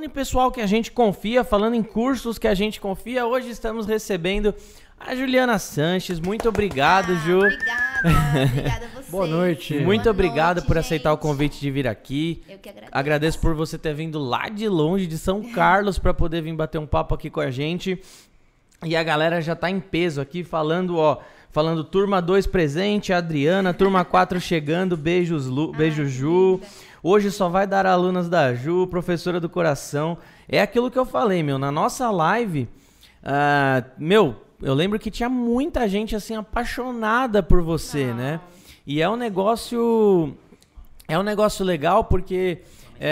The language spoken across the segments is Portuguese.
em pessoal que a gente confia, falando em cursos que a gente confia, hoje estamos recebendo a Juliana Sanches. Muito obrigado, Ju. Obrigada a você. Boa noite. Muito obrigado noite, por aceitar o gente. convite de vir aqui. Eu que agradeço. Agradeço por você ter vindo lá de longe, de São Carlos, para poder vir bater um papo aqui com a gente. E a galera já tá em peso aqui, falando turma 2 presente, Adriana, turma 4 chegando, beijos, beijo, Ju. Linda. Hoje só vai dar alunas da Ju, professora do coração. É aquilo que eu falei, na nossa live, eu lembro que tinha muita gente, assim, apaixonada por você, né? E é um negócio legal porque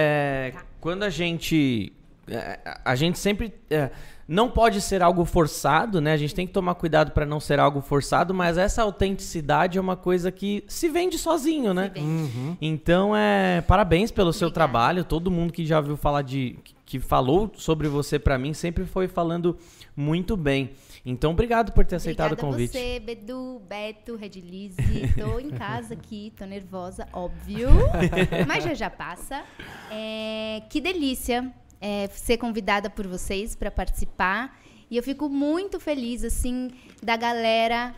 quando a gente sempre... não pode ser algo forçado, né? A gente tem que tomar cuidado para não ser algo forçado, mas essa autenticidade é uma coisa que se vende sozinho, né? Então, parabéns pelo seu trabalho. Todo mundo que já ouviu falar que falou sobre você para mim sempre foi falando muito bem. Então, obrigado por ter aceitado o convite. Obrigada a você, Bedu, Beto, Redilize. Tô em casa aqui, tô nervosa, óbvio. Mas já passa. Que delícia ser convidada por vocês para participar. E eu fico muito feliz, assim, da galera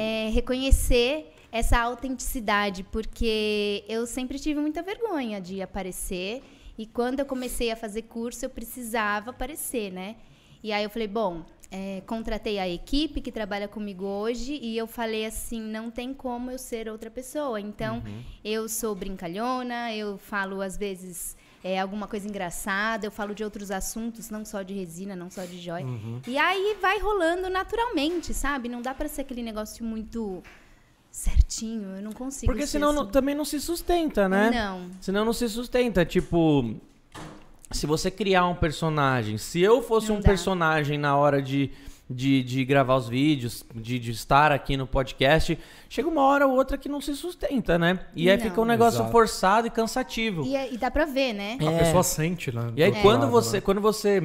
reconhecer essa autenticidade, porque eu sempre tive muita vergonha de aparecer. E quando eu comecei a fazer curso, eu precisava aparecer, né? E aí eu falei, bom... contratei a equipe que trabalha comigo hoje e eu falei assim, não tem como eu ser outra pessoa. Então, eu sou brincalhona, eu falo às vezes alguma coisa engraçada, eu falo de outros assuntos, não só de resina, não só de joia. E aí vai rolando naturalmente, sabe? Não dá pra ser aquele negócio muito certinho, eu não consigo. Porque senão assim. também não se sustenta, né? Não. Senão não se sustenta, tipo... Se você criar um personagem, se eu fosse Não um dá. personagem na hora de gravar os vídeos, de estar aqui no podcast, chega uma hora ou outra que não se sustenta, né? E aí Não. fica um negócio Exato. forçado e cansativo. E dá pra ver, né? A pessoa sente, né? E aí do quando lado, você, né? quando você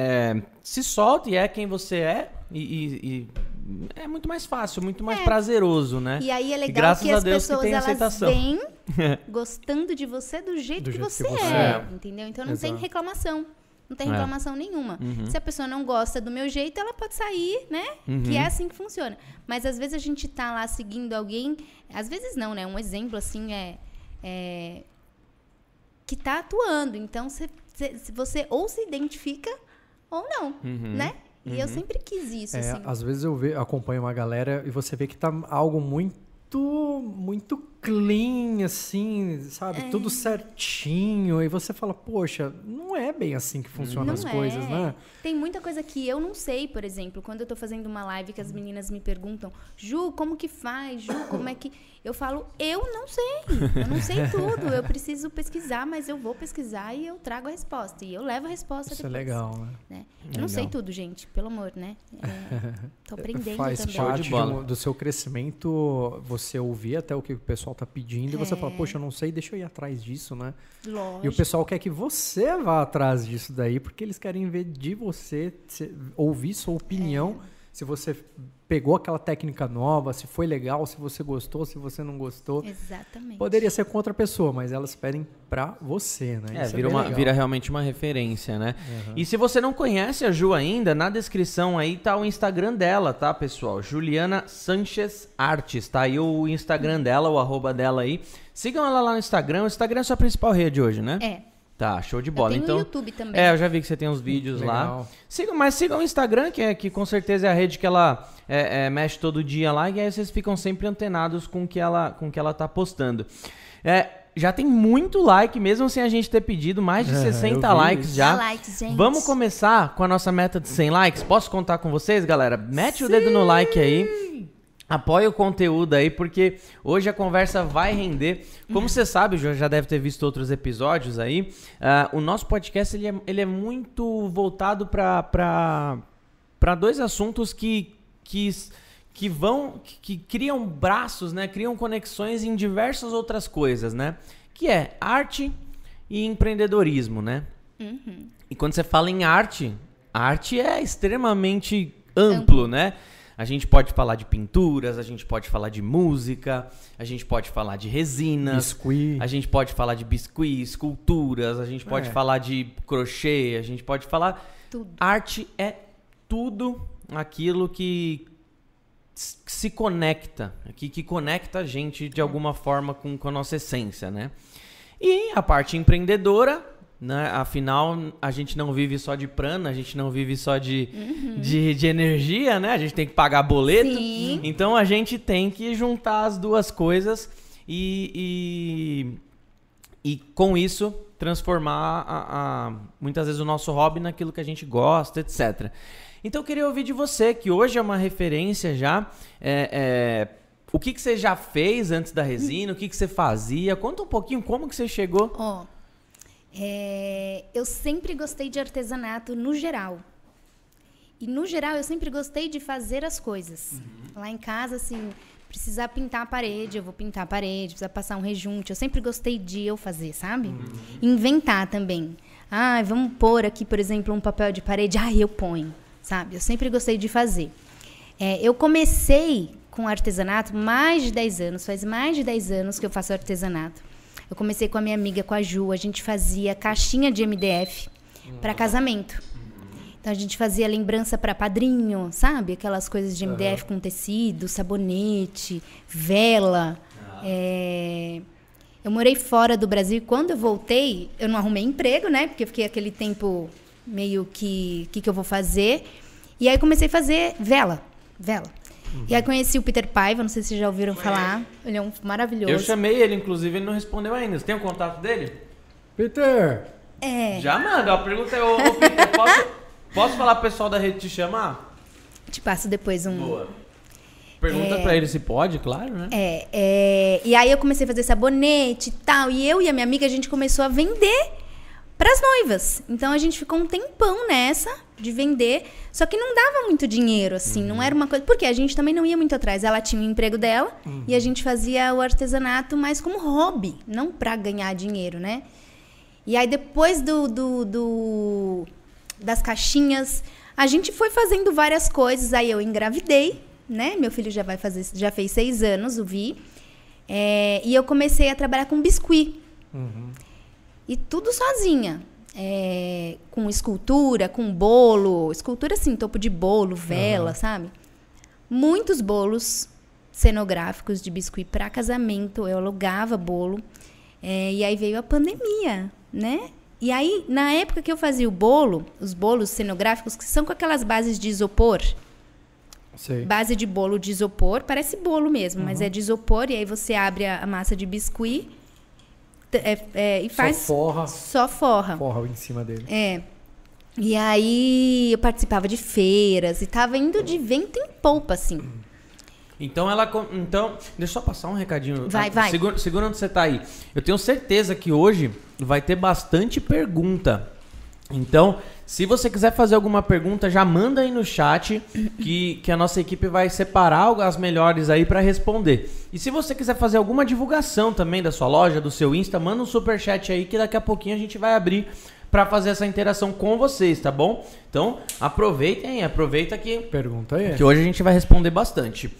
se solta e é quem você é, e é muito mais fácil, muito mais prazeroso, né? E aí é legal graças que a as Deus que pessoas tem elas aceitação. vêm gostando de você do jeito que você é, entendeu? Então não tem Exato. reclamação. Não tem reclamação nenhuma. Se a pessoa não gosta do meu jeito, ela pode sair, né? Que é assim que funciona. Mas às vezes a gente tá lá seguindo alguém, às vezes não, né? Um exemplo assim que tá atuando. Então você ou se identifica ou não, né? E eu sempre quis isso, assim. Às vezes eu acompanho uma galera e você vê que tá algo muito clean, assim, sabe? Tudo certinho. E você fala, poxa, não é bem assim que funcionam as coisas, né? Tem muita coisa que eu não sei, por exemplo, quando eu tô fazendo uma live que as meninas me perguntam, Ju, como que faz? Ju, como é que... Eu falo, eu não sei tudo, eu preciso pesquisar, mas eu vou pesquisar e eu trago a resposta. E eu levo a resposta Isso depois. é legal, né? Eu não sei tudo, gente, pelo amor, né? Tô aprendendo Faz também. parte bola. do seu crescimento você ouvir até o que o pessoal tá pedindo e você fala, poxa, eu não sei, deixa eu ir atrás disso, né? Lógico. E o pessoal quer que você vá atrás disso daí, porque eles querem ver de você, ouvir sua opinião, se você pegou aquela técnica nova, se foi legal, se você gostou, se você não gostou. Exatamente. Poderia ser com outra pessoa, mas elas pedem pra você, né? Isso bem legal. Vira realmente uma referência, né? E se você não conhece a Ju ainda, na descrição aí tá o Instagram dela, tá, pessoal? Juliana Sanches Artes, tá aí o Instagram dela, o @, dela aí. Sigam ela lá no Instagram. O Instagram é a sua principal rede hoje, né? Tá, show de bola. Eu tenho então, o YouTube também. eu já vi que você tem uns vídeos lá. Legal. Mas sigam o Instagram, que com certeza é a rede que ela mexe todo dia lá, e aí vocês ficam sempre antenados com o que ela tá postando. Já tem muito like, mesmo sem a gente ter pedido, mais de 60 likes já. Likes, gente. Vamos começar com a nossa meta de 100 likes? Posso contar com vocês, galera? Mete o dedo no like aí. Apoia o conteúdo aí, porque hoje a conversa vai render. Como você sabe, já deve ter visto outros episódios aí, o nosso podcast ele é muito voltado para dois assuntos que criam braços, né? Criam conexões em diversas outras coisas, né? Que é arte e empreendedorismo, né? E quando você fala em arte, a arte é extremamente amplo, né? A gente pode falar de pinturas, a gente pode falar de música, a gente pode falar de resinas, Biscuit. a gente pode falar de biscuit, esculturas, a gente pode falar de crochê, a gente pode falar... Tudo. Arte é tudo aquilo que se conecta, que conecta a gente de alguma forma com a nossa essência, né? E a parte empreendedora, né? Afinal, a gente não vive só de prana, a gente não vive só de energia, né? A gente tem que pagar boleto. Sim. Então, a gente tem que juntar as duas coisas e com isso, transformar muitas vezes o nosso hobby naquilo que a gente gosta, etc. Então eu queria ouvir de você, que hoje é uma referência já, o que você já fez antes da resina, o que você fazia, conta um pouquinho como que você chegou. Eu sempre gostei de artesanato no geral. E no geral eu sempre gostei de fazer as coisas. Lá em casa, assim, precisar pintar a parede, eu vou pintar a parede, precisar passar um rejunte, eu sempre gostei de eu fazer, sabe? Inventar também. Vamos pôr aqui, por exemplo, um papel de parede, eu ponho. Sabe? Eu sempre gostei de fazer. Eu comecei com artesanato mais de 10 anos. Faz mais de 10 anos que eu faço artesanato. Eu comecei com a minha amiga, com a Ju. A gente fazia caixinha de MDF para casamento. Então, a gente fazia lembrança para padrinho, sabe? Aquelas coisas de MDF com tecido, sabonete, vela. Eu morei fora do Brasil e quando eu voltei, eu não arrumei emprego, né? Porque eu fiquei aquele tempo... meio que eu vou fazer. E aí comecei a fazer vela. E aí conheci o Peter Paiva, não sei se vocês já ouviram falar. Ele é um maravilhoso. Eu chamei ele, inclusive, ele não respondeu ainda. Você tem o contato dele? Peter! Já manda, a pergunta é, ô Peter, posso falar pro pessoal da rede te chamar? Te passo depois um... Boa. Pergunta pra ele se pode, claro, né? E aí eu comecei a fazer sabonete e tal. E eu e a minha amiga, a gente começou a vender para as noivas. Então a gente ficou um tempão nessa de vender, só que não dava muito dinheiro, assim, não era uma coisa... Porque a gente também não ia muito atrás. Ela tinha o emprego dela e a gente fazia o artesanato mais como hobby, não para ganhar dinheiro, né? E aí depois das caixinhas, a gente foi fazendo várias coisas. Aí eu engravidei, né? Meu filho já fez 6 anos, o Vi. E eu comecei a trabalhar com biscuit. E tudo sozinha. Com escultura, com bolo. Escultura, assim, topo de bolo, vela, sabe? Muitos bolos cenográficos de biscuit para casamento. Eu alugava bolo. E aí veio a pandemia, né? E aí, na época que eu fazia o bolo, os bolos cenográficos, que são com aquelas bases de isopor. Sei. Base de bolo de isopor. Parece bolo mesmo, mas é de isopor. E aí você abre a massa de biscuit... e faz... Só forra. Forra em cima dele. E aí eu participava de feiras e tava indo de vento em polpa, assim. Então, deixa eu só passar um recadinho. Vai. Segura onde você tá aí. Eu tenho certeza que hoje vai ter bastante pergunta. Então, se você quiser fazer alguma pergunta, já manda aí no chat que a nossa equipe vai separar as melhores aí para responder. E se você quiser fazer alguma divulgação também da sua loja, do seu Insta, manda um superchat aí que daqui a pouquinho a gente vai abrir para fazer essa interação com vocês, tá bom? Então, aproveita que... Pergunta aí. Que hoje a gente vai responder bastante.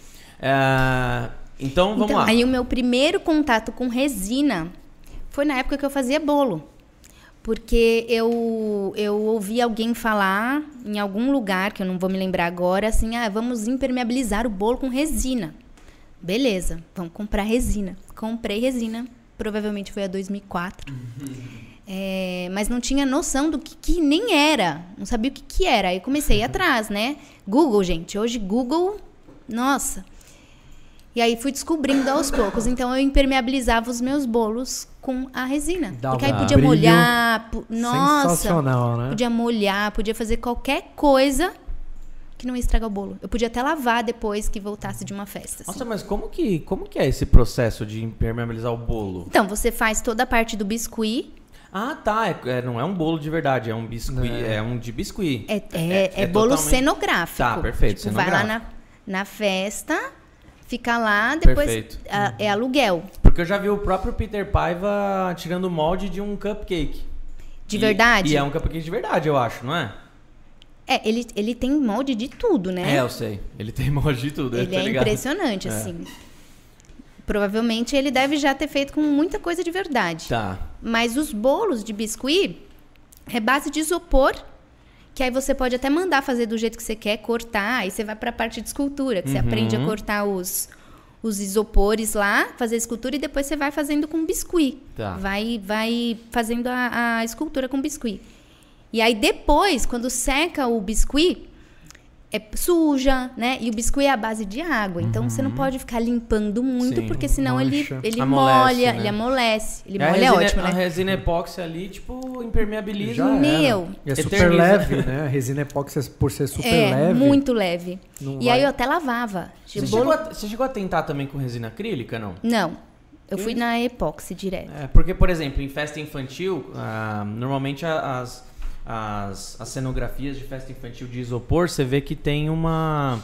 Então, vamos lá. Aí o meu primeiro contato com resina foi na época que eu fazia bolo. Porque eu ouvi alguém falar em algum lugar, que eu não vou me lembrar agora, assim, vamos impermeabilizar o bolo com resina. Beleza, vamos comprar resina. Comprei resina, provavelmente foi a 2004. Mas não tinha noção do que nem era, não sabia o que era. Aí comecei a ir atrás, né? Google, gente, hoje Google, nossa... E aí fui descobrindo aos poucos. Então eu impermeabilizava os meus bolos com a resina. Porque aí podia molhar. Nossa! Sensacional, né? Podia molhar, podia fazer qualquer coisa que não ia estragar o bolo. Eu podia até lavar depois que voltasse de uma festa. Nossa, assim. Mas como que é esse processo de impermeabilizar o bolo? Então, você faz toda a parte do biscuit. Ah, tá. Não é um bolo de verdade, é um biscuit. É um de biscuit. É bolo totalmente... cenográfico. Tá, perfeito. Tipo, cenográfico. Vai lá na festa... Fica lá, depois é aluguel. Porque eu já vi o próprio Peter Paiva tirando o molde de um cupcake. De verdade? E é um cupcake de verdade, eu acho, não é? Ele tem molde de tudo, né? Eu sei. Ele tem molde de tudo. Ele é impressionante, assim. Provavelmente ele deve já ter feito com muita coisa de verdade. Tá. Mas os bolos de biscuit é base de isopor, que aí você pode até mandar fazer do jeito que você quer, cortar. Aí você vai para a parte de escultura, que você aprende a cortar os isopores lá, fazer a escultura e depois você vai fazendo com biscuit. Tá. Vai fazendo a escultura com biscuit. E aí depois, quando seca o biscuit, suja, né? E o biscuit é a base de água. Então você não pode ficar limpando muito, porque senão ele molha, né? Ele amolece. Ele molha é ótimo, né? A resina epóxi ali, tipo, impermeabiliza. Já Meu. E é super leve, né? A resina epóxi, por ser super leve. É, muito leve. Não e vai... aí eu até lavava. Você chegou a tentar também com resina acrílica, não? Não. Eu fui na epóxi direto. Porque, por exemplo, em festa infantil, normalmente as cenografias de festa infantil de isopor, você vê que tem uma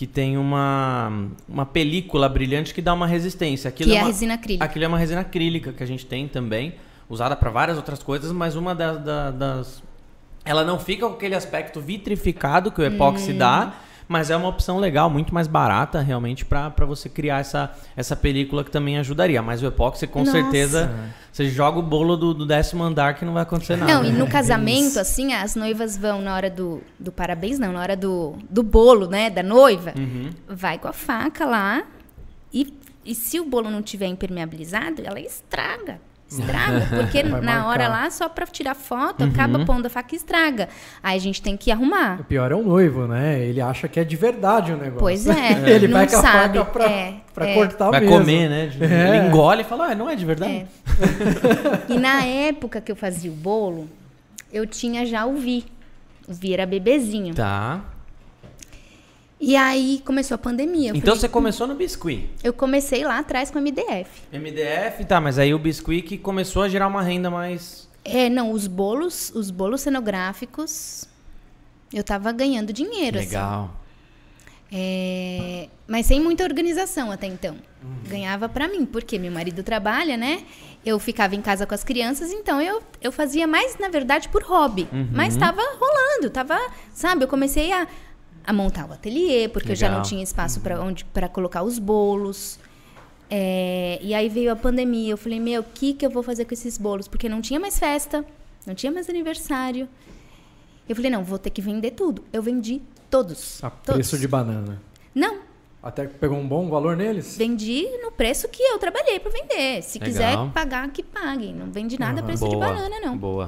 película brilhante que dá uma resistência. Aquilo que é a resina acrílica. Aquilo é uma resina acrílica que a gente tem também, usada para várias outras coisas, mas uma das... Ela não fica com aquele aspecto vitrificado que o epóxi dá, mas é uma opção legal, muito mais barata realmente para você criar essa película que também ajudaria. Mas o epóxi, com certeza, você joga o bolo do 10º andar que não vai acontecer nada. Não, e no casamento, assim, as noivas vão na hora do parabéns, não, na hora do bolo, né, da noiva, vai com a faca lá e se o bolo não tiver impermeabilizado, ela estraga. Porque na hora lá, só pra tirar foto, acaba pondo a faca e estraga. Aí a gente tem que arrumar. O pior é o noivo, né? Ele acha que é de verdade o negócio. Pois é. Ele não vai com a sabe. faca pra cortar vai mesmo. Vai comer, né? Ele engole e fala, não é de verdade. E na época que eu fazia o bolo, eu tinha já o Vi. O Vi era bebezinho. Tá. E aí começou a pandemia. Então você começou no biscuit? Eu comecei lá atrás com a MDF. MDF, tá, mas aí o biscuit que começou a gerar uma renda mais... Não, os bolos cenográficos, eu tava ganhando dinheiro. Legal. Assim. Mas sem muita organização até então. Ganhava pra mim, porque meu marido trabalha, né? Eu ficava em casa com as crianças, então eu fazia mais, na verdade, por hobby. Mas tava rolando, sabe? Eu comecei a montar o ateliê, porque eu já não tinha espaço para colocar os bolos. E aí veio a pandemia. Eu falei, o que eu vou fazer com esses bolos? Porque não tinha mais festa, não tinha mais aniversário. Eu falei, não, vou ter que vender tudo. Eu vendi todos. A preço de banana? Não. Até que pegou um bom valor neles? Vendi no preço que eu trabalhei para vender. Se quiser pagar, que pague. Não vendi nada a preço de banana, não. Boa.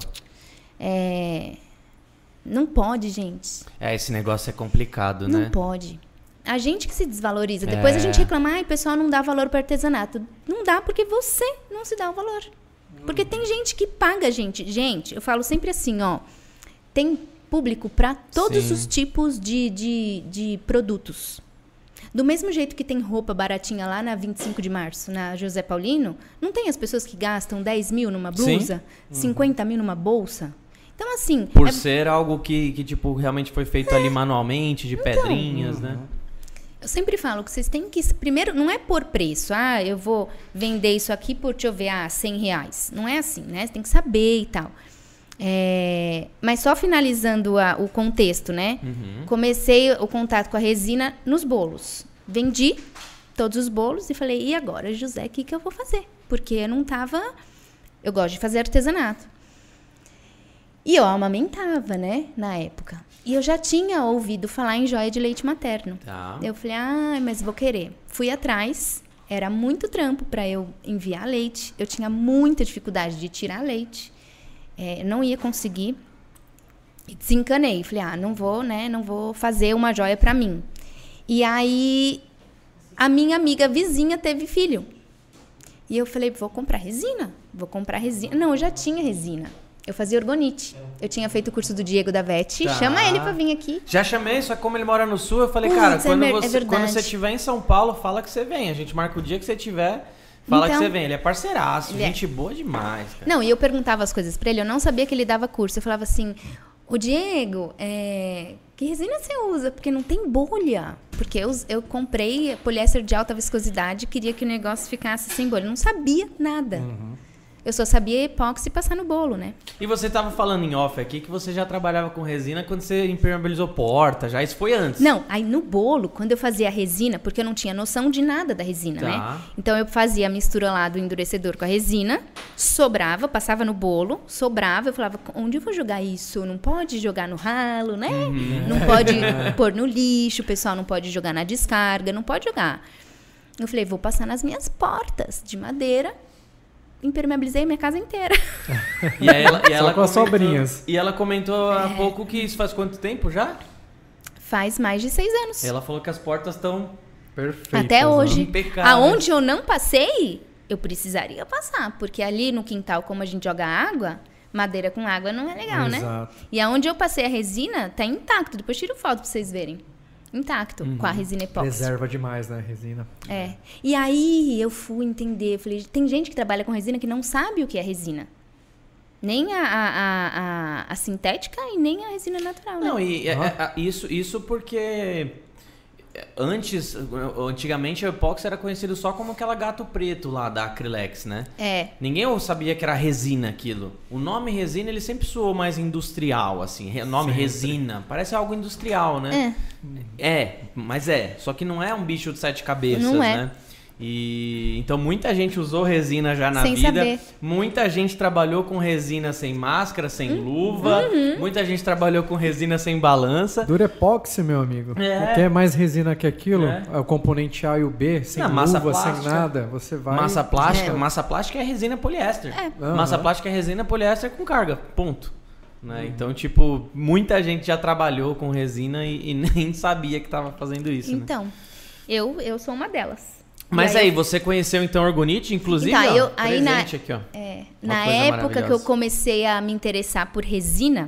Não pode, gente. Esse negócio é complicado, né? Não pode. A gente que se desvaloriza. Depois a gente reclama, o pessoal não dá valor para artesanato. Não dá porque você não se dá o valor. Porque tem gente que paga, gente. Gente, eu falo sempre assim, tem público para todos os tipos de produtos. Do mesmo jeito que tem roupa baratinha lá na 25 de março, na José Paulino, não tem as pessoas que gastam 10 mil numa blusa, 50 mil numa bolsa? Então, assim... Por ser algo que tipo, realmente foi feito ali manualmente, de pedrinhas, né? Eu sempre falo que vocês têm que... Primeiro, não é por preço. Eu vou vender isso aqui por, deixa eu ver, R$100. Não é assim, né? Você tem que saber e tal. Mas só finalizando o contexto, né? Comecei o contato com a resina nos bolos. Vendi todos os bolos e falei, e agora, José, o que eu vou fazer? Porque eu não tava... Eu gosto de fazer artesanato. E eu amamentava, né, na época. E eu já tinha ouvido falar em joia de leite materno. Tá. Eu falei, mas vou querer. Fui atrás, era muito trampo para eu enviar leite. Eu tinha muita dificuldade de tirar leite. Não ia conseguir. E desencanei. Falei, não vou fazer uma joia para mim. E aí, a minha amiga vizinha teve filho. E eu falei, vou comprar resina. Não, eu já tinha resina. Eu fazia orgonite. Eu tinha feito o curso do Diego da Vete. Chama ele pra vir aqui. Já chamei, só que como ele mora no sul, eu falei, cara, quando você estiver em São Paulo, fala que você vem. A gente marca o dia que você tiver, fala que você vem. Ele é parceiraço, gente boa demais, cara. Não, e eu perguntava as coisas pra ele, eu não sabia que ele dava curso. Eu falava assim, o Diego, que resina você usa? Porque não tem bolha. Porque eu comprei poliéster de alta viscosidade e queria que o negócio ficasse sem bolha. Eu não sabia nada. Eu só sabia epóxi passar no bolo, né? E você tava falando em off aqui que você já trabalhava com resina quando você impermeabilizou porta, já isso foi antes. Não, aí no bolo, quando eu fazia a resina, porque eu não tinha noção de nada da resina, né? Então eu fazia a mistura lá do endurecedor com a resina, sobrava, passava no bolo, sobrava, eu falava, onde eu vou jogar isso? Não pode jogar no ralo, né? Não pode pôr no lixo, o pessoal não pode jogar na descarga, não pode jogar. Eu falei, vou passar nas minhas portas de madeira. Impermeabilizei minha casa inteira. E ela com as sobrinhas. E ela comentou há pouco que isso faz quanto tempo já? Faz mais de 6 anos. Ela falou que as portas estão Perfeitas. Até hoje. Impecáveis. Aonde eu não passei, eu precisaria passar. Porque ali no quintal, como a gente joga água, madeira com água não é legal, né? Exato. E aonde eu passei a resina, tá intacto. Depois tiro foto pra vocês verem. Intacto, com a resina epóxi. Preserva demais, né, resina? É. E aí eu fui entender, falei, tem gente que trabalha com resina que não sabe o que é resina. Nem a sintética e nem a resina natural, né? Não, e isso porque antigamente o epóxi era conhecido só como aquela gato preto lá da Acrylex, né? É. Ninguém sabia que era resina aquilo. O nome resina, ele sempre soou mais industrial, assim. O nome resina, parece algo industrial, né? Mas só que não é um bicho de 7 cabeças, não é. né? E então muita gente usou resina já na Sem vida. saber. Muita gente trabalhou com resina sem máscara, sem luva. Muita gente trabalhou com resina sem balança. Durepóxi, meu amigo. Quer mais resina que aquilo? É o componente A e o B, sem massa luva, plástica. sem nada. Você vai... Massa plástica é resina poliéster. Massa plástica é resina poliéster com carga. Ponto. Né? Então, tipo, muita gente já trabalhou com resina e nem sabia que estava fazendo isso. Então, né? eu sou uma delas. Mas aí, você conheceu então Orgonite, inclusive, então, ó, presente aqui, ó. Na época que eu comecei a me interessar por resina,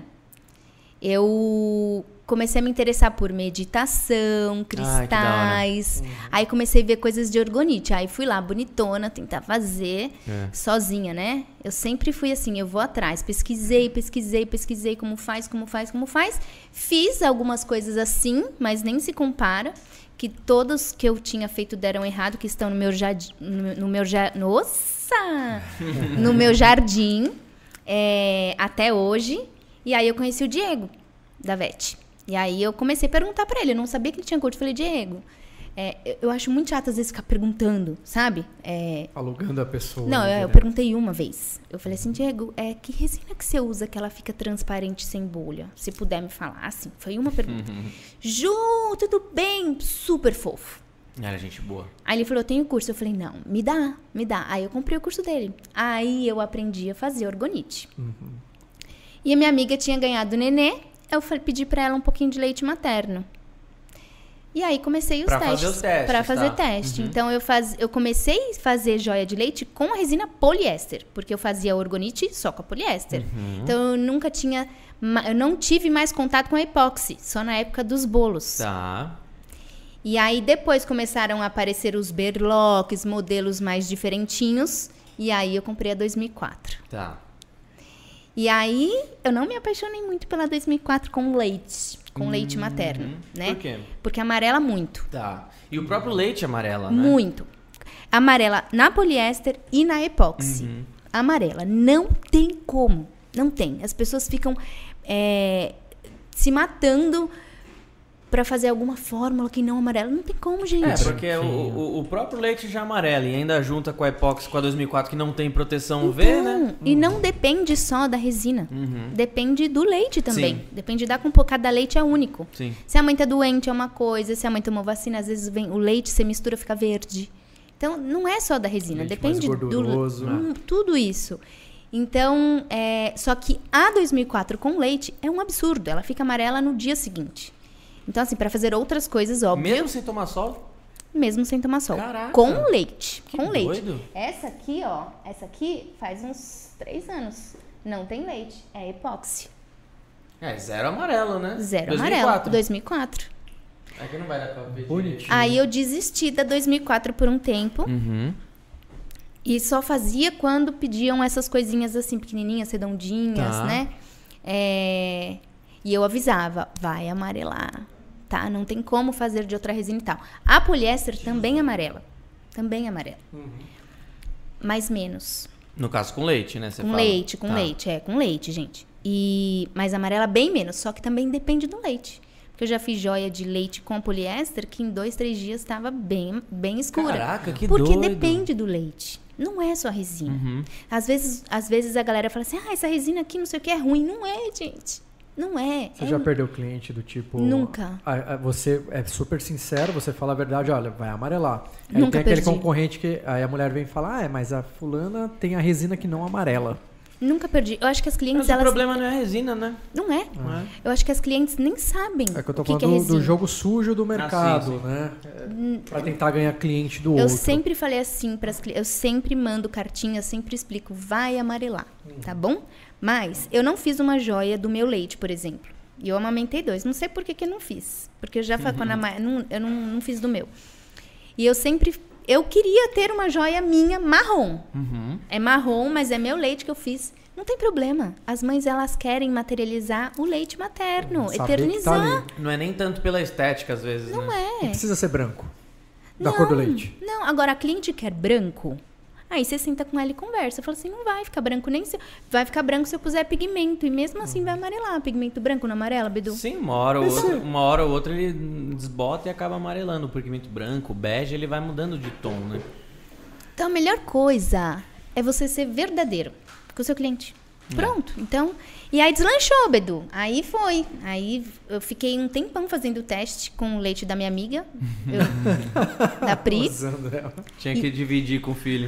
eu comecei a me interessar por meditação, cristais. Aí comecei a ver coisas de Orgonite. Aí fui lá, bonitona, tentar fazer sozinha, né? Eu sempre fui assim, eu vou atrás. Pesquisei como faz. Fiz algumas coisas assim, mas nem se compara. Que todos que eu tinha feito deram errado, que estão no meu jardim. No meu jardim, até hoje. E aí eu conheci o Diego, da VET. E aí eu comecei a perguntar pra ele. Eu não sabia que ele tinha curso. Eu falei, Diego, eu acho muito chato às vezes ficar perguntando, sabe? Alugando a pessoa. Não, eu perguntei uma vez. Eu falei assim, Diego, que resina que você usa que ela fica transparente sem bolha? Se puder me falar, assim. Foi uma pergunta. Ju, tudo bem? Super fofo. Era gente boa. Aí ele falou, eu tenho curso. Eu falei, não, me dá. Aí eu comprei o curso dele. Aí eu aprendi a fazer Orgonite. E a minha amiga tinha ganhado nenê. Eu pedi pra ela um pouquinho de leite materno. E aí comecei Pra fazer os testes, Pra fazer teste. Então eu comecei a fazer joia de leite com a resina poliéster. Porque eu fazia Orgonite só com a poliéster. Então eu não tive mais contato com a epóxi. Só na época dos bolos. Tá. E aí depois começaram a aparecer os berloques, modelos mais diferentinhos. E aí eu comprei a 2004. Tá. E aí eu não me apaixonei muito pela 2004 com leite. Com leite materno, né? Por quê? Porque amarela muito. Tá. E o próprio leite amarela, né? Muito. Amarela na poliéster e na epóxi. Amarela. Não tem como. Não tem. As pessoas ficam se matando pra fazer alguma fórmula que não amarela. Não tem como, gente. Porque o próprio leite já amarela e ainda junta com a epóxi, com a 2004, que não tem proteção UV, né? E não depende só da resina. Depende do leite também. Sim. Depende cada leite é único. Sim. Se a mãe tá doente é uma coisa, se a mãe tomou vacina, às vezes vem o leite, você mistura, fica verde. Então, não é só da resina. Leite Depende mais gorduroso, tudo isso. Então, só que a 2004 com leite é um absurdo. Ela fica amarela no dia seguinte. Então, assim, para fazer outras coisas, óbvio. Mesmo sem tomar sol? Mesmo sem tomar sol. Caraca. Com leite. Que com leite. doido. Essa aqui, ó. Essa aqui faz uns 3 anos. Não tem leite. É epóxi. Zero amarelo, né? Zero 2004. amarelo. 2004. Aqui não vai dar pra ver. Bonitinho. Aí eu desisti da 2004 por um tempo. E só fazia quando pediam essas coisinhas assim, pequenininhas, redondinhas, né? E eu avisava, vai amarelar. Tá? Não tem como fazer de outra resina e tal. A poliéster também amarela. Também amarela. Mas menos. No caso, com leite, né? Você Com fala. leite, Tá. com leite, gente. Mas amarela bem menos, só que também depende do leite. Porque eu já fiz joia de leite com poliéster que em 2, 3 dias estava bem escura. Caraca, que Porque doido. depende do leite. Não é só a resina. Uhum. Às vezes a galera fala assim, essa resina aqui não sei o que é ruim. Não é, gente. Não é. Você já perdeu cliente do tipo... Nunca. Você é super sincero, você fala a verdade, olha, vai amarelar. Aí Nunca tem aquele perdi. concorrente que aí a mulher vem falar, mas a fulana tem a resina que não amarela. Nunca perdi. Eu acho que as clientes, Mas o elas... problema não é a resina, né? Não é. Não é? Eu acho que as clientes nem sabem É que eu tô o que é falando resina. do jogo sujo do mercado, sim. né? Pra tentar ganhar cliente do Eu outro. sempre falei assim para as clientes, eu sempre mando cartinha, sempre explico, vai amarelar, tá bom? Mas eu não fiz uma joia do meu leite, por exemplo. E eu amamentei 2. Não sei por que eu não fiz. Porque eu já eu não fiz do meu. E eu queria ter uma joia minha marrom. Uhum. É marrom, mas é meu leite que eu fiz. Não tem problema. As mães, elas querem materializar o leite materno, Saber que tá eternizar. ali. Não é nem tanto pela estética, às vezes, Não né? Não é. precisa ser branco. Da cor do leite. Não, agora a cliente quer branco. Aí você senta com ela e conversa. Fala assim, não vai ficar branco nem se... Vai ficar branco se eu puser pigmento. E mesmo assim vai amarelar. Pigmento branco não amarela, Bedu? Sim, uma hora ou outra ele desbota e acaba amarelando. O pigmento branco, o bege, ele vai mudando de tom, né? Então a melhor coisa é você ser verdadeiro com o seu cliente. Pronto, então... E aí deslanchou, Bedu. Aí foi. Aí eu fiquei um tempão fazendo o teste com o leite da minha amiga. Da Pri. Usando ela. Tinha que dividir com o filho.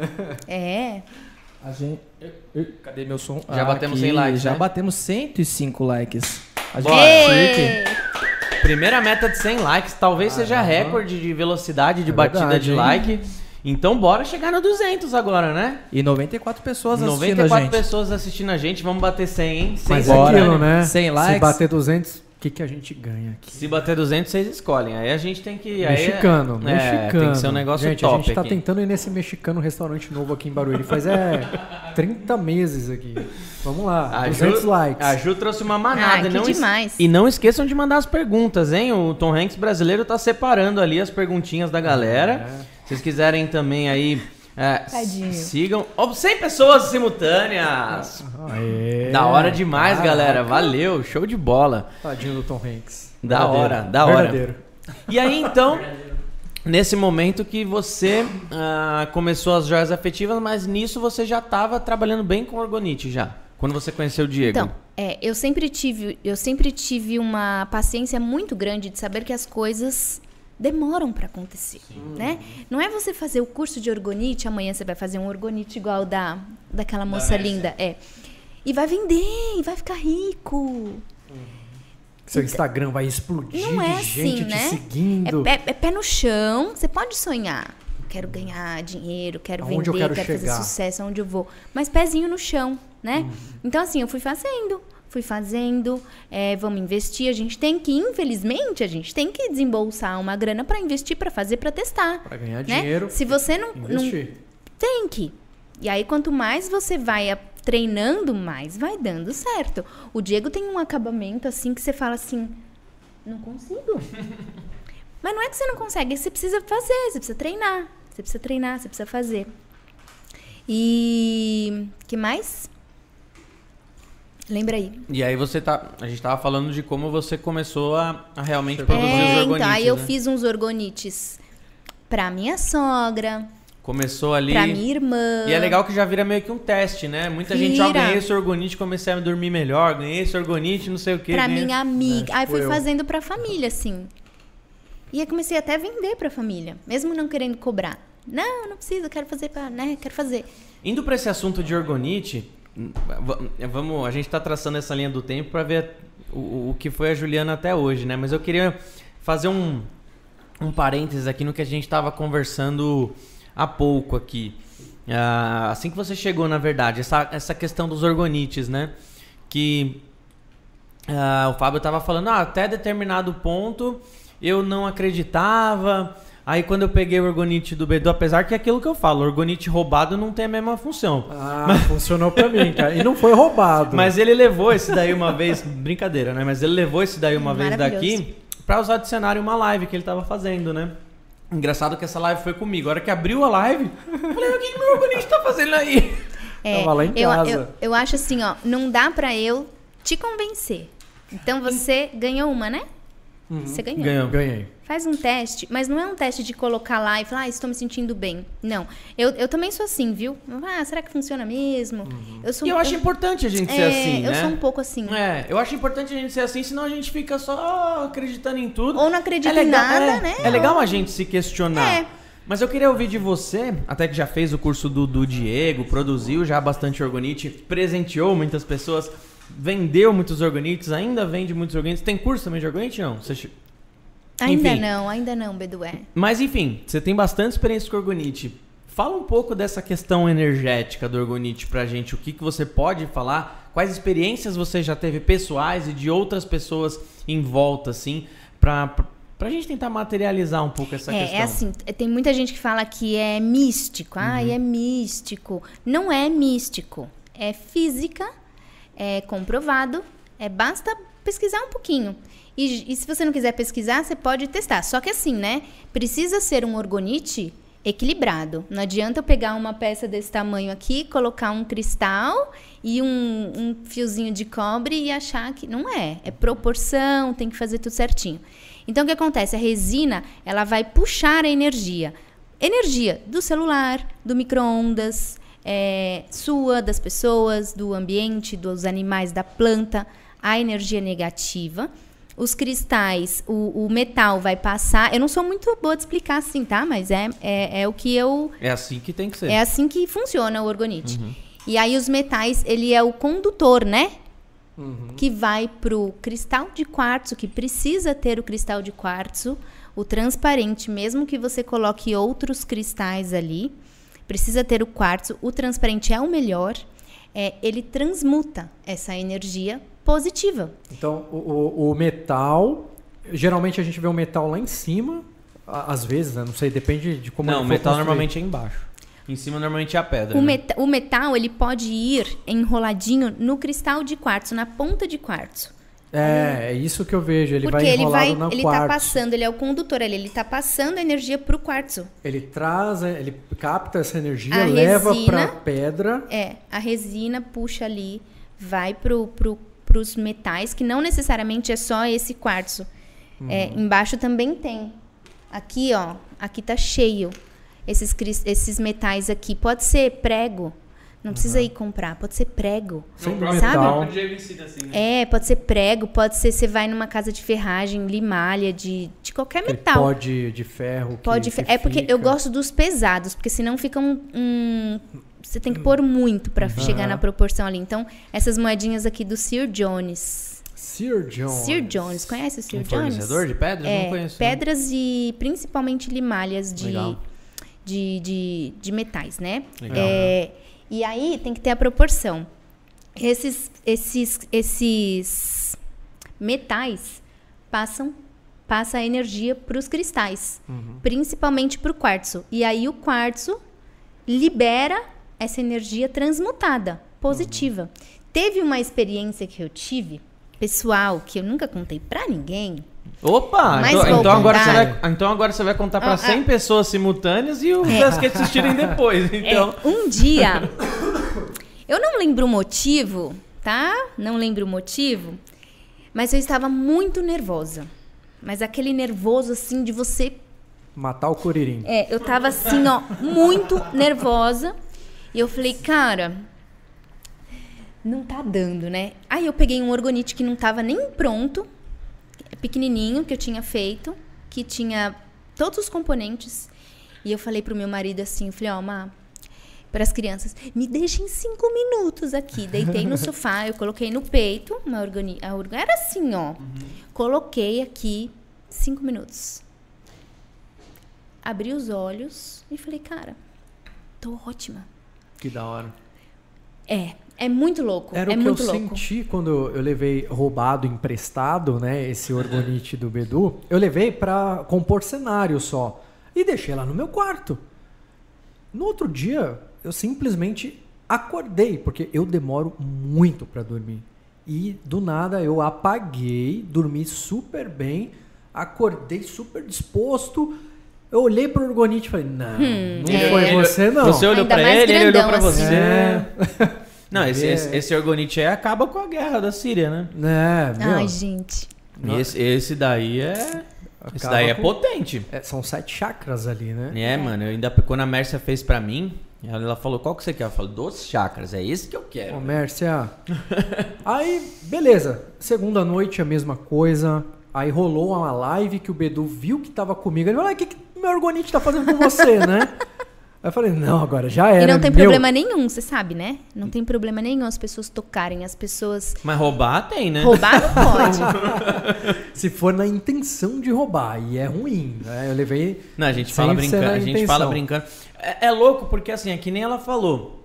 É. A gente... Cadê meu som? Já batemos 100 likes, Já né? batemos 105 likes. A gente... Bora. Ê! Primeira meta de 100 likes. Talvez seja recorde de velocidade de batida verdade, de hein? like. Então bora chegar no 200 agora, né? E 94 pessoas assistindo a 94 gente. pessoas assistindo a gente. Vamos bater 100, hein? 100 Mas é Bora. aquilo, né? 100 Se likes. bater 200, o que a gente ganha aqui? Se bater 200, vocês escolhem. Aí a gente tem que... Mexicano, aí mexicano. Tem que ser um negócio gente, top a gente tá aqui. tentando ir nesse mexicano restaurante novo aqui em Barueri. Faz 30 meses aqui. Vamos lá, 200 likes. A Ju trouxe uma manada. Ah, que demais. E não esqueçam de mandar as perguntas, hein? O Tom Hanks brasileiro tá separando ali as perguntinhas da galera. Se vocês quiserem também aí... Tadinho. Sigam. 100 pessoas simultâneas. Aê, Da hora demais, caraca. galera. Valeu, show de bola. Tadinho do Tom Hanks. Da Verdadeiro, hora, da hora. Verdadeiro. E aí, então, nesse momento que você começou as joias afetivas, mas nisso você já estava trabalhando bem com orgonite já, quando você conheceu o Diego. Então, eu sempre tive uma paciência muito grande de saber que as coisas demoram para acontecer, né? Não é você fazer o curso de orgonite, amanhã você vai fazer um orgonite igual daquela moça linda, e vai vender, e vai ficar rico. Seu Instagram vai explodir Não é de gente assim, te né? seguindo. É pé no chão, você pode sonhar. Quero ganhar dinheiro, quero Aonde eu vender, quero fazer chegar? sucesso, aonde eu vou. Mas pezinho no chão, né? Então, assim, eu fui fazendo, vamos investir. Infelizmente, a gente tem que desembolsar uma grana para investir, para fazer, para testar. Pra ganhar né? dinheiro, Se você não investir. tem que. E aí, quanto mais você vai treinando, mais vai dando certo. O Diego tem um acabamento assim que você fala assim, não consigo. Mas não é que você não consegue, você precisa fazer, você precisa treinar. Você precisa fazer. E que mais? Lembra aí. E aí a gente tava falando de como você começou a realmente produzir os orgonites, então, aí eu né? fiz uns orgonites pra minha sogra, Começou ali... pra minha irmã. E é legal que já vira meio que um teste, né? Muita gente, ganhei esse orgonite, comecei a dormir melhor, ganhei esse orgonite, não sei o quê. Pra ganhei... minha amiga. Aí tipo fui eu. fazendo pra família, assim. E aí comecei até a vender pra família, mesmo não querendo cobrar. Não precisa, quero fazer quero fazer. Indo pra esse assunto de orgonite, a gente tá traçando essa linha do tempo pra ver o que foi a Juliana até hoje, né? Mas eu queria fazer um parênteses aqui no que a gente tava conversando há pouco aqui. Assim que você chegou, na verdade, essa questão dos orgonites, né? Que o Fábio tava falando, até determinado ponto eu não acreditava. Aí quando eu peguei o orgonite do Bedu, apesar que é aquilo que eu falo, orgonite roubado não tem a mesma função. Funcionou pra mim, cara. E não foi roubado. Mas ele levou esse daí uma vez, brincadeira, né? Mas ele levou esse daí uma vez Maravilhoso. daqui pra usar de cenário uma live que ele tava fazendo, né? Engraçado que essa live foi comigo. A hora que abriu a live, eu falei, o que meu orgonite tá fazendo aí? Tava lá em casa. Eu acho assim, ó, não dá pra eu te convencer. Então você ganhou uma, né? Você ganhou. Ganhei. Faz um teste, mas não é um teste de colocar lá e falar, estou me sentindo bem. Não. Eu também sou assim, viu? Será que funciona mesmo? Eu acho importante a gente ser assim, né? Eu sou um pouco assim. Eu acho importante a gente ser assim, senão a gente fica só acreditando em tudo. Ou não acredita em nada, né? É legal a gente se questionar. Mas eu queria ouvir de você, até que já fez o curso do Diego, produziu já bastante orgonite, presenteou muitas pessoas, vendeu muitos orgonites, ainda vende muitos orgonites. Tem curso também de orgonite, não? Ainda não, Bedué. Mas enfim, você tem bastante experiência com orgonite. Fala um pouco dessa questão energética do orgonite pra gente. O que você pode falar? Quais experiências você já teve pessoais e de outras pessoas em volta, assim, pra gente tentar materializar um pouco essa questão. É assim, tem muita gente que fala que é místico. É místico. Não é místico. É física, é comprovado, basta pesquisar um pouquinho. E se você não quiser pesquisar, você pode testar. Só que assim, né? Precisa ser um orgonite equilibrado. Não adianta eu pegar uma peça desse tamanho aqui, colocar um cristal e um fiozinho de cobre e achar que... Não é. É proporção, tem que fazer tudo certinho. Então, o que acontece? A resina, ela vai puxar a energia. Energia do celular, do micro-ondas, sua, das pessoas, do ambiente, dos animais, da planta. A energia negativa. Os cristais, o metal vai passar... Eu não sou muito boa de explicar assim, tá? Mas é o que eu... É assim que tem que ser. É assim que funciona o orgonite. E aí os metais, ele é o condutor, né? Que vai pro cristal de quartzo, que precisa ter o cristal de quartzo, o transparente, mesmo que você coloque outros cristais ali, precisa ter o quartzo. O transparente é o melhor. Ele transmuta essa energia positiva. Então, o metal... Geralmente a gente vê o metal lá em cima. Às vezes, né? Não sei, depende de como... Não, o metal normalmente é embaixo. Em cima normalmente é a pedra. O metal, ele pode ir enroladinho no cristal de quartzo, na ponta de quartzo. É isso que eu vejo. Ele porque vai enrolado no quartzo. Ele tá passando, ele é o condutor, ele tá passando a energia pro quartzo. Ele capta essa energia, leva pra pedra. A resina puxa ali, vai pros metais, que não necessariamente é só esse quartzo. Embaixo também tem. Aqui, ó, aqui tá cheio. Esses metais aqui. Pode ser prego. Não precisa ir comprar. Pode ser prego. Sabe? Pode ser prego. Pode ser... Você vai numa casa de ferragem, limalha, de qualquer metal. Pó de ferro. Porque eu gosto dos pesados. Porque senão fica você tem que pôr muito para chegar na proporção ali. Então, essas moedinhas aqui do Sir Jones. Sir Jones. Conhece o Sir Jones? Fornecedor de pedras? Não conheço. Pedras e principalmente limalhas de metais, né? Legal. E aí tem que ter a proporção. Esses metais passa a energia para os cristais, principalmente para o quartzo. E aí o quartzo libera essa energia transmutada, positiva. Teve uma experiência que eu tive, pessoal, que eu nunca contei para ninguém. Opa! Então agora você vai contar para 100 pessoas simultâneas e os que assistirem depois. Então. Um dia, eu não lembro o motivo, tá? Não lembro o motivo, mas eu estava muito nervosa. Mas aquele nervoso, assim, de você... Matar o curirim. Eu tava assim, ó, muito nervosa. E eu falei, cara... Não tá dando, né? Aí eu peguei um orgonite que não tava nem pronto, pequenininho, que eu tinha feito, que tinha todos os componentes. E eu falei pro meu marido assim, eu falei, Má, para as crianças, me deixem 5 minutos aqui. Deitei no sofá, eu coloquei no peito, era assim, ó. Coloquei aqui 5 minutos. Abri os olhos e falei, cara, tô ótima. Que da hora. É muito louco. Era o que eu senti quando eu levei roubado, emprestado, né? Esse orgonite do Bedu. Eu levei pra compor cenário só. E deixei lá no meu quarto. No outro dia, eu simplesmente acordei. Porque eu demoro muito pra dormir. E do nada eu apaguei, dormi super bem. Acordei super disposto. Eu olhei pro Orgonite e falei, não foi você, não. Você olhou Ainda pra mais ele olhou pra grandão você. É. Não, esse Orgonite aí acaba com a guerra da Síria, né? Ai, gente. Esse daí é... Esse daí é potente. São 7 chakras ali, né? Mano, eu ainda, quando a Mércia fez pra mim, ela falou, qual que você quer? Eu falei, 12 chakras, é esse que eu quero. Ô, Mércia. Aí, beleza. Segunda noite, a mesma coisa. Aí rolou uma live que o Bedu viu que tava comigo. Ele falou, o que meu Orgonite tá fazendo com você, né? Aí eu falei, não, agora já era. E não tem problema nenhum, você sabe, né? Não tem problema nenhum as pessoas tocarem, as pessoas... Mas roubar tem, né? Roubar não pode. Se for na intenção de roubar, e é ruim, né? Eu levei... Não, a gente fala brincando, a gente fala brincando. É louco porque, assim, é que nem ela falou.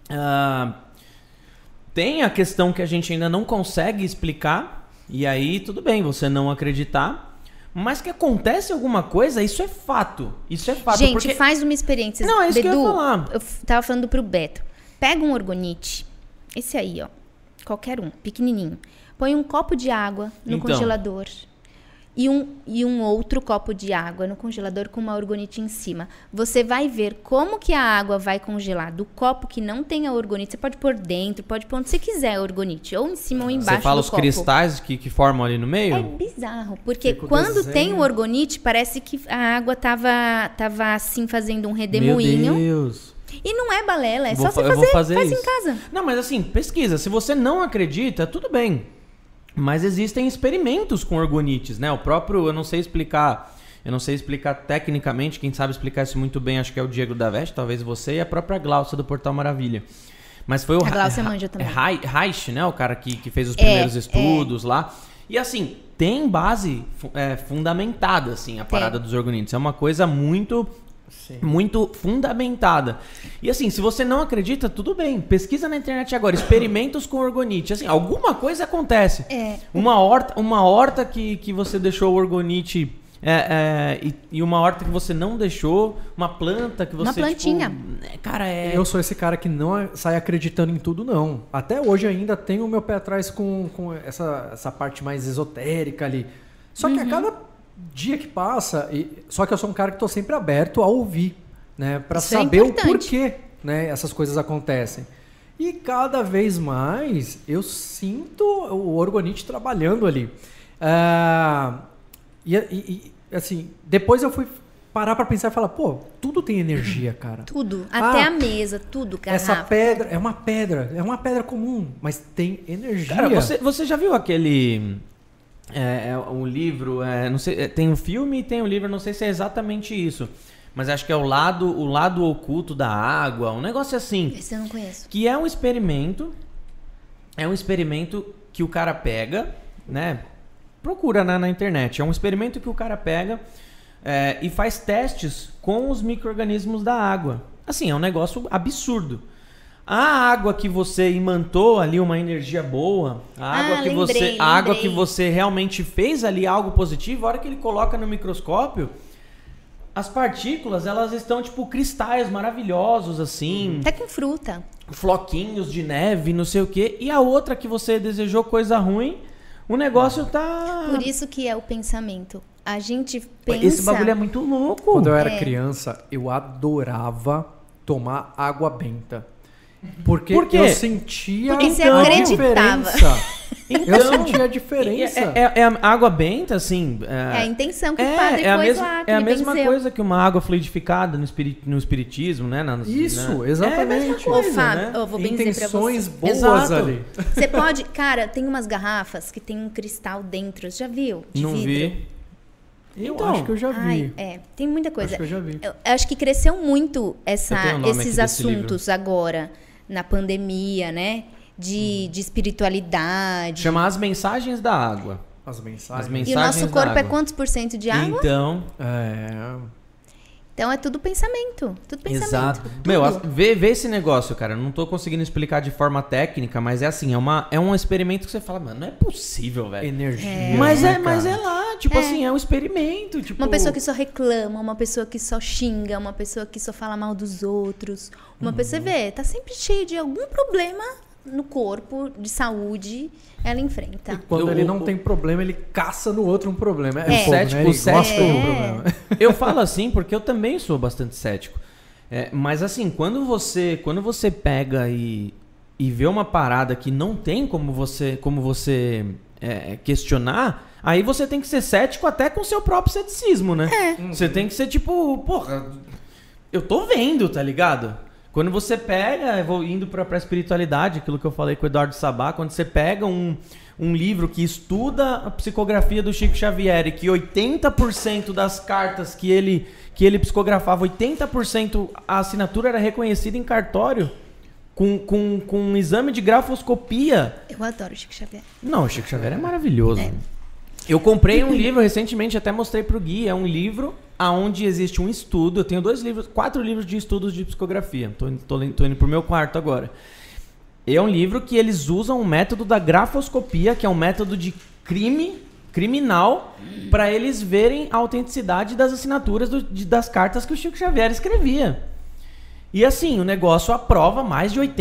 Tem a questão que a gente ainda não consegue explicar, e aí tudo bem você não acreditar, mas que acontece alguma coisa, isso é fato. Isso é fato. Gente, porque... faz uma experiência. Não, é isso Bedu, que eu ia falar. Eu tava falando pro Beto. Pega um Orgonite, esse aí, ó. Qualquer um, pequenininho. Põe um copo de água no congelador. E um outro copo de água no congelador com uma Orgonite em cima. Você vai ver como que a água vai congelar do copo que não tem a Orgonite. Você pode pôr dentro, pode pôr onde você quiser a Orgonite. Ou em cima ou embaixo do copo. Você fala os cristais que formam ali no meio? É bizarro, porque quando tem o Orgonite, parece que a água tava assim, fazendo um redemoinho. Meu Deus. E não é balela, é só você faz em casa. Não, mas assim, pesquisa. Se você não acredita, tudo bem. Mas existem experimentos com orgonites, né? O próprio, eu não sei explicar tecnicamente, quem sabe explicar isso muito bem, acho que é o Diego da Veste, talvez você, e a própria Glaucia do Portal Maravilha. Mas foi o a Glaucia manja também. Reich, né? O cara que fez os primeiros estudos lá. E assim, tem base fundamentada, assim, a parada dos orgonites. É uma coisa muito fundamentada. E assim, se você não acredita, tudo bem. Pesquisa na internet agora. Experimentos com orgonite. Assim, alguma coisa acontece. Uma horta que você deixou o orgonite e uma horta que você não deixou. Uma planta que você... Uma plantinha. Tipo, cara, Eu sou esse cara que não sai acreditando em tudo, não. Até hoje ainda tenho o meu pé atrás com essa parte mais esotérica ali. Só que a cada dia que passa, só que eu sou um cara que tô sempre aberto a ouvir, né, para saber o porquê, né, essas coisas acontecem. E cada vez mais eu sinto o orgonite trabalhando ali. Assim, depois eu fui parar para pensar e falar, pô, tudo tem energia, cara. Tudo, até a mesa, tudo, garrafa. Essa pedra é uma pedra comum, mas tem energia. Cara, você já viu aquele... um livro, não sei, tem um filme e tem um livro, não sei se é exatamente isso, mas acho que é o lado oculto da água, um negócio assim. Esse eu não conheço. Que é um experimento que o cara pega, né? Procura na internet. É um experimento que o cara pega e faz testes com os micro-organismos da água. Assim, é um negócio absurdo. A água que você imantou ali uma energia boa, a água que você realmente fez ali algo positivo, a hora que ele coloca no microscópio, as partículas, elas estão tipo cristais maravilhosos assim. Até com fruta. Floquinhos de neve, não sei o quê. E a outra que você desejou coisa ruim, o negócio tá... Por isso que é o pensamento. A gente pensa... Esse bagulho é muito louco. Quando eu era criança, eu adorava tomar água benta. Porque eu sentia você a acreditava. diferença. Eu sentia a diferença. É a água benta, assim... É a intenção que o padre pôs lá, que é a ele mesma venceu. coisa que uma água fluidificada no espiritismo, né? Isso, né? exatamente. É a mesma coisa, Fábio, né? eu vou bem dizer pra Intenções você. boas Exato. ali. Você pode... Cara, tem umas garrafas que tem um cristal dentro. Já viu? De Não vidro. vi. Eu Então, acho que eu já vi. Tem muita coisa. Acho que eu já vi. Eu acho que cresceu muito Eu tenho o nome aqui esses desse assuntos agora, na pandemia, né? De espiritualidade. Chama As Mensagens da Água. As mensagens. E o nosso Mensagens corpo da é água. quantos por cento de água? Então, Então é tudo pensamento. Tudo pensamento. exato. Tudo. Meu, vê esse negócio, cara. Eu não tô conseguindo explicar de forma técnica, mas é assim, é um experimento que você fala, mano, não é possível, velho. Energia. Mas né, mas cara? é lá, tipo assim, é um experimento. Tipo... Uma pessoa que só reclama, uma pessoa que só xinga, uma pessoa que só fala mal dos outros. Uma pessoa, você vê, tá sempre cheio de algum problema no corpo, de saúde, ela enfrenta. E quando ele não tem problema, ele caça no outro um problema. É o fogo, cético, né? Ele cético gosta de um problema. Eu falo assim porque eu também sou bastante cético. Mas assim, quando você pega e vê uma parada que não tem como você questionar, aí você tem que ser cético até com o seu próprio ceticismo, né? Você tem que ser tipo, porra, eu tô vendo, tá ligado? Quando você pega, indo pra espiritualidade, aquilo que eu falei com o Eduardo Sabá, quando você pega um livro que estuda a psicografia do Chico Xavier e que 80% das cartas que ele psicografava, 80% a assinatura era reconhecida em cartório, com um exame de grafoscopia. Eu adoro o Chico Xavier. Não, o Chico Xavier é maravilhoso. Eu comprei um livro recentemente, até mostrei pro Gui, é um livro onde existe um estudo, eu tenho 4 livros de estudos de psicografia, tô indo pro meu quarto agora. É um livro que eles usam o método da grafoscopia, que é um método de criminal, para eles verem a autenticidade das assinaturas das cartas que o Chico Xavier escrevia. E assim, o negócio aprova mais de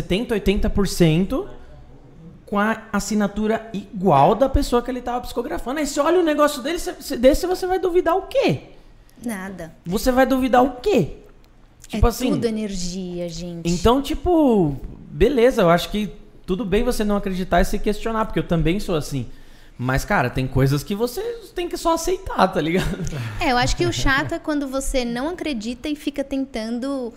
80% com a assinatura igual da pessoa que ele estava psicografando. Aí você olha o negócio desse, você vai duvidar o quê? Nada. Você vai duvidar o quê? Tipo assim, tudo energia, gente. Então, tipo, beleza, eu acho que tudo bem você não acreditar e se questionar, porque eu também sou assim. Mas, cara, tem coisas que você tem que só aceitar, tá ligado? Eu acho que o chato é quando você não acredita e fica tentando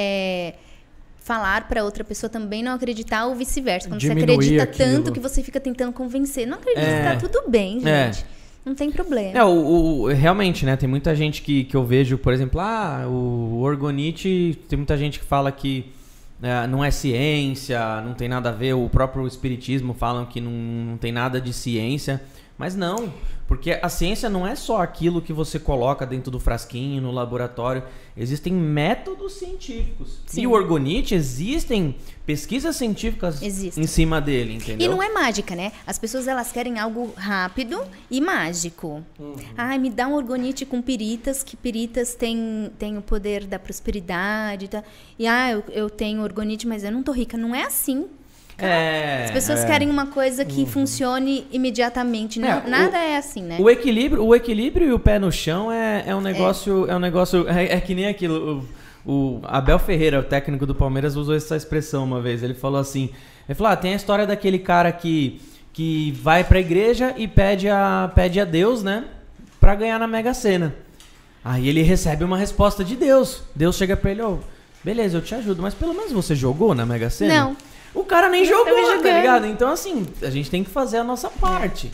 falar pra outra pessoa também não acreditar ou vice-versa. Quando Diminuir você acredita aquilo. tanto que você fica tentando convencer. Não acredita, tá tudo bem, gente. Não tem problema. Realmente, né? Tem muita gente que eu vejo, por exemplo, o orgonite, tem muita gente que fala que não é ciência, não tem nada a ver, o próprio espiritismo falam que não tem nada de ciência, mas não, porque a ciência não é só aquilo que você coloca dentro do frasquinho, no laboratório, existem métodos científicos. Sim. E o orgonite, existem pesquisas científicas em cima dele, entendeu? E não é mágica, né? As pessoas, elas querem algo rápido e mágico. Ai, me dá um orgonite com piritas, que piritas tem o poder da prosperidade. Tá? E eu tenho orgonite, mas eu não tô rica. Não é assim. As pessoas querem uma coisa que funcione imediatamente. Nada é assim, né? O equilíbrio e o pé no chão é um negócio. É que nem aquilo. O Abel Ferreira, o técnico do Palmeiras, usou essa expressão uma vez. Ele falou assim: tem a história daquele cara que vai pra igreja e pede a Deus, né? Pra ganhar na Mega Sena. Aí ele recebe uma resposta de Deus. Deus chega pra ele: beleza, eu te ajudo, mas pelo menos você jogou na Mega Sena? Não. O cara nem jogou, tá ligado? Então, assim, a gente tem que fazer a nossa parte.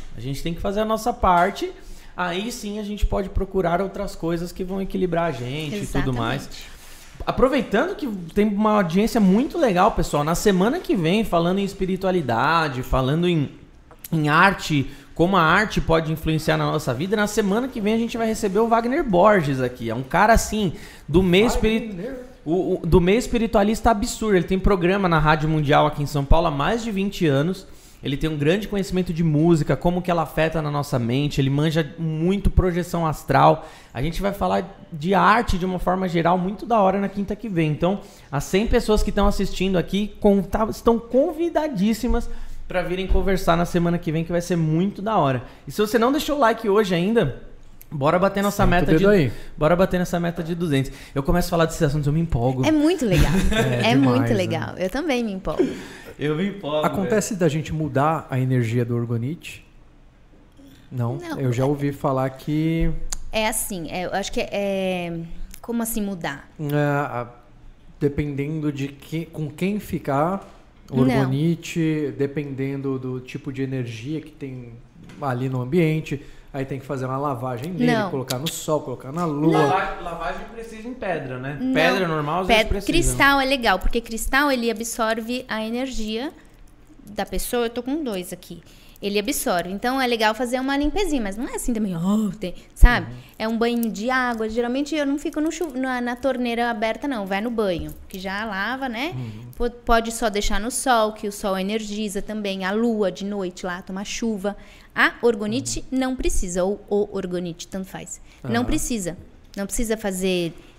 Aí sim a gente pode procurar outras coisas que vão equilibrar a gente e tudo mais. Aproveitando que tem uma audiência muito legal, pessoal, na semana que vem, falando em espiritualidade, falando em arte, como a arte pode influenciar na nossa vida, na semana que vem a gente vai receber o Wagner Borges aqui. É um cara, assim, do meio do meio espiritualista absurdo. Ele tem programa na Rádio Mundial aqui em São Paulo há mais de 20 anos. Ele tem um grande conhecimento de música, como que ela afeta na nossa mente. Ele manja muito projeção astral. A gente vai falar de arte de uma forma geral muito da hora na quinta que vem. Então, as 100 pessoas que estão assistindo aqui estão convidadíssimas para virem conversar na semana que vem, que vai ser muito da hora. E se você não deixou o like hoje ainda, bora bater nossa meta de 200. Eu começo a falar desses assuntos, eu me empolgo. É muito legal. Demais, muito legal. Eu também me empolgo. Eu me empolgo. Acontece da gente mudar a energia do orgonite? Não. Eu já ouvi falar que... É assim, eu acho que como assim mudar? Dependendo de com quem ficar, orgonite, dependendo do tipo de energia que tem ali no ambiente... Aí tem que fazer uma lavagem dele, colocar no sol, colocar na lua. Lavagem precisa em pedra, né? Não. Pedra normal, às vezes precisa. Cristal é legal, porque cristal ele absorve a energia da pessoa. Eu tô com 2 aqui. Ele absorve. Então é legal fazer uma limpezinha, mas não é assim também, sabe? É um banho de água. Geralmente eu não fico na torneira aberta, não. Vai no banho, que já lava, né? Pode só deixar no sol, que o sol energiza também. A lua de noite lá, toma chuva. A orgonite não precisa, ou o orgonite, tanto faz. Não precisa. Não precisa fazer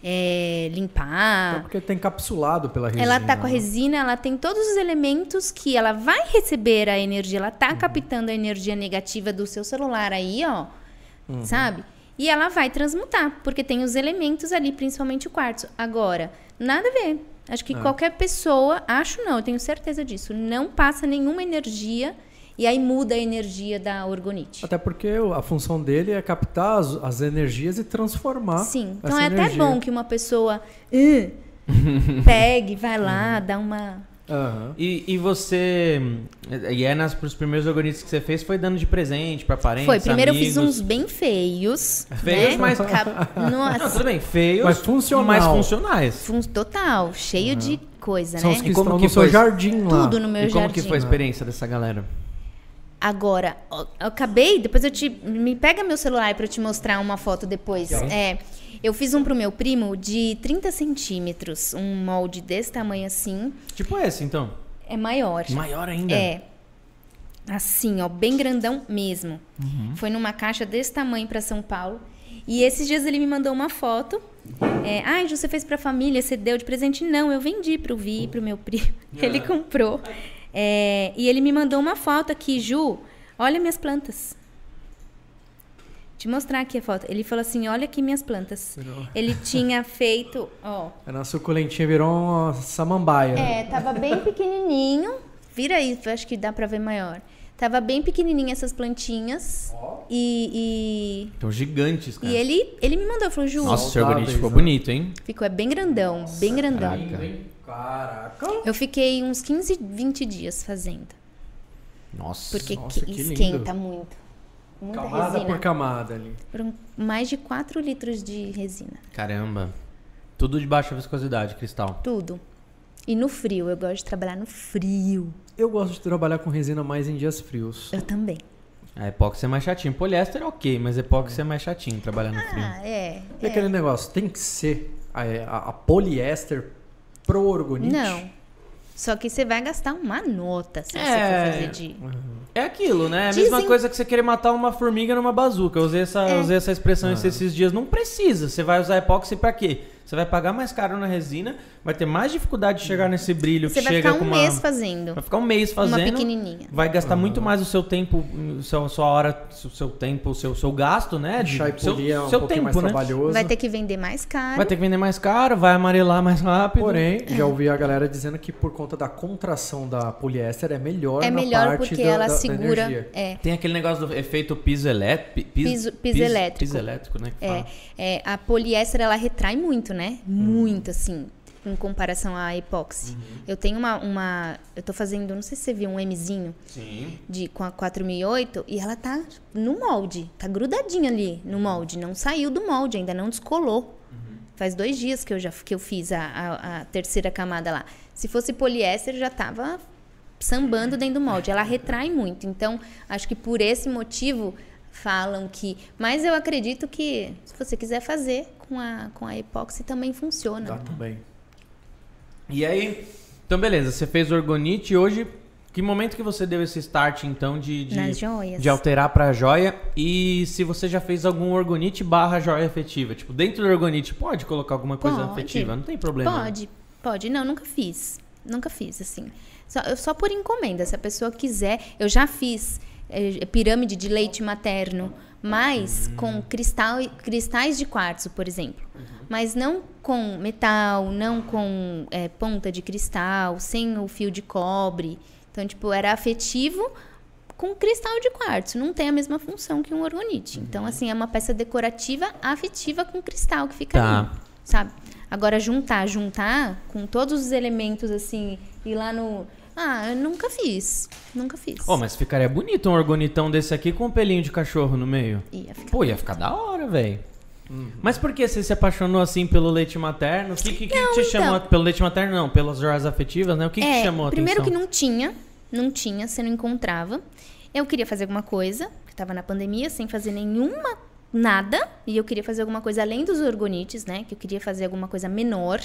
limpar. Porque tá encapsulado pela resina. Ela tá com a né? resina, ela tem todos os elementos que ela vai receber a energia. Ela tá captando a energia negativa do seu celular aí, ó. Sabe? E ela vai transmutar, porque tem os elementos ali, principalmente o quartzo. Agora, nada a ver. Acho que qualquer pessoa, eu tenho certeza disso, não passa nenhuma energia e aí muda a energia da orgonite. Até porque a função dele é captar as energias e transformar. Sim, então essa é até energia. bom que uma pessoa pegue, vai lá, dá uma... Aham. E você... pros primeiros orgonites que você fez, foi dando de presente pra parentes, Foi, primeiro amigos. eu fiz uns bem feios. Feios, né? mas... Não, Nossa, tudo bem, feios, Mas funcional. mas funcionais. total, cheio de coisa, São né? os que E como estão que no seu foi? jardim lá. Tudo no meu E como jardim. que foi a experiência dessa galera? Agora, eu acabei, depois me pega meu celular pra eu te mostrar uma foto depois. Eu fiz um pro meu primo de 30 centímetros, um molde desse tamanho assim, Tipo esse, então? é maior. Maior ainda? É. Assim, ó, bem grandão mesmo. Foi numa caixa desse tamanho pra São Paulo. E esses dias ele me mandou uma foto. Ju, você fez pra família, você deu de presente? Não, eu vendi pro Vi, pro meu primo. Ele comprou. E ele me mandou uma foto aqui, Ju, olha minhas plantas. Te mostrar aqui a foto. Ele falou assim, olha aqui minhas plantas. Ele tinha feito, ó. A nossa suculentinha virou uma samambaia. Tava bem pequenininho. Vira aí, acho que dá pra ver maior. Tava bem pequenininha essas plantinhas. E Então, gigantes, cara. ele me mandou, falou, Ju, Nossa, o seu Saudáveis, orgonite ficou né? bonito, hein? ficou bem grandão, bem grandão. Caraca. Eu fiquei uns 15, 20 dias fazendo. Nossa. Porque Nossa, que lindo. esquenta muito. Muita Camada resina. por camada ali. Foram mais de 4 litros de resina. Caramba. Tudo de baixa viscosidade, cristal. Tudo. E no frio, eu gosto de trabalhar no frio. Eu gosto de trabalhar com resina mais em dias frios. Eu também. A epóxi é mais chatinho. Poliéster é ok, mas epóxi é mais chatinho trabalhar no frio. E aquele negócio, tem que ser a poliéster pro orgonite? Não. Só que você vai gastar uma nota se você for fazer de... É aquilo, né? É a Dizem- mesma coisa que você querer matar uma formiga numa bazuca. Eu usei essa expressão esses dias. Não precisa. Você vai usar epóxi pra quê? Você vai pagar mais caro na resina, vai ter mais dificuldade de chegar nesse brilho Você que vai chega ficar com um uma... mês fazendo. Vai ficar um mês fazendo. Uma pequenininha. Vai gastar muito mais o seu tempo, sua hora, o seu tempo, o seu gasto, né? Deixar e seu polir é um seu pouquinho tempo, mais né? trabalhoso. Vai ter que vender mais caro. Vai ter que vender mais caro, vai amarelar mais rápido. Porém, já ouvi a galera dizendo que por conta da contração da poliéster é melhor É na melhor parte porque da, ela da segura... energia. Tem aquele negócio do efeito piso elétrico. Piso elétrico. Piso elétrico, né? Que fala. A poliéster, ela retrai muito, né? Muito, assim, em comparação à epóxi. Eu tenho eu tô fazendo, não sei se você viu, um Mzinho Sim. com a 4008 e ela tá no molde. Tá grudadinha ali no molde. Não saiu do molde, ainda não descolou. Faz 2 dias que eu fiz a terceira camada lá. Se fosse poliéster, já tava sambando dentro do molde. Ela retrai muito. Então, acho que por esse motivo falam que... Mas eu acredito que se você quiser fazer com a epóxi também funciona. Dá também. E aí, então beleza, você fez orgonite e hoje, que momento que você deu esse start então Nas joias. de alterar pra joia? E se você já fez algum orgonite / joia afetiva? Tipo, dentro do orgonite pode colocar alguma coisa Pode. afetiva? Não tem problema. Pode. Não, nunca fiz. Nunca fiz, assim. Só por encomenda. Se a pessoa quiser... Eu já fiz pirâmide de leite materno, mas com cristais de quartzo, por exemplo. Mas não com metal, não com ponta de cristal, sem o fio de cobre. Então, tipo, era afetivo com cristal de quartzo. Não tem a mesma função que um orgonite. Então, assim, é uma peça decorativa afetiva com cristal que fica ali, sabe? Agora, juntar com todos os elementos, assim, e lá no... eu nunca fiz. Mas ficaria bonito um orgonitão desse aqui com um pelinho de cachorro no meio. Ia ficar da hora, velho. Mas por que você se apaixonou assim pelo leite materno? O que te chamou pelo leite materno? Não, pelas joias afetivas, né? O que te chamou a primeiro atenção? Que não tinha, você não encontrava. Eu queria fazer alguma coisa, que tava na pandemia, sem fazer nada. E eu queria fazer alguma coisa além dos orgonites, né? Que eu queria fazer alguma coisa menor.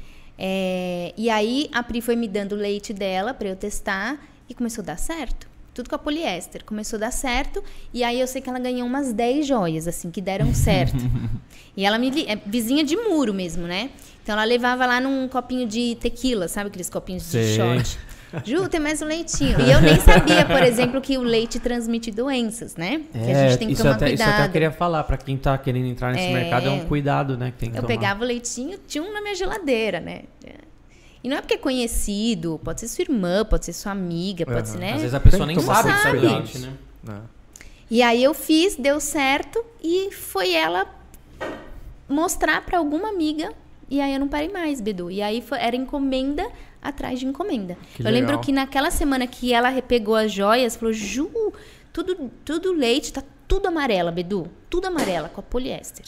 E aí a Pri foi me dando o leite dela pra eu testar e começou a dar certo. Tudo com a poliéster. Começou a dar certo. E aí eu sei que ela ganhou umas 10 joias, assim, que deram certo. E ela é vizinha de muro mesmo, né? Então ela levava lá num copinho de tequila, sabe aqueles copinhos de shot? Ju, tem mais um leitinho. E eu nem sabia, por exemplo, que o leite transmite doenças, né? Que a gente tem que tomar cuidado. Isso até eu queria falar, pra quem tá querendo entrar nesse mercado, é um cuidado, né? Que tem que tomar. Eu pegava o leitinho, tinha um na minha geladeira, né? E não é porque é conhecido, pode ser sua irmã, pode ser sua amiga, pode ser, né? Às vezes a pessoa nem sabe que isso é leite, né? E aí eu fiz, deu certo, e foi ela mostrar pra alguma amiga, e aí eu não parei mais, Bedu. E aí era encomenda atrás de encomenda. Eu lembro que naquela semana que ela repegou as joias, falou, Ju, tudo leite, tá tudo amarela, Bedu. Tudo amarela, com a poliéster.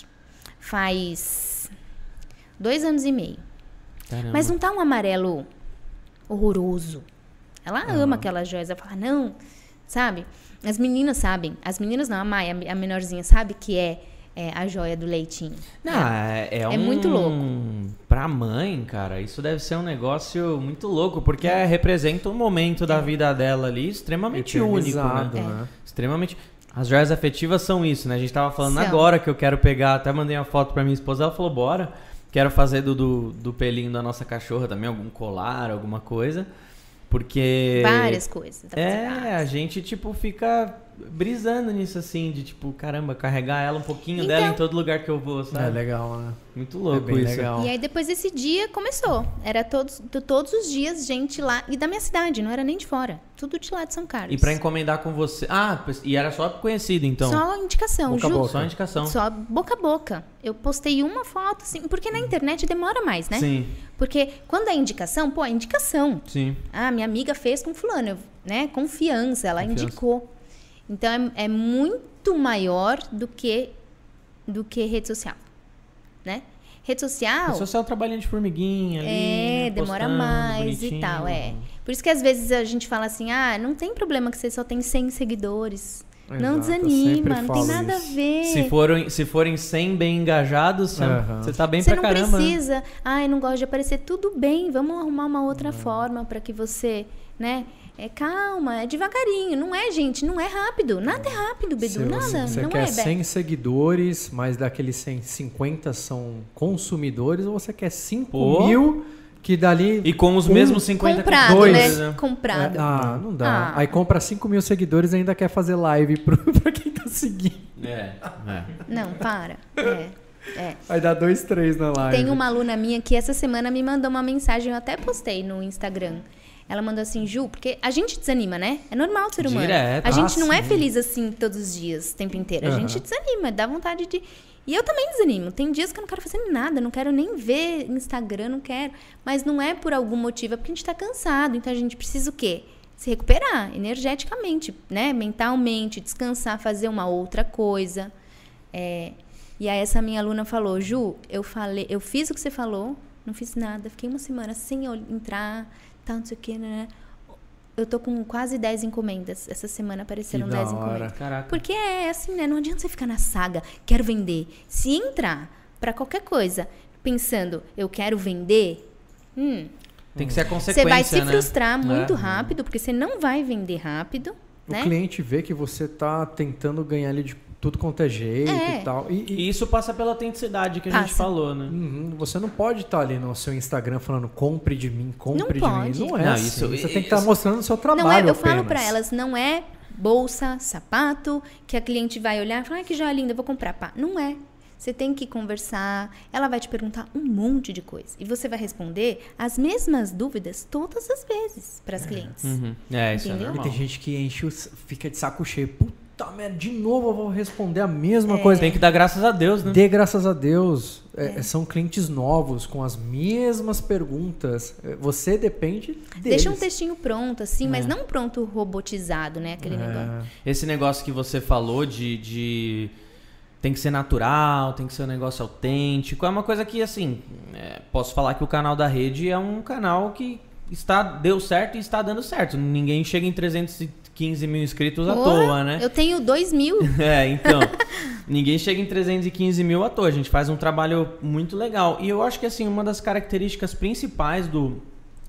Faz 2 anos e meio. Caramba. Mas não tá um amarelo horroroso. Ela ama aquelas joias. Ela fala, não, sabe? As meninas sabem. As meninas não, a Maia, a menorzinha, sabe que é a joia do leitinho. Não, é muito louco. Pra mãe, cara, isso deve ser um negócio muito louco, porque representa um momento da vida dela ali extremamente único, né? Extremamente. As joias afetivas são isso, né? A gente tava falando agora que eu quero pegar, até mandei uma foto pra minha esposa, ela falou, bora. Quero fazer do pelinho da nossa cachorra também, algum colar, alguma coisa. Porque... várias coisas. A gente, tipo, fica brisando nisso, assim, de, tipo, caramba, carregar ela um pouquinho dela em todo lugar que eu vou, sabe? É legal, né? Muito louco bem isso. Legal. E aí, depois desse dia, começou. Era todos os dias, gente lá. E da minha cidade, não era nem de fora. Tudo de lá de São Carlos. E pra encomendar com você... Ah, e era só conhecido, então? Só indicação, boca a boca. Só indicação. Só boca a boca. Eu postei uma foto, assim, porque na internet demora mais, né? Sim. Porque quando é indicação, é indicação. Sim. Ah, minha amiga fez com fulano, né? Confiança, ela indicou. Então, é muito maior do que rede social, né? Rede social... Rede social é um trabalhinho de formiguinha ali, demora mais e tal, Por isso que às vezes a gente fala assim, não tem problema que você só tem 100 seguidores. Exato, não desanima, não tem nada a ver. Se forem 100 bem engajados, você tá bem pra caramba. Você não precisa, não gosto de aparecer, tudo bem, vamos arrumar uma outra forma para que você, né... calma, é devagarinho. Não é, gente, não é rápido. Nada é rápido, Bedu, nada. Você não quer é 100 seguidores, mas daqueles 100, 50 são consumidores, ou você quer 5 mil que dali... E com os mesmos 50 comprado, né? Comprado. Não dá. Aí compra 5 mil seguidores e ainda quer fazer live pra quem tá seguindo. Não, para. Vai dar 2, 3 na live. Tem uma aluna minha que essa semana me mandou uma mensagem, eu até postei no Instagram. Ela mandou assim, Ju, porque a gente desanima, né? É normal do ser humano. Direto. A gente não é feliz assim todos os dias, o tempo inteiro. A gente desanima, dá vontade de... E eu também desanimo. Tem dias que eu não quero fazer nada, não quero nem ver Instagram, não quero. Mas não é por algum motivo, é porque a gente tá cansado. Então a gente precisa o quê? Se recuperar energeticamente, né? Mentalmente, descansar, fazer uma outra coisa. E aí essa minha aluna falou, Ju, eu fiz o que você falou, não fiz nada. Fiquei uma semana sem entrar... não sei o que, né? Eu tô com quase 10 encomendas. Essa semana apareceram 10 encomendas. Caraca. Porque é assim, né? Não adianta você ficar na saga, quero vender. Se entrar pra qualquer coisa, pensando, eu quero vender, tem que ser a consequência, você vai se né? frustrar muito rápido, porque você não vai vender rápido, né? O cliente vê que você tá tentando ganhar ele de tudo quanto é jeito e tal. E isso passa pela autenticidade que a gente falou, né? Você não pode estar ali no seu Instagram falando compre de mim, compre Não de pode. mim. Não é Não, assim. isso- Você tem que estar mostrando o seu trabalho Não é, eu apenas. falo pra elas, não é bolsa, sapato, que a cliente vai olhar e falar, que joia linda, eu vou comprar. Pá. Não é. Você tem que conversar, ela vai te perguntar um monte de coisa. E você vai responder as mesmas dúvidas todas as vezes para as clientes. Isso Entendeu? é E normal. tem gente que fica de saco cheio. Puta merda, de novo eu vou responder a mesma coisa. Tem que dar graças a Deus, né? Dê graças a Deus. São clientes novos, com as mesmas perguntas. Você depende deles. Deixa um textinho pronto, assim, mas não pronto robotizado, né? Aquele negócio. Esse negócio que você falou de tem que ser natural, tem que ser um negócio autêntico, é uma coisa que, assim, posso falar que o canal da Rede é um canal que deu certo e está dando certo. Ninguém chega em 315 mil inscritos à toa, né? Eu tenho 2.000. Então, ninguém chega em 315 mil à toa. A gente faz um trabalho muito legal. E eu acho que, assim, uma das características principais do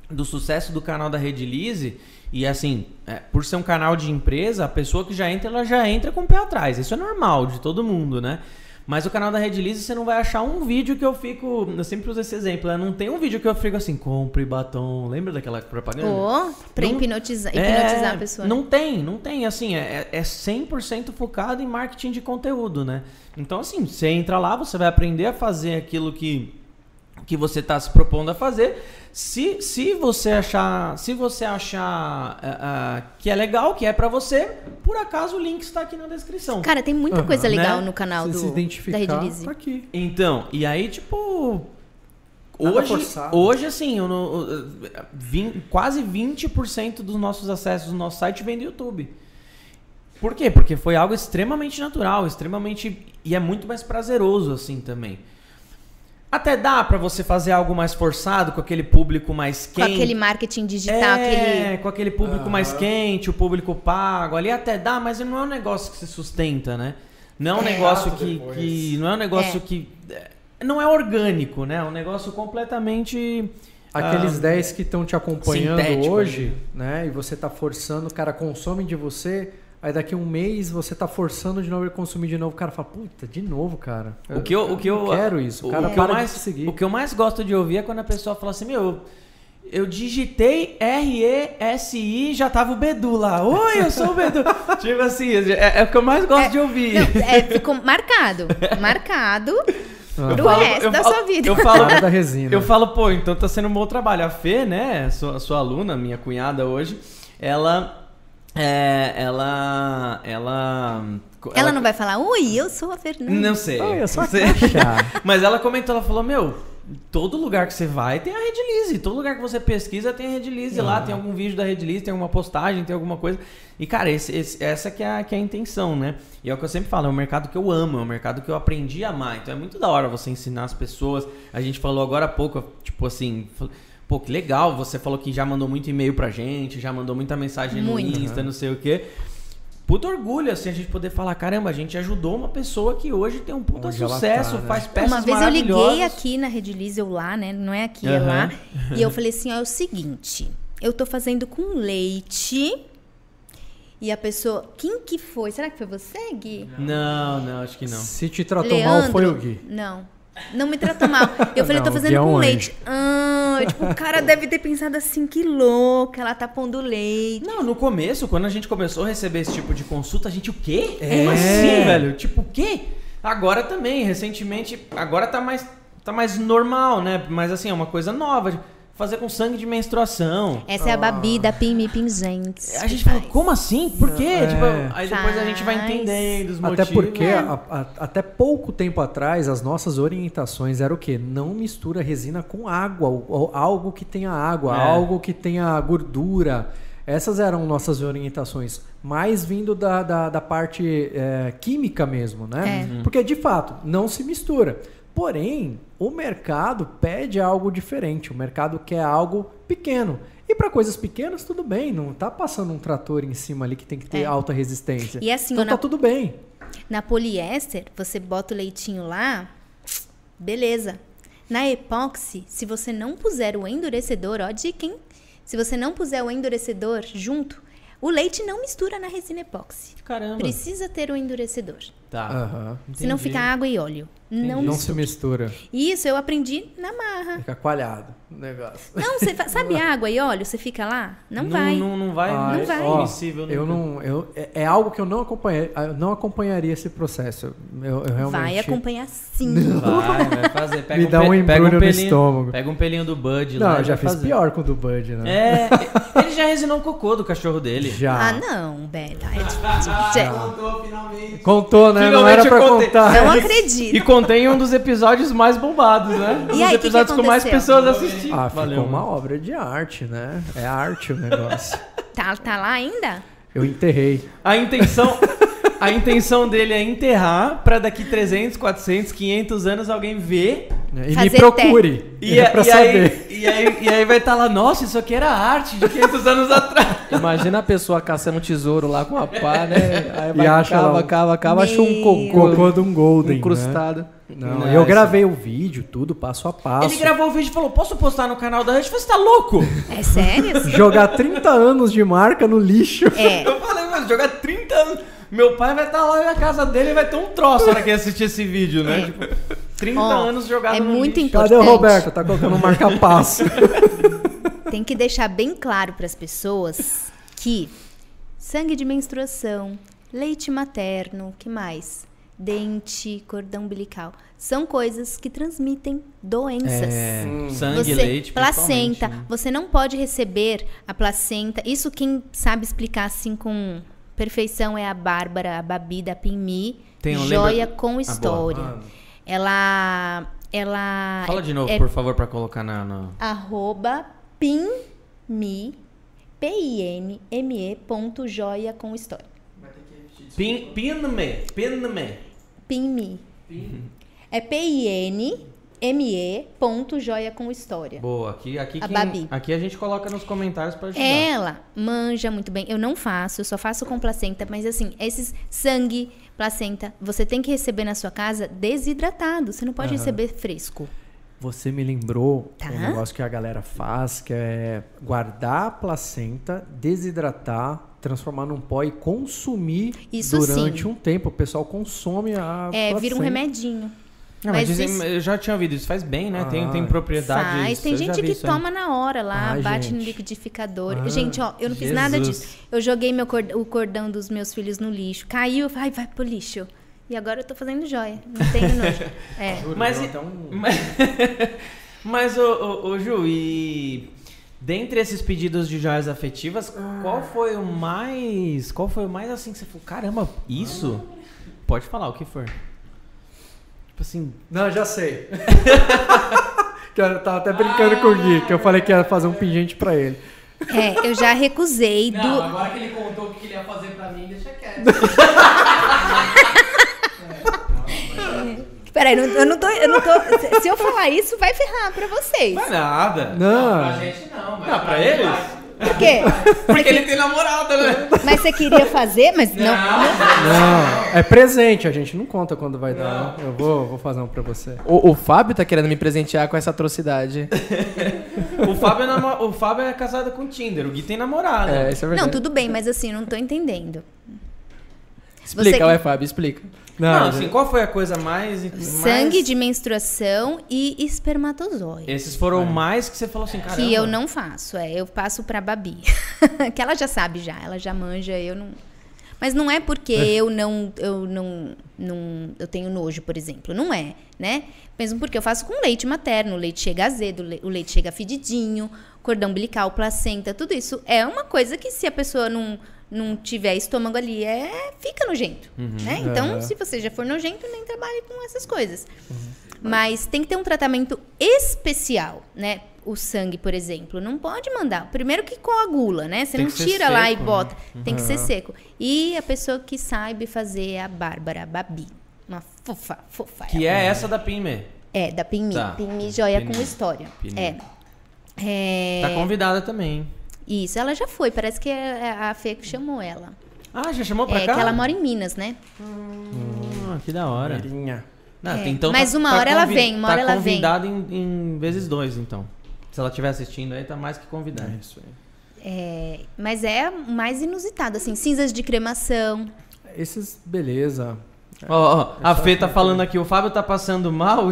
do sucesso do canal da Redilize, e assim, por ser um canal de empresa, a pessoa que já entra, ela já entra com o pé atrás. Isso é normal de todo mundo, né? Mas o canal da Redilize, você não vai achar um vídeo que eu fico... Eu sempre uso esse exemplo, né? Não tem um vídeo que eu fico assim, compre batom. Lembra daquela propaganda? Pra hipnotizar a pessoa. Não tem. Assim, é 100% focado em marketing de conteúdo, né? Então, assim, você entra lá, você vai aprender a fazer aquilo que você está se propondo a fazer. Se você achar que é legal, que é pra você, por acaso o link está aqui na descrição. Cara, tem muita coisa legal, né? No canal se identificar, da Redilize. Tá aqui. Então, e aí, tipo... Forçado. Hoje, assim, quase 20% dos nossos acessos no nosso site vem do YouTube. Por quê? Porque foi algo extremamente natural, e é muito mais prazeroso, assim, também. Até dá pra você fazer algo mais forçado, com aquele público mais quente. Com aquele marketing digital. Com aquele público mais quente, o público pago. Ali até dá, mas não é um negócio que se sustenta, né? Não é um negócio que... Não é um negócio que... Não é orgânico, né? É um negócio completamente... Aqueles 10 que estão te acompanhando hoje, né? E você tá forçando, o cara consome de você... Aí daqui a um mês você tá forçando de novo ele consumir de novo. O cara fala, puta, de novo, cara. Eu quero isso. O cara para de seguir. O que eu mais gosto de ouvir é quando a pessoa fala assim, eu digitei RESI, já tava o Bedu lá. Oi, eu sou o Bedu. Tipo assim, é o que eu mais gosto de ouvir. Ficou marcado pro resto da sua vida. Da resina. Eu falo, pô, então tá sendo um bom trabalho. A Fê, né, sua aluna, minha cunhada hoje, ela não vai falar, oi, eu sou a Fernanda. Não sei. Oi, eu sou a Caixa. Mas ela comentou, ela falou, todo lugar que você vai tem a Redilize. Todo lugar que você pesquisa tem a Redilize lá. Tem algum vídeo da Redilize, tem alguma postagem, tem alguma coisa. E, cara, essa que é a intenção, né? E é o que eu sempre falo, é um mercado que eu amo, é um mercado que eu aprendi a amar. Então é muito da hora você ensinar as pessoas. A gente falou agora há pouco, tipo assim... Pô, que legal, você falou que já mandou muito e-mail pra gente, já mandou muita mensagem no Insta, não sei o quê. Puta orgulho, assim, a gente poder falar, caramba, a gente ajudou uma pessoa que hoje tem um puta sucesso, faz peças maravilhosas. Uma vez eu liguei aqui na Redilize, eu lá, né, não é aqui, é lá, e eu falei assim, ó, é o seguinte, eu tô fazendo com leite, e a pessoa, quem que foi? Será que foi você, Gui? Não, acho que não. Se te tratou mal, foi o Gui. Não me tratou mal. Eu falei, tô fazendo com leite. Tipo, o cara deve ter pensado assim, que louca, ela tá pondo leite. Não, no começo, quando a gente começou a receber esse tipo de consulta, a gente, o quê? Como assim, velho? Tipo, o quê? Agora também, recentemente, agora tá mais normal, né? Mas assim, é uma coisa nova. Fazer com sangue de menstruação. Essa é a Babi da Pim Pingentes. A gente fala, como assim? Por quê? Tipo, aí depois a gente vai entendendo os motivos. Até porque, até pouco tempo atrás, as nossas orientações eram o quê? Não mistura resina com água, ou algo que tenha água, algo que tenha gordura. Essas eram nossas orientações, mais vindo da parte química mesmo, né? Porque, de fato, não se mistura. Porém, o mercado pede algo diferente. O mercado quer algo pequeno. E para coisas pequenas, tudo bem. Não tá passando um trator em cima ali que tem que ter alta resistência. E assim, então tá tudo bem. Na poliéster, você bota o leitinho lá, beleza. Na epóxi, se você não puser o endurecedor, ó, dica, hein? Se você não puser o endurecedor junto, o leite não mistura na resina epóxi. Caramba. Precisa ter o endurecedor. Tá. Senão fica água e óleo. Não se mistura. Isso eu aprendi na marra. Fica coalhado o negócio. Não, você sabe água e óleo? Você fica lá? Não vai. Não vai. Não vai. Ó, é algo que eu não acompanhei. Eu não acompanharia esse processo. Eu realmente... Vai acompanhar sim. Vai fazer. Me dá um embrulho no estômago. Pega um pelinho do Bud lá. Não, eu já fiz pior com o do Bud, né? Ele já resinou o cocô do cachorro dele. Já. Não, Bela. Contou finalmente. Contou, né? Não era pra contar. Não acredito. E contém um dos episódios mais bombados, né? E aí, dos episódios com mais pessoas assistindo. Ficou uma obra de arte, né? É arte o negócio. Tá lá ainda? Eu enterrei. A intenção dele é enterrar pra daqui 300, 400, 500 anos alguém ver e me procure. E E aí vai estar lá, nossa, isso aqui era arte de 500 anos atrás. Imagina a pessoa caçando um tesouro lá com a pá, né? Aí vai, E acha lá cava, achou um Cocô de um Golden, incrustado. né? Não, Não, eu esse- gravei o vídeo, tudo passo a passo. Ele gravou o vídeo e falou, posso postar no canal da Rush? Você tá louco? É sério? Jogar 30 anos de marca no lixo. É. Eu falei, mas jogar 30 anos... Meu pai vai estar lá na casa dele e vai ter um troço na hora que ele assistir esse vídeo, né? Tipo, 30 Ó, anos jogado é no muito lixo. importante. Cadê o Roberto? Tá colocando marca-passo. Tem que deixar bem claro para as pessoas que sangue de menstruação, leite materno, que mais? Dente, cordão umbilical, são coisas que transmitem doenças. Sangue, Você, leite, placenta, principalmente, né? você não pode receber a placenta. Isso quem sabe explicar assim com perfeição é a Bárbara, a Babi da Pinmi, Tem um Joia lembra- com História. Ah, Ela Fala de novo, é por favor, pra colocar na... arroba pinme, PINME, .joia com história. Pinme. Pinme. É PINME, .joia com história. Boa, A Babi. aqui a gente coloca nos comentários pra ajudar. Ela manja muito bem. Eu não faço, eu só faço com placenta. Mas assim, esses sangue, placenta, você tem que receber na sua casa desidratado. Você não pode receber fresco. Você me lembrou Tá. um negócio que a galera faz, que é guardar a placenta, desidratar, transformar num pó e consumir Isso durante sim. um tempo. O pessoal consome a placenta. Vira um remedinho. Não, mas Mas dizem, isso- eu já tinha ouvido, isso faz bem, né? Tem Ah, propriedades... Faz. Tem eu já gente vi que isso aí. toma na hora lá, Ai, bate no gente. liquidificador. Ah, Gente, ó, eu não fiz nada Jesus. disso. Eu joguei o cordão dos meus filhos no lixo. Caiu, eu falei, vai pro lixo. E agora eu tô fazendo joia. Não tenho nojo. É. Mas, Então, mas ô, Ju, e dentre esses pedidos de joias afetivas, qual foi o mais assim que você falou, caramba, isso? Pode falar o que for. Tipo assim, Não, já sei. Que eu tava até brincando com o Gui, que eu falei que ia fazer um pingente pra ele. Eu já recusei do. agora que ele contou o que ele ia fazer pra mim, deixa quieto. Peraí, eu não tô. Se eu falar isso, vai ferrar pra vocês. não é nada. Não, gente não, mas Não, pra eles? Por quê? Porque ele tem namorada, né? Mas você queria fazer, mas não. não. É presente, a gente não conta quando vai dar. Né? Eu vou fazer um pra você. O Fábio tá querendo me presentear com essa atrocidade. O Fábio é casado com o Tinder, o Gui tem namorada. Isso é verdade. Não, tudo bem, mas assim, não tô entendendo. Explica, Você- ué, Fábio, explica. Não, assim, qual foi a coisa mais... Sangue de menstruação e espermatozoide. Esses foram mais que você falou assim, caramba. Que eu não faço, eu passo pra Babi. Que ela já sabe já, ela já manja, eu não. Mas não é porque eu tenho nojo, por exemplo, não é, né? Mesmo porque eu faço com leite materno, o leite chega azedo, o leite chega fedidinho, cordão umbilical, placenta, tudo isso é uma coisa que se a pessoa não tiver estômago ali, fica nojento, né? Então, se você já for nojento, nem trabalhe com essas coisas. Mas tem que ter um tratamento especial, né? O sangue, por exemplo, não pode mandar. Primeiro que coagula, né? Você Tem não que ser tira lá e seco, né? bota. Tem que ser seco. E a pessoa que sabe fazer é a Bárbara, a Babi. Uma fofa. Que é essa da Pinme. É, da Pinmi. Tá. Pinmi Joia Pinmi. com História. Pinmi. É. Tá convidada também. Isso, ela já foi. Parece que é a Fê que chamou ela. Ah, já chamou pra cá? Que ela mora em Minas, né? Que da hora. Mirinha. Não, É, então mas uma hora ela vem, uma hora ela vem. convidada em vezes 2, então. Se ela estiver assistindo aí, tá mais que convidada. Isso aí. Mas é mais inusitado, assim, cinzas de cremação. Esses, beleza. Ó, a Fê tá falando aqui, o Fábio tá passando mal.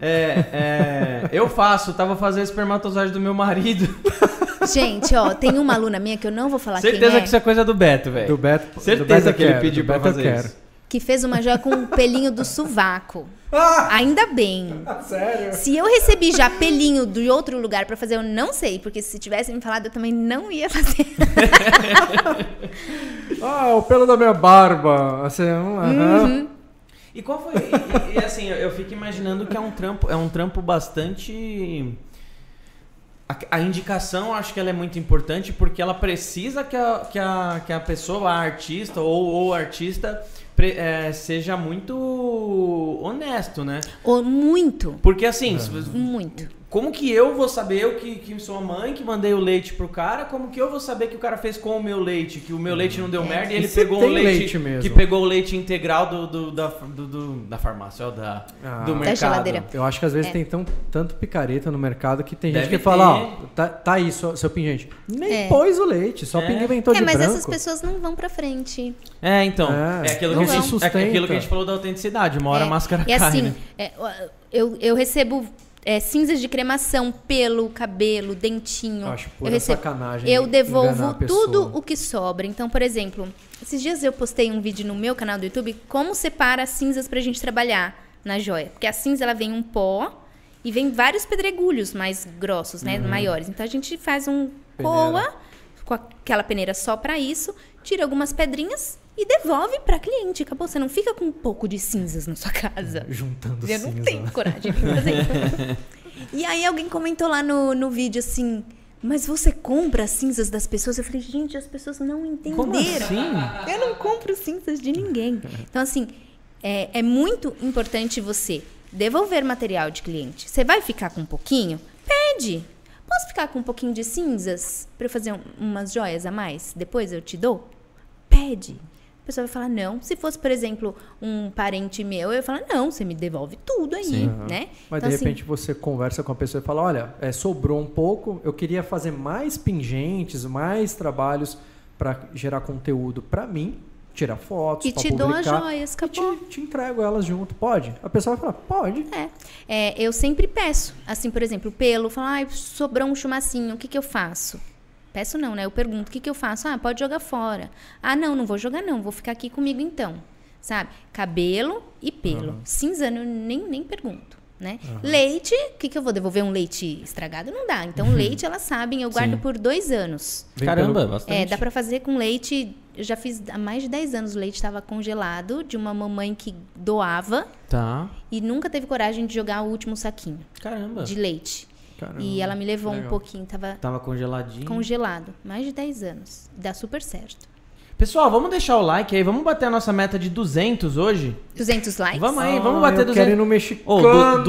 Eu tava fazendo espermatozoide do meu marido. Gente, ó, tem uma aluna minha que eu não vou falar Certeza quem é, que isso é coisa do Beto, velho. Do Beto. Certeza do Beto que ele eu quero, pediu do pra Beto eu fazer quero. isso. que fez uma joia com o pelinho do sovaco. Ainda bem. Sério? Se eu recebi já pelinho de outro lugar pra fazer, eu não sei, porque se tivesse me falado, eu também não ia fazer. O pelo da minha barba. Assim, E qual foi? E assim, eu fico imaginando que é um trampo bastante. A indicação, acho que ela é muito importante porque ela precisa que a pessoa, a artista ou o artista seja muito honesto, né? Muito. Porque assim, Muito. como que eu vou saber, eu que sou a mãe, que mandei o leite pro cara, como que eu vou saber que o cara fez com o meu leite, que o meu leite não deu merda e ele pegou um leite mesmo. que pegou o leite integral da farmácia, ó, do mercado. Da geladeira. Eu acho que às vezes tem tanto picareta no mercado que tem gente Deve que fala, ter. ó, tá aí, seu pingente. Nem pôs o leite, só pinguimentou de mas branco. essas pessoas não vão pra frente. Então, É, aquilo não que se é sustenta. aquilo que a gente falou da autenticidade, uma hora a máscara E cai, assim, né? eu recebo cinzas de cremação, pelo, cabelo, dentinho. Eu acho pura sacanagem Eu enganar devolvo a pessoa. tudo o que sobra. Então, por exemplo, esses dias eu postei um vídeo no meu canal do YouTube, como separa as cinzas pra gente trabalhar na joia. Porque a cinza, ela vem um pó e vem vários pedregulhos mais grossos, né, maiores. Então, a gente faz um coa com aquela peneira só pra isso, tira algumas pedrinhas e devolve pra cliente. Acabou, você não fica com um pouco de cinzas na sua casa. Juntando Eu cinza. não tenho coragem de fazer isso. E aí alguém comentou lá no vídeo assim, mas você compra as cinzas das pessoas? Eu falei, gente, as pessoas não entenderam. Como assim? Eu não compro cinzas de ninguém. Então, assim, é muito importante você devolver material de cliente. Você vai ficar com um pouquinho? Pede. Posso ficar com um pouquinho de cinzas para eu fazer umas joias a mais? Depois eu te dou? Pede. A pessoa vai falar não. Se fosse, por exemplo, um parente meu, eu ia falar, não, você me devolve tudo aí, né? Mas então, de repente você conversa com a pessoa e fala, olha, sobrou um pouco, eu queria fazer mais pingentes, mais trabalhos para gerar conteúdo para mim, tirar fotos, e para te publicar. dou as joias, acabou. E te entrego elas junto, pode? A pessoa vai falar, pode. Eu sempre peço, assim, por exemplo, pelo, falar, sobrou um chumacinho, o que eu faço? Peço não, né? Eu pergunto, o que eu faço? Pode jogar fora. Não vou jogar não, vou ficar aqui comigo então, sabe? Cabelo e pelo. Cinza, eu nem pergunto, né? Leite, o que eu vou devolver? Um leite estragado? Não dá. Então, leite, elas sabem, eu guardo por 2 anos. Caramba, bastante. Dá pra fazer com leite, eu já fiz há mais de 10 anos, o leite estava congelado, de uma mamãe que doava e nunca teve coragem de jogar o último saquinho de leite. Caramba, e ela me levou legal. um pouquinho, Tava congeladinho. congelado. Mais de 10 anos. Dá super certo. Pessoal, vamos deixar o like aí, vamos bater a nossa meta de 200 hoje? 200 likes? Vamos aí, vamos bater eu 200. quero ir no mexicano.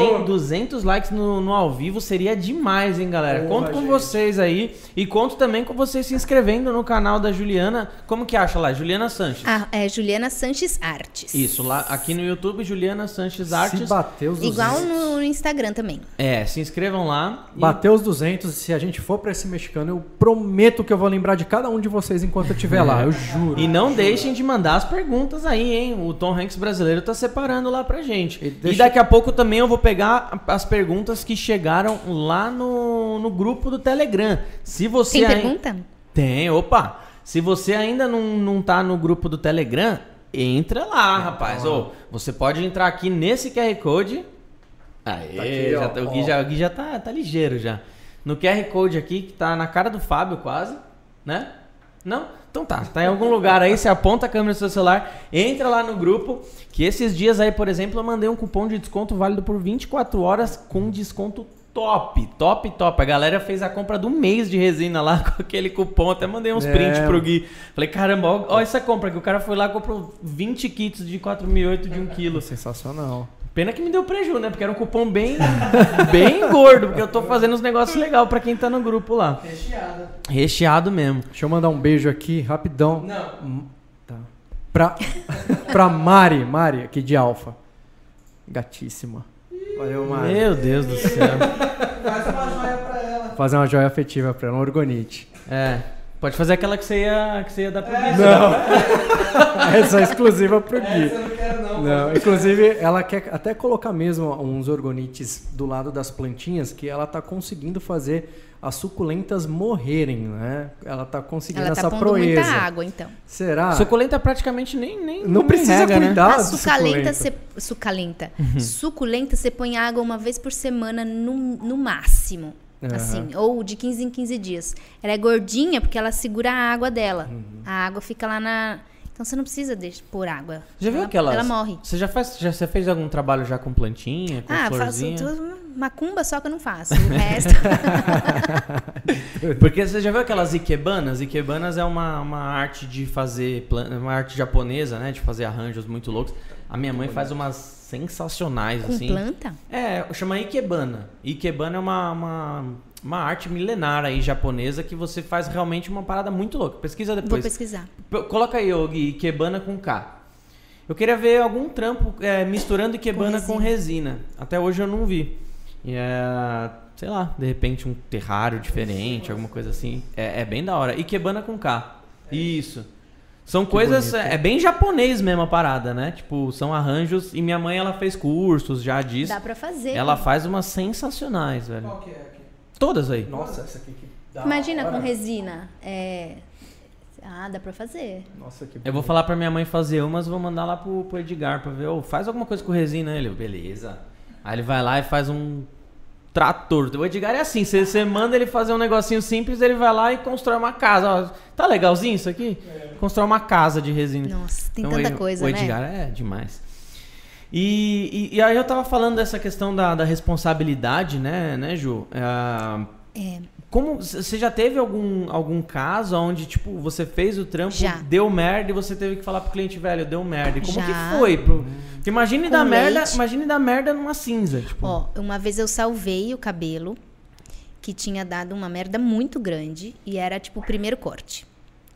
200 likes no ao vivo seria demais, hein, galera? Porra, Conto com gente. vocês aí e conto também com vocês se inscrevendo no canal da Juliana. Como que acha lá? Juliana Sanches. É Juliana Sanches Artes. Isso, lá aqui no YouTube, Juliana Sanches Artes. Se bater os 200. Igual no Instagram também. Se inscrevam lá. Bater os 200, se a gente for pra esse mexicano, eu prometo que eu vou lembrar de cada um de vocês enquanto eu estiver lá, eu juro. E não deixem de mandar as perguntas aí, hein? O Tom Hanks brasileiro tá separando lá pra gente. E E daqui a pouco também eu vou pegar as perguntas que chegaram lá no grupo do Telegram. Se você Tem pergunta? Tem, opa! Se você ainda não tá no grupo do Telegram, entra lá, rapaz. Você pode entrar aqui nesse QR Code. Aê, Tá aqui, o Gui já tá ligeiro já. No QR Code aqui, que tá na cara do Fábio quase, né? Não? Então tá em algum lugar aí, você aponta a câmera do seu celular, entra lá no grupo, que esses dias aí, por exemplo, eu mandei um cupom de desconto válido por 24 horas com desconto top. A galera fez a compra do mês de resina lá com aquele cupom, até mandei uns prints pro Gui. Falei, caramba, ó essa compra, que o cara foi lá e comprou 20 kits de 4.008 de 1 quilo. Sensacional. Pena que me deu prejuízo, né? Porque era um cupom bem gordo, porque eu tô fazendo uns negócios legais pra quem tá no grupo lá. Recheado mesmo. Deixa eu mandar um beijo aqui, rapidão. Não. Tá. Pra Mari, aqui de Alfa. Gatíssima. Valeu, Mari. Meu Deus do céu. Faz uma joia pra ela. Fazer uma joia afetiva pra ela, um orgonite. Pode fazer aquela que você ia dar pro Gui. Não. Essa é exclusiva pro Gui. Essa eu não quero não. Não, inclusive, ela quer até colocar mesmo uns orgonites do lado das plantinhas, que ela tá conseguindo fazer as suculentas morrerem, né? Ela tá conseguindo Ela tá essa pondo proeza. muita água, então. Será? Suculenta praticamente nem Não precisa rega, né? cuidar A de suculenta, suculenta. suculenta, você põe água uma vez por semana no máximo. Assim, ou de 15 em 15 dias. Ela é gordinha porque ela segura a água dela. A água fica lá na... Então você não precisa pôr água. Já viu aquelas? Ela morre. Você já fez algum trabalho já com plantinha, com florzinha? macumba só que eu não faço. O resto... Porque você já viu aquelas ikebanas? Ikebanas é uma arte de fazer... Uma arte japonesa, né? De fazer arranjos muito loucos. A minha mãe faz umas sensacionais, Com assim. planta? Chama ikebana. Ikebana é uma arte milenar aí japonesa que você faz realmente uma parada muito louca. Pesquisa depois. Vou pesquisar. Coloca aí, Yogi, ikebana com K. Eu queria ver algum trampo misturando ikebana com resina. Até hoje eu não vi. E sei lá, de repente um terrário diferente, alguma coisa assim. É bem da hora. Ikebana com K. Isso. São que coisas... bonito. É bem japonês mesmo a parada, né? Tipo, são arranjos... E minha mãe, ela fez cursos já disso. Dá pra fazer. Ela faz umas sensacionais, velho. Qual que é aqui? Todas aí. Nossa, essa aqui que dá. Imagina com resina. Dá pra fazer. Nossa, que bonito. Eu vou falar pra minha mãe fazer umas, vou mandar lá pro Edgar pra ver. Faz alguma coisa com resina. Ele, beleza. Aí ele vai lá e faz um trator. O Edgar é assim, você manda ele fazer um negocinho simples, ele vai lá e constrói uma casa. Ó, tá legalzinho isso aqui? Constrói uma casa de resina. Nossa, tem então, tanta coisa, né? O Edgar é demais. E aí eu tava falando dessa questão da responsabilidade, né, Ju? Como você já teve algum caso onde tipo você fez o trampo, já. Deu merda e você teve que falar pro cliente, velho, deu merda. E como Já. que foi? Imagine dar merda numa cinza. Tipo. Ó, uma vez eu salvei o cabelo que tinha dado uma merda muito grande e era tipo o primeiro corte.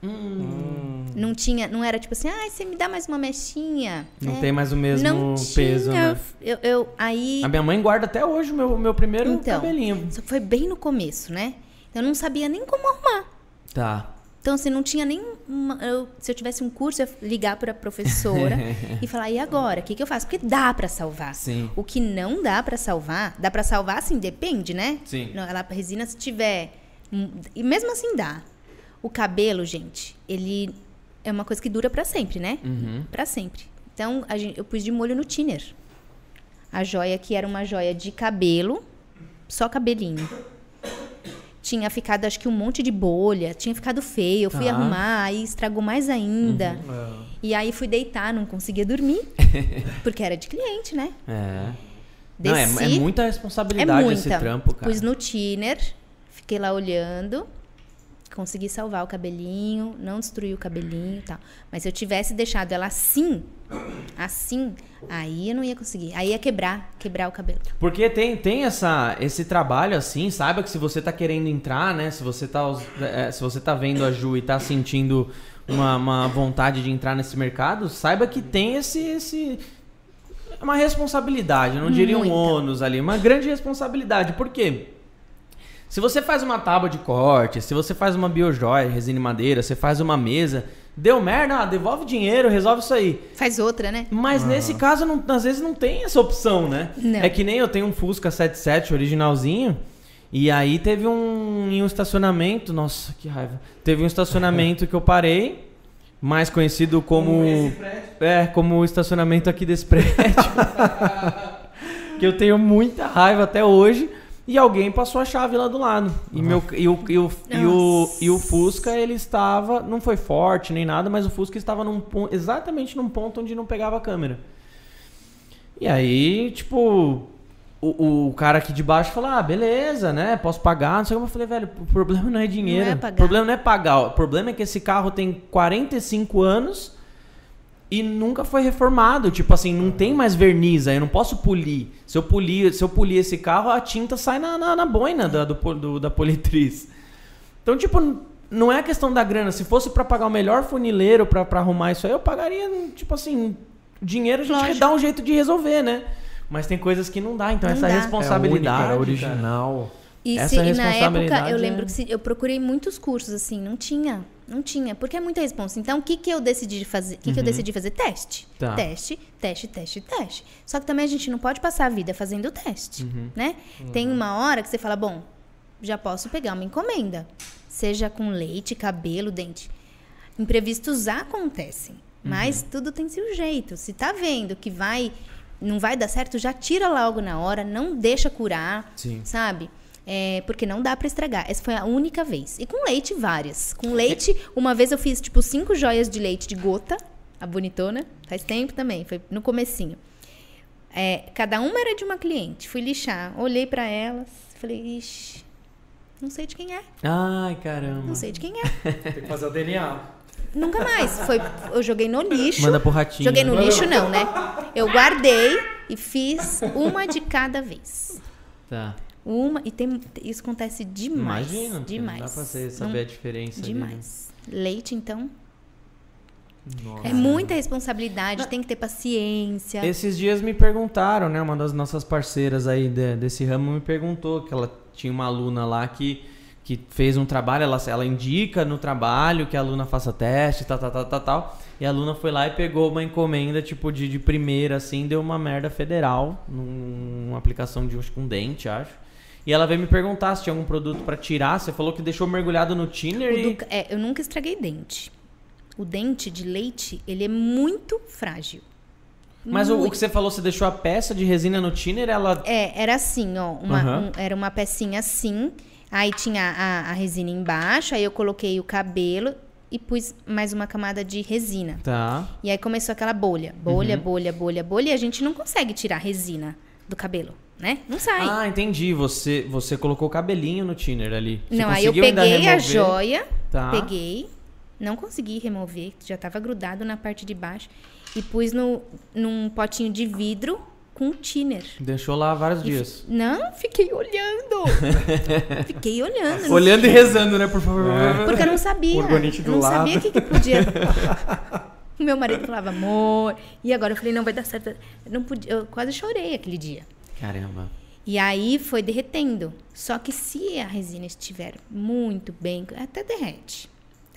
Não era tipo assim, você me dá mais uma mechinha. Não tem mais o mesmo não peso, tinha, né? Aí... A minha mãe guarda até hoje o meu primeiro cabelinho. Só que foi bem no começo, né? Eu não sabia nem como arrumar. Tá. Então, assim, não tinha nem... se eu tivesse um curso, eu ia ligar para a professora e falar, e agora? O que eu faço? Porque dá para salvar. Sim. O que não dá para salvar, assim, depende, né? Sim. Não, a resina, se tiver... E mesmo assim dá. O cabelo, gente, ele é uma coisa que dura para sempre, né? Uhum. Para sempre. Então, eu pus de molho no thinner. A joia que era uma joia de cabelo, só cabelinho. Tinha ficado, acho que um monte de bolha, tinha ficado feio. Eu fui arrumar, aí estragou mais ainda. E aí fui deitar, não conseguia dormir, porque era de cliente, né? Desci, não, é muita responsabilidade esse trampo, cara. Pus no thinner, fiquei lá olhando, consegui salvar o cabelinho, não destruí o cabelinho e tal. Mas se eu tivesse deixado ela assim, aí eu não ia conseguir. Aí ia quebrar o cabelo. Porque tem esse trabalho assim, saiba que se você tá querendo entrar, né? Se você tá vendo a Ju e tá sentindo uma vontade de entrar nesse mercado, saiba que tem uma responsabilidade, eu não diria um ônus ali, uma grande responsabilidade. Por quê? Se você faz uma tábua de corte, se você faz uma biojoia, resina e madeira, você faz uma mesa, deu merda, devolve dinheiro, resolve isso aí. Faz outra, né? Mas nesse caso, às vezes não tem essa opção, né? Não. É que nem eu tenho um Fusca 77 originalzinho, e aí teve em um estacionamento, nossa, que raiva. Teve um estacionamento que eu parei, mais conhecido como... como o estacionamento aqui desse prédio. Que eu tenho muita raiva até hoje. E alguém passou a chave lá do lado. E o Fusca, ele estava... Não foi forte nem nada, mas o Fusca estava exatamente num ponto onde não pegava a câmera. E aí, tipo... O cara aqui de baixo falou, beleza, né? Posso pagar, não sei como. Eu falei, velho, o problema não é dinheiro. Não é pagar. O problema não é pagar. O problema é que esse carro tem 45 anos... E nunca foi reformado, tipo assim, não tem mais verniz, aí eu não posso polir. Se eu polir esse carro, a tinta sai na boina da politriz. Então, tipo, não é a questão da grana. Se fosse pra pagar o melhor funileiro pra arrumar isso aí, eu pagaria, tipo assim, dinheiro a gente dá um jeito de resolver, né? Mas tem coisas que não dá, então Não essa dá. responsabilidade... É a única, era original. E Essa na época, responsabilidade eu lembro que eu procurei muitos cursos, assim, não tinha, porque é muita responsa. Então, o que eu decidi fazer? Que eu decidi fazer? Teste. Tá. Teste. Só que também a gente não pode passar a vida fazendo teste, né? Tem uma hora que você fala, bom, já posso pegar uma encomenda. Seja com leite, cabelo, dente. Imprevistos acontecem, mas tudo tem seu jeito. Se tá vendo que não vai dar certo, já tira logo na hora, não deixa curar, Sim. sabe? Porque não dá pra estragar. Essa foi a única vez. E com leite, várias. Com leite, uma vez eu fiz, 5 joias de leite de gota. A bonitona. Faz tempo também. Foi no comecinho. Cada uma era de uma cliente. Fui lixar, olhei pra elas, falei, ixi, não sei de quem é. Ai, caramba. Não sei de quem é. Tem que fazer o DNA. Nunca mais. Eu joguei no lixo. Manda pro ratinho. Joguei no lixo não, né? Eu guardei e fiz uma de cada vez. Tá. Isso acontece demais. Imagina, demais. Não dá pra você saber a diferença. Demais. Leite, então, Nossa. é muita responsabilidade, tem que ter paciência. Esses dias me perguntaram, né? Uma das nossas parceiras aí desse ramo me perguntou que ela tinha uma aluna lá que fez um trabalho, ela indica no trabalho que a aluna faça teste, tal. E a aluna foi lá e pegou uma encomenda, tipo, de primeira, assim, deu uma merda federal, numa aplicação de um dente, acho. E ela veio me perguntar se tinha algum produto pra tirar. Você falou que deixou mergulhado no thinner Eu nunca estraguei dente. O dente de leite, ele é muito frágil. Mas o que você falou, você deixou a peça de resina no thinner, ela... Era assim, ó. Era uma pecinha assim. Aí tinha a resina embaixo. Aí eu coloquei o cabelo e pus mais uma camada de resina. Tá. E aí começou aquela bolha. Bolha. E a gente não consegue tirar a resina do cabelo, né? Não sai. Ah, entendi. Você colocou o cabelinho no thinner ali. Você não, aí eu conseguiu ainda peguei a remover? joia. Tá. Peguei. Não consegui remover. Já tava grudado na parte de baixo. E pus num potinho de vidro com thinner. Deixou lá vários dias. Não, fiquei olhando. Fiquei olhando. Olhando e rezando, né? Por favor. Porque eu não sabia. Orgonite do não lado. sabia o que podia. O meu marido falava, amor. E agora eu falei, não vai dar certo. Não podia. Eu quase chorei aquele dia. Caramba. E aí foi derretendo. Só que se a resina estiver muito bem, até derrete.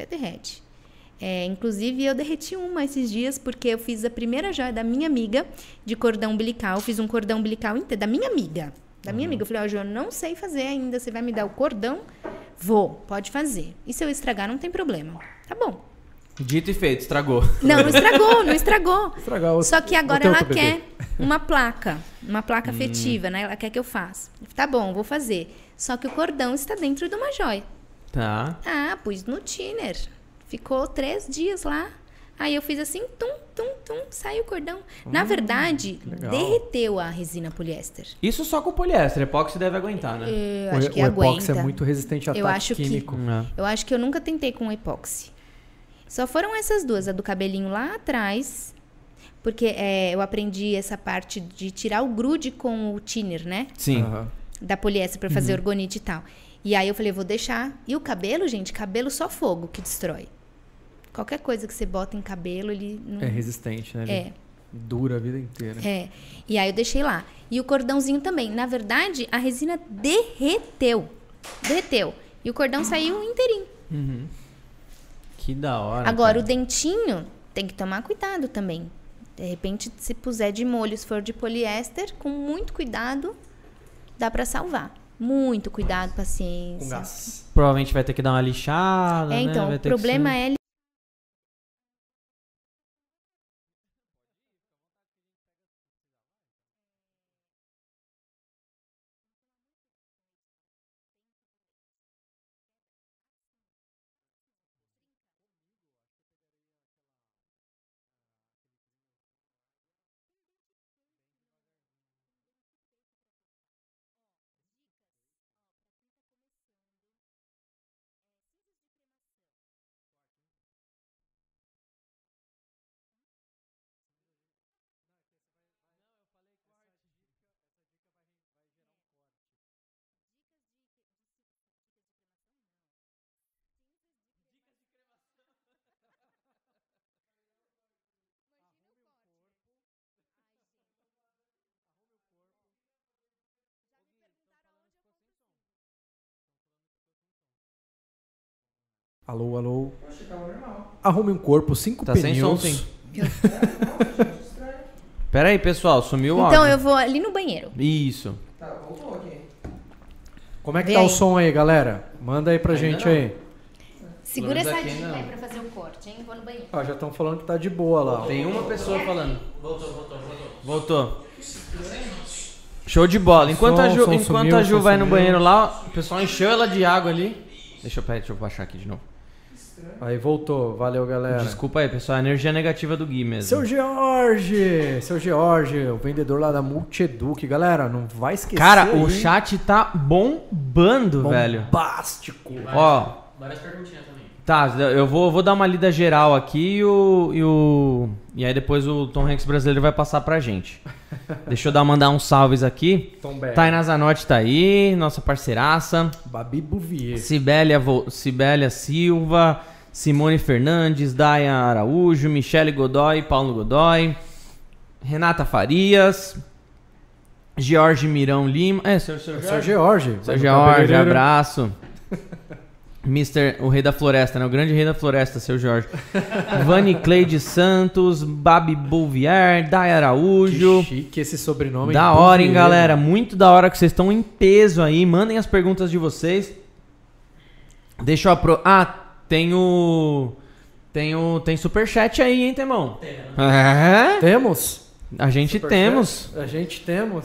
Inclusive, eu derreti uma esses dias, porque eu fiz a primeira joia da minha amiga de cordão umbilical. Fiz um cordão umbilical inteiro, da minha amiga. Eu falei, Ju, eu não sei fazer ainda. Você vai me dar o cordão? Pode fazer. E se eu estragar, não tem problema. Tá bom. Dito e feito, estragou. Não estragou. Só que agora ela quer uma placa afetiva, né? Ela quer que eu faça. Tá bom, vou fazer. Só que o cordão está dentro de uma joia. Tá. Pus no thinner. Ficou 3 dias lá. Aí eu fiz assim, saiu o cordão. Na verdade, derreteu a resina poliéster. Isso só com poliéster. Epóxi deve aguentar, né? Eu acho que o aguenta. epóxi é muito resistente a ataque químico. Eu acho que eu nunca tentei com epóxi. Só foram essas duas. A do cabelinho lá atrás. Porque eu aprendi essa parte de tirar o grude com o thinner, né? Sim. Da poliéster pra fazer orgonite e tal. E aí eu falei, vou deixar. E o cabelo, gente, cabelo só fogo que destrói. Qualquer coisa que você bota em cabelo, ele não... É resistente, né? Ele dura a vida inteira. E aí eu deixei lá. E o cordãozinho também. Na verdade, a resina derreteu. E o cordão saiu inteirinho. Que da hora. Agora, cara. o dentinho tem que tomar cuidado também. De repente, se puser de molho, se for de poliéster, com muito cuidado, dá pra salvar. Muito cuidado, paciência. Com gás. Provavelmente vai ter que dar uma lixada, né? Então, Vai o ter problema que ser... é... Alô. Arrume um corpo, 5 Tá pneus. sem som, sim. Pera aí, pessoal, sumiu o áudio. Então, eu vou ali no banheiro. Isso. Como é que Vê tá aí. o som aí, galera? Manda aí pra gente aí. Segura essa aqui, dica não. aí pra fazer o corte, hein? Vou no banheiro. Já estão falando que tá de boa lá. Tem uma pessoa falando. Voltou. Show de bola. Enquanto a Ju, sumiu, vai no sumiu. banheiro lá, o pessoal encheu ela de água ali. Deixa eu baixar aqui de novo. Aí voltou. Valeu, galera. Desculpa aí, pessoal. A energia negativa do Gui mesmo. Seu George, o vendedor lá da Multieduc. Galera, não vai esquecer. Cara, aí, o chat tá bombando, velho. Bombástico. Ó, Várias perguntinhas também. tá, eu vou dar uma lida geral aqui e aí depois o Tom Hanks brasileiro vai passar pra gente. Deixa eu mandar uns salves aqui. Tom Beck. Tainá Zanotti tá aí, nossa parceiraça. Babi Bouvier. Cibélia Silva, Simone Fernandes, Dayan Araújo, Michele Godoy, Paulo Godoy, Renata Farias, George Mirão Lima. Seu George. Seu George, abraço. O Rei da Floresta, né? O grande Rei da Floresta, seu Jorge. Vani Cleide Santos, Babi Bouvier, Day Araújo. Que chique esse sobrenome. Da hora, hein, galera? Muito da hora que vocês estão em peso aí. Mandem as perguntas de vocês. Deixa eu tem superchat aí, hein, Temão? É? Temos? A gente temos. A gente temos.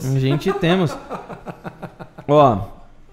Ó.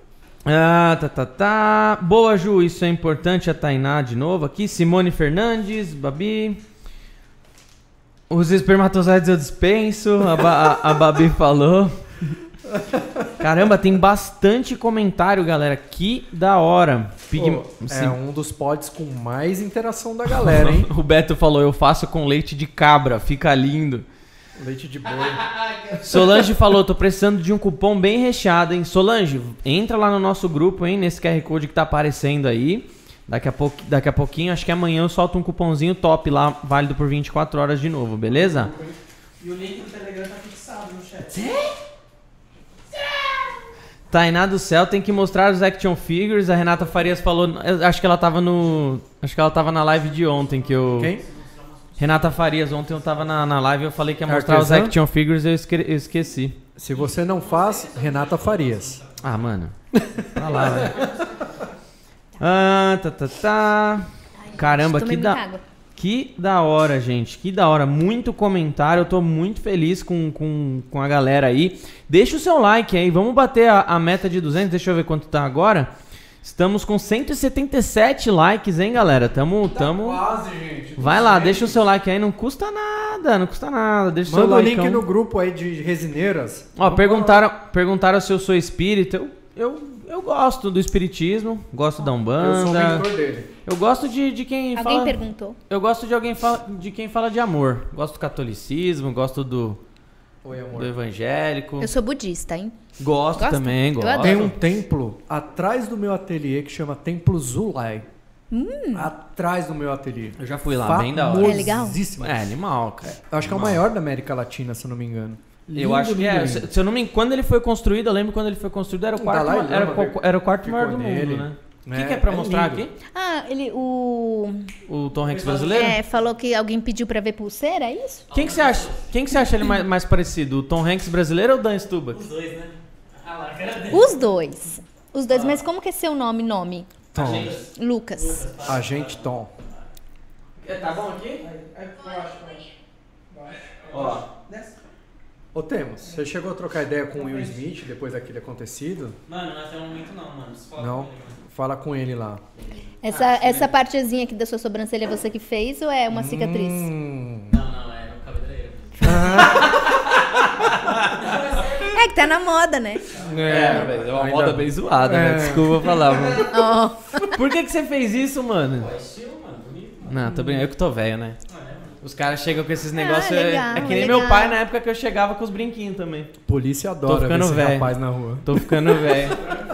Boa, Ju, isso é importante. A Tainá de novo aqui. Simone Fernandes, Babi. Os espermatozoides eu dispenso. A Babi falou. Caramba, tem bastante comentário, galera. Que da hora. É um dos pods com mais interação da galera, hein? O Beto falou, eu faço com leite de cabra, fica lindo. Leite de boi. Solange falou, tô precisando de um cupom bem recheado, hein? Solange, entra lá no nosso grupo, hein? Nesse QR Code que tá aparecendo aí. Daqui a pouquinho, acho que amanhã eu solto um cupomzinho top lá, válido por 24 horas de novo, beleza? E o link do Telegram tá fixado no chat. Tainá do Céu tem que mostrar os action figures. A Renata Farias falou, acho que ela tava na live de ontem que eu... Quem? Renata Farias, ontem eu tava na live e eu falei que ia mostrar os action figures e eu esqueci. Se você não faz, Renata Farias. Ah, mano. Pra lá, velho. Caramba, que da hora, gente. Que da hora. Muito comentário. Eu tô muito feliz com a galera aí. Deixa o seu like aí. Vamos bater a meta de 200. Deixa eu ver quanto tá agora. Estamos com 177 likes, hein, galera? Tamo... Quase, gente. Vai lá, deixa o seu like aí. Não custa nada. Deixa o seu Manda o like. link no grupo aí de resineiras. Ó, perguntaram se eu sou espírita. Eu gosto do espiritismo. Gosto da Umbanda. Eu sou o mentor dele. Eu gosto de quem fala... Alguém perguntou? Eu gosto de quem fala de amor. Gosto do catolicismo, gosto do evangélico. Eu sou budista, hein? Gosto também, gosto. Tem um templo atrás do meu ateliê que chama Templo Zulai. Atrás do meu ateliê. Eu já fui lá, bem da hora. É legal? É animal, cara. Acho que é o maior da América Latina, se eu não me engano. Eu acho que é. Se eu não me engano, quando ele foi construído, eu lembro quando ele foi construído, era o quarto, era o quarto maior do mundo, né? O que é pra mostrar lindo. aqui? O Tom Hanks brasileiro? falou que alguém pediu pra ver pulseira, é isso? Quem que você acha ele mais parecido? O Tom Hanks brasileiro ou o Dan Stubach? Os dois, né? Ah lá, a cara dele. Os dois, mas como que é seu nome? Tom. Lucas. Agente Tom. Tá bom aqui? Ó. Ô, Temos, você chegou a trocar ideia com o Will Smith depois daquele acontecido? Mano, até o momento não, mano. Você fala Não? com ele, mano. Fala com ele lá. Essa partezinha aqui da sua sobrancelha é você que fez ou é uma cicatriz? Não, é no cabeleireiro. É que tá na moda, né? É uma moda bem zoada, né? Desculpa falar, mano. Oh. Por que você fez isso, mano? É estilo, mano. Bonito. Não, tô brincando. Eu que tô velho, né? Os caras chegam com esses negócios. legal, é que nem legal. meu pai na época que eu chegava com os brinquinhos também. Polícia Tô adora ver ficando esse velho. rapaz na rua. Tô ficando velho.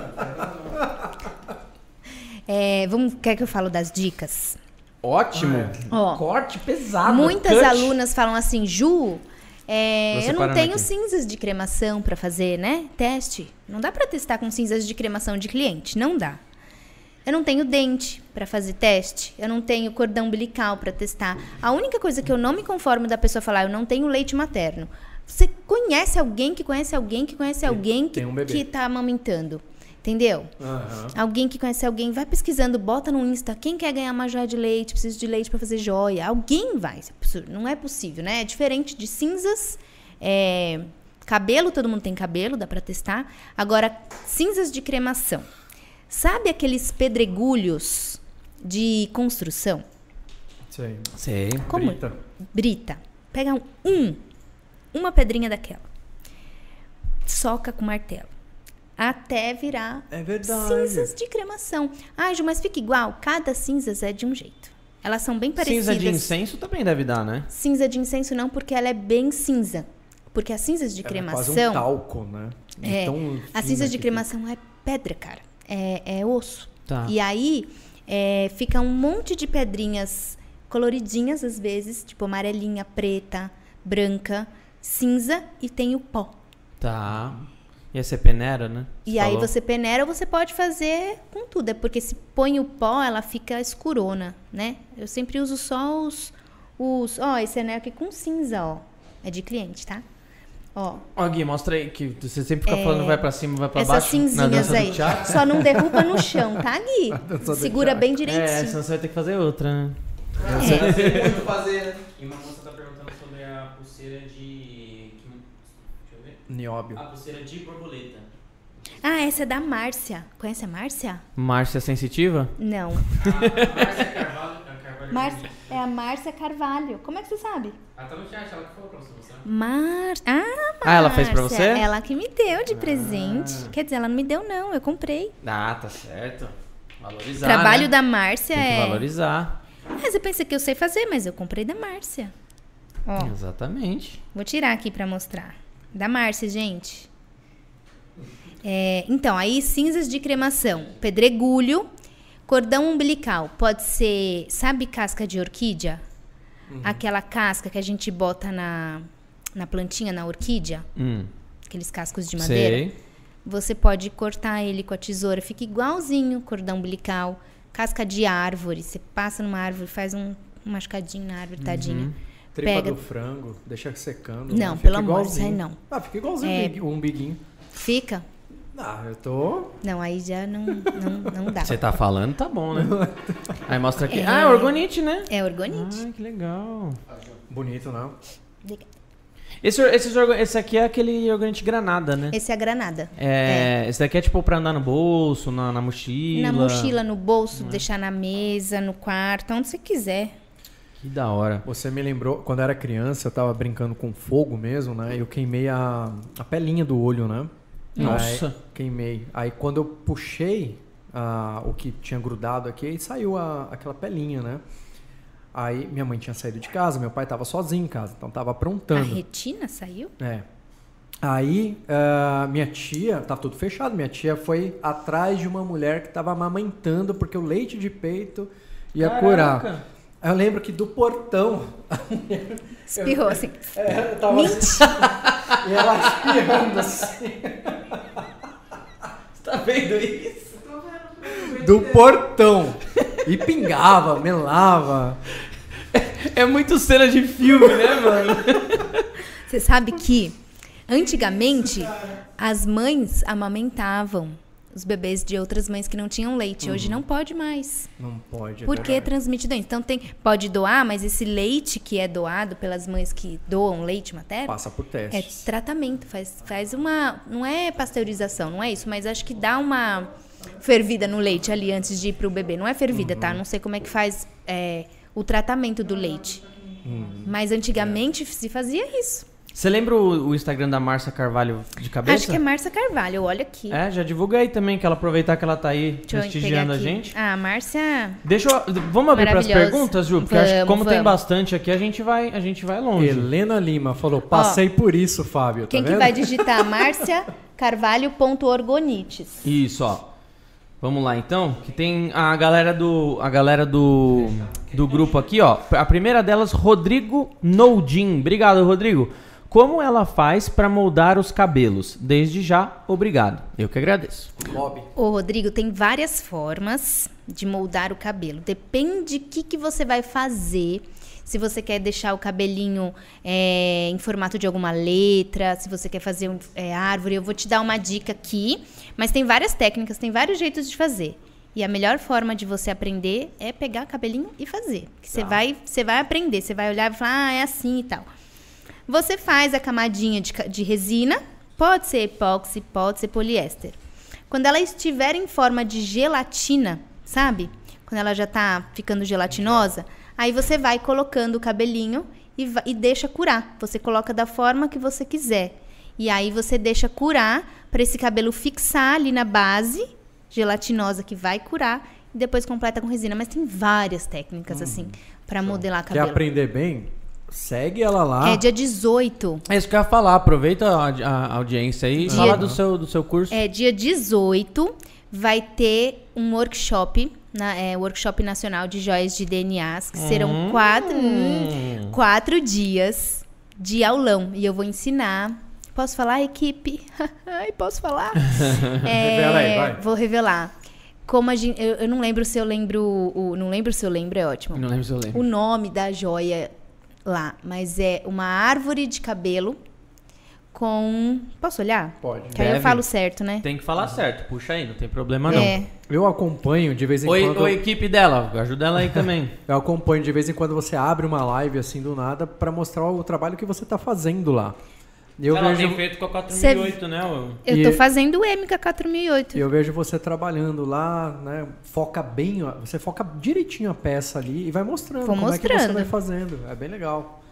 Quer que eu falo das dicas? Ótimo. Ó, Corte pesado. muitas cut. alunas falam assim, Ju, eu não parando tenho aqui. cinzas de cremação pra fazer, né? Teste. Não dá pra testar com cinzas de cremação de cliente, não dá. Eu não tenho dente pra fazer teste. Eu não tenho cordão umbilical pra testar. A única coisa que eu não me conformo da pessoa falar, eu não tenho leite materno. Você conhece alguém que conhece alguém que conhece alguém tem um bebê. que tá amamentando? Entendeu? Alguém que conhece alguém, vai pesquisando, bota no Insta, quem quer ganhar uma joia de leite, precisa de leite pra fazer joia. Alguém vai. Não é possível, né? É diferente de cinzas, cabelo, todo mundo tem cabelo, dá pra testar. Agora, cinzas de cremação. Sabe aqueles pedregulhos de construção. Sei. Como? Brita. Pega uma pedrinha daquela. Soca com martelo. Até virar cinzas de cremação. Ah, Ju, mas fica igual? Cada cinzas é de um jeito. Elas são bem parecidas. Cinza de incenso também deve dar, né? Cinza de incenso não, porque ela é bem cinza. Porque as cinzas de cremação... É quase um talco, né? As cinzas de cremação é pedra, cara. É osso. Tá. E aí, fica um monte de pedrinhas coloridinhas, às vezes. Tipo amarelinha, preta, branca, cinza e tem o pó. Tá. E aí você peneira, né? E aí você peneira, você pode fazer com tudo. É porque se põe o pó, ela fica escurona, né? Eu sempre uso só os... Ó, esse anel aqui com cinza, ó. É de cliente, tá? Ó, Gui, mostra aí, que você sempre fica falando vai pra cima, vai pra essas baixo. cinzinhas aí. Só não derruba no chão, tá, Gui? Segura bem direitinho. Senão você vai ter que fazer outra, né? Eu sei muito fazer, né? E uma moça tá perguntando sobre a pulseira de... Deixa eu ver. Nióbio. A pulseira de borboleta. Ah, essa é da Márcia. Conhece a Márcia? Márcia Sensitiva? Não. Márcia Carvalho. É a Márcia Carvalho. Como é que você sabe? Ela tá no chat, ela que falou pra você mostrar. Márcia. Ah, ela fez pra você? Ela que me deu de presente. Quer dizer, ela não me deu, não. Eu comprei. Ah, tá certo. Valorizar, Trabalho né? da Márcia Tem que valorizar. Você pensa que eu sei fazer, mas eu comprei da Márcia. Ó, Exatamente. vou tirar aqui pra mostrar. Da Márcia, gente. Então, aí cinzas de cremação. Pedregulho. Cordão umbilical. Pode ser, sabe casca de orquídea? Aquela casca que a gente bota na plantinha, na orquídea. Aqueles cascos de madeira. Sei. Você pode cortar ele com a tesoura. Fica igualzinho cordão umbilical. Casca de árvore. Você passa numa árvore, faz um machucadinho na árvore, tadinha. Tripa do frango, deixa secando. Não, fica pelo amor, igualzinho. isso aí não. Ah, fica igualzinho o umbiguinho. Fica? Ah, eu tô... Não, aí já não dá. Você tá falando, tá bom, né? Aí mostra aqui. Ah, é orgonite, né? É orgonite. Ah, que legal. Bonito, não? Esse aqui é aquele orgonite granada, né? Esse é a granada. Esse daqui é tipo pra andar no bolso, na mochila. Na mochila, no bolso, deixar na mesa, no quarto, onde você quiser. Que da hora. Você me lembrou, quando eu era criança, eu tava brincando com fogo mesmo, né? Eu queimei a pelinha do olho, né? Nossa. Aí, queimei. Aí quando eu puxei o que tinha grudado aqui, aí saiu aquela pelinha, né? Aí minha mãe tinha saído de casa, meu pai tava sozinho em casa, então tava aprontando. A retina saiu? Aí minha tia, tava tudo fechado, minha tia foi atrás de uma mulher que tava amamentando porque o leite de peito ia curar. Aí eu lembro que do portão a mulher espirrou assim. Eu tava assim, e ela espirrando assim. Você tá vendo isso? Do portão. E pingava, melava. É muito cena de filme, né, mano? Você sabe que antigamente as mães amamentavam os bebês de outras mães que não tinham leite. Hoje não pode mais. Não pode. Porque transmite doença. Então pode doar, mas esse leite que é doado pelas mães que doam leite materno passa por testes. É tratamento, faz uma... Não é pasteurização, não é isso, mas acho que dá uma fervida no leite ali antes de ir pro bebê. Não é fervida, tá? Não sei como é que faz o tratamento do leite. Mas antigamente se fazia isso. Você lembra o Instagram da Márcia Carvalho de cabeça? Acho que é Márcia Carvalho, olha aqui. Já divulga aí também, que ela aproveitar que ela tá aí prestigiando a gente. Ah, Márcia... Vamos abrir pras perguntas, Ju? Porque acho que como tem vamos. bastante aqui, a gente vai longe. Helena Lima falou, passei por isso, Fábio. Quem tá que vendo? vai digitar? marciacarvalho.orgonites. Isso, ó. Vamos lá, então, que tem a galera do grupo aqui, ó. A primeira delas, Rodrigo Noudin. Obrigado, Rodrigo. Como ela faz para moldar os cabelos? Desde já, obrigado. Eu que agradeço. Bob. Ô, Rodrigo, tem várias formas de moldar o cabelo. Depende do que você vai fazer. Se você quer deixar o cabelinho em formato de alguma letra, se você quer fazer árvore, eu vou te dar uma dica aqui. Mas tem várias técnicas, tem vários jeitos de fazer. E a melhor forma de você aprender é pegar o cabelinho e fazer. Você vai aprender, você vai olhar e falar, é assim e tal. Você faz a camadinha de resina, pode ser epóxi, pode ser poliéster. Quando ela estiver em forma de gelatina, sabe? quando ela já tá ficando gelatinosa, aí você vai colocando o cabelinho e deixa curar. Você coloca da forma que você quiser. E aí você deixa curar para esse cabelo fixar ali na base gelatinosa que vai curar e depois completa com resina. Mas tem várias técnicas assim para modelar cabelo. Quer aprender bem? Segue ela lá. É dia 18. É isso que eu ia falar. Aproveita a audiência aí e fala do seu curso. É dia 18. Vai ter um workshop, workshop nacional de joias de DNAs, que serão 4 dias de aulão. E eu vou ensinar. Posso falar, equipe? Ai, posso falar? Revela aí, vai. Vou revelar. Como a gente, eu não lembro se eu lembro. Não lembro se eu lembro, é ótimo. Não lembro se eu lembro. O nome da joia lá, mas é uma árvore de cabelo com... Posso olhar? Pode. Que aí eu falo certo, né? Tem que falar certo. Puxa aí, não tem problema não. Eu acompanho de vez em quando... Oi, equipe dela. Ajuda ela aí também. Eu acompanho de vez em quando você abre uma live assim do nada pra mostrar o trabalho que você tá fazendo lá. Ela tem feito com a 4008, né? Eu tô fazendo o MK 4008. Eu vejo você trabalhando lá, né? Você foca direitinho a peça ali e vai mostrando é que você vai fazendo. É bem legal.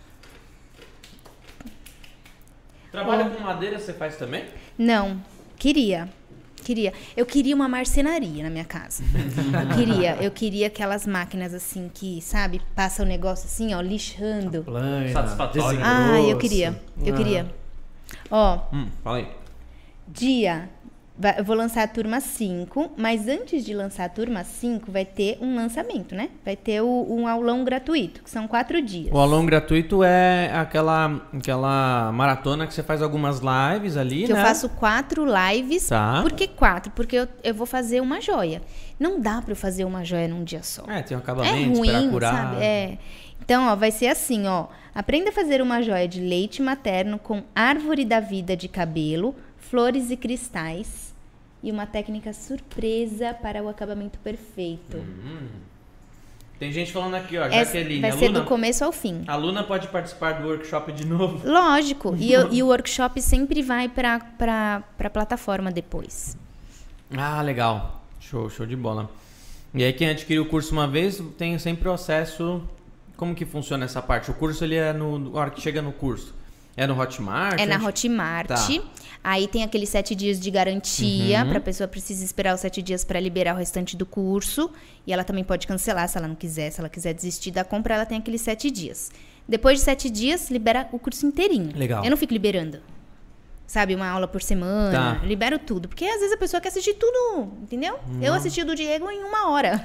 Trabalha com madeira, você faz também? Não, queria. Eu queria uma marcenaria na minha casa. Eu queria aquelas máquinas assim que, sabe, passa o negócio assim, ó, lixando. Plana, satisfatório. Eu queria. Ó, fala aí. Eu vou lançar a turma 5, mas antes de lançar a turma 5, vai ter um lançamento, né? Vai ter um aulão gratuito, que são 4 dias. O aulão gratuito é aquela maratona que você faz algumas lives ali, que né? Eu faço 4 lives. Tá. Por que 4? Porque eu vou fazer uma joia. Não dá pra eu fazer uma joia num dia só. Tem um acabamento, ruim, esperar curar. Sabe? Então, ó, vai ser assim, ó. Aprenda a fazer uma joia de leite materno com árvore da vida de cabelo, flores e cristais e uma técnica surpresa para o acabamento perfeito. Tem gente falando aqui, ó, Jaqueline. Vai ser do começo ao fim. A Luna pode participar do workshop de novo? Lógico. E o workshop sempre vai pra plataforma depois. Ah, legal. Show de bola. E aí quem adquiriu o curso uma vez tem sempre o acesso... Como que funciona essa parte? O curso, ele é na hora que chega no curso. É no Hotmart? É na Hotmart. Tá. Aí tem aqueles 7 dias de garantia, pra pessoa precisa esperar os 7 dias para liberar o restante do curso. E ela também pode cancelar se ela não quiser. Se ela quiser desistir da compra, ela tem aqueles 7 dias. Depois de 7 dias, libera o curso inteirinho. Legal. Eu não fico liberando. Sabe, uma aula por semana. Libero tudo. Porque às vezes a pessoa quer assistir tudo, entendeu? Eu assisti o do Diego em 1 hora.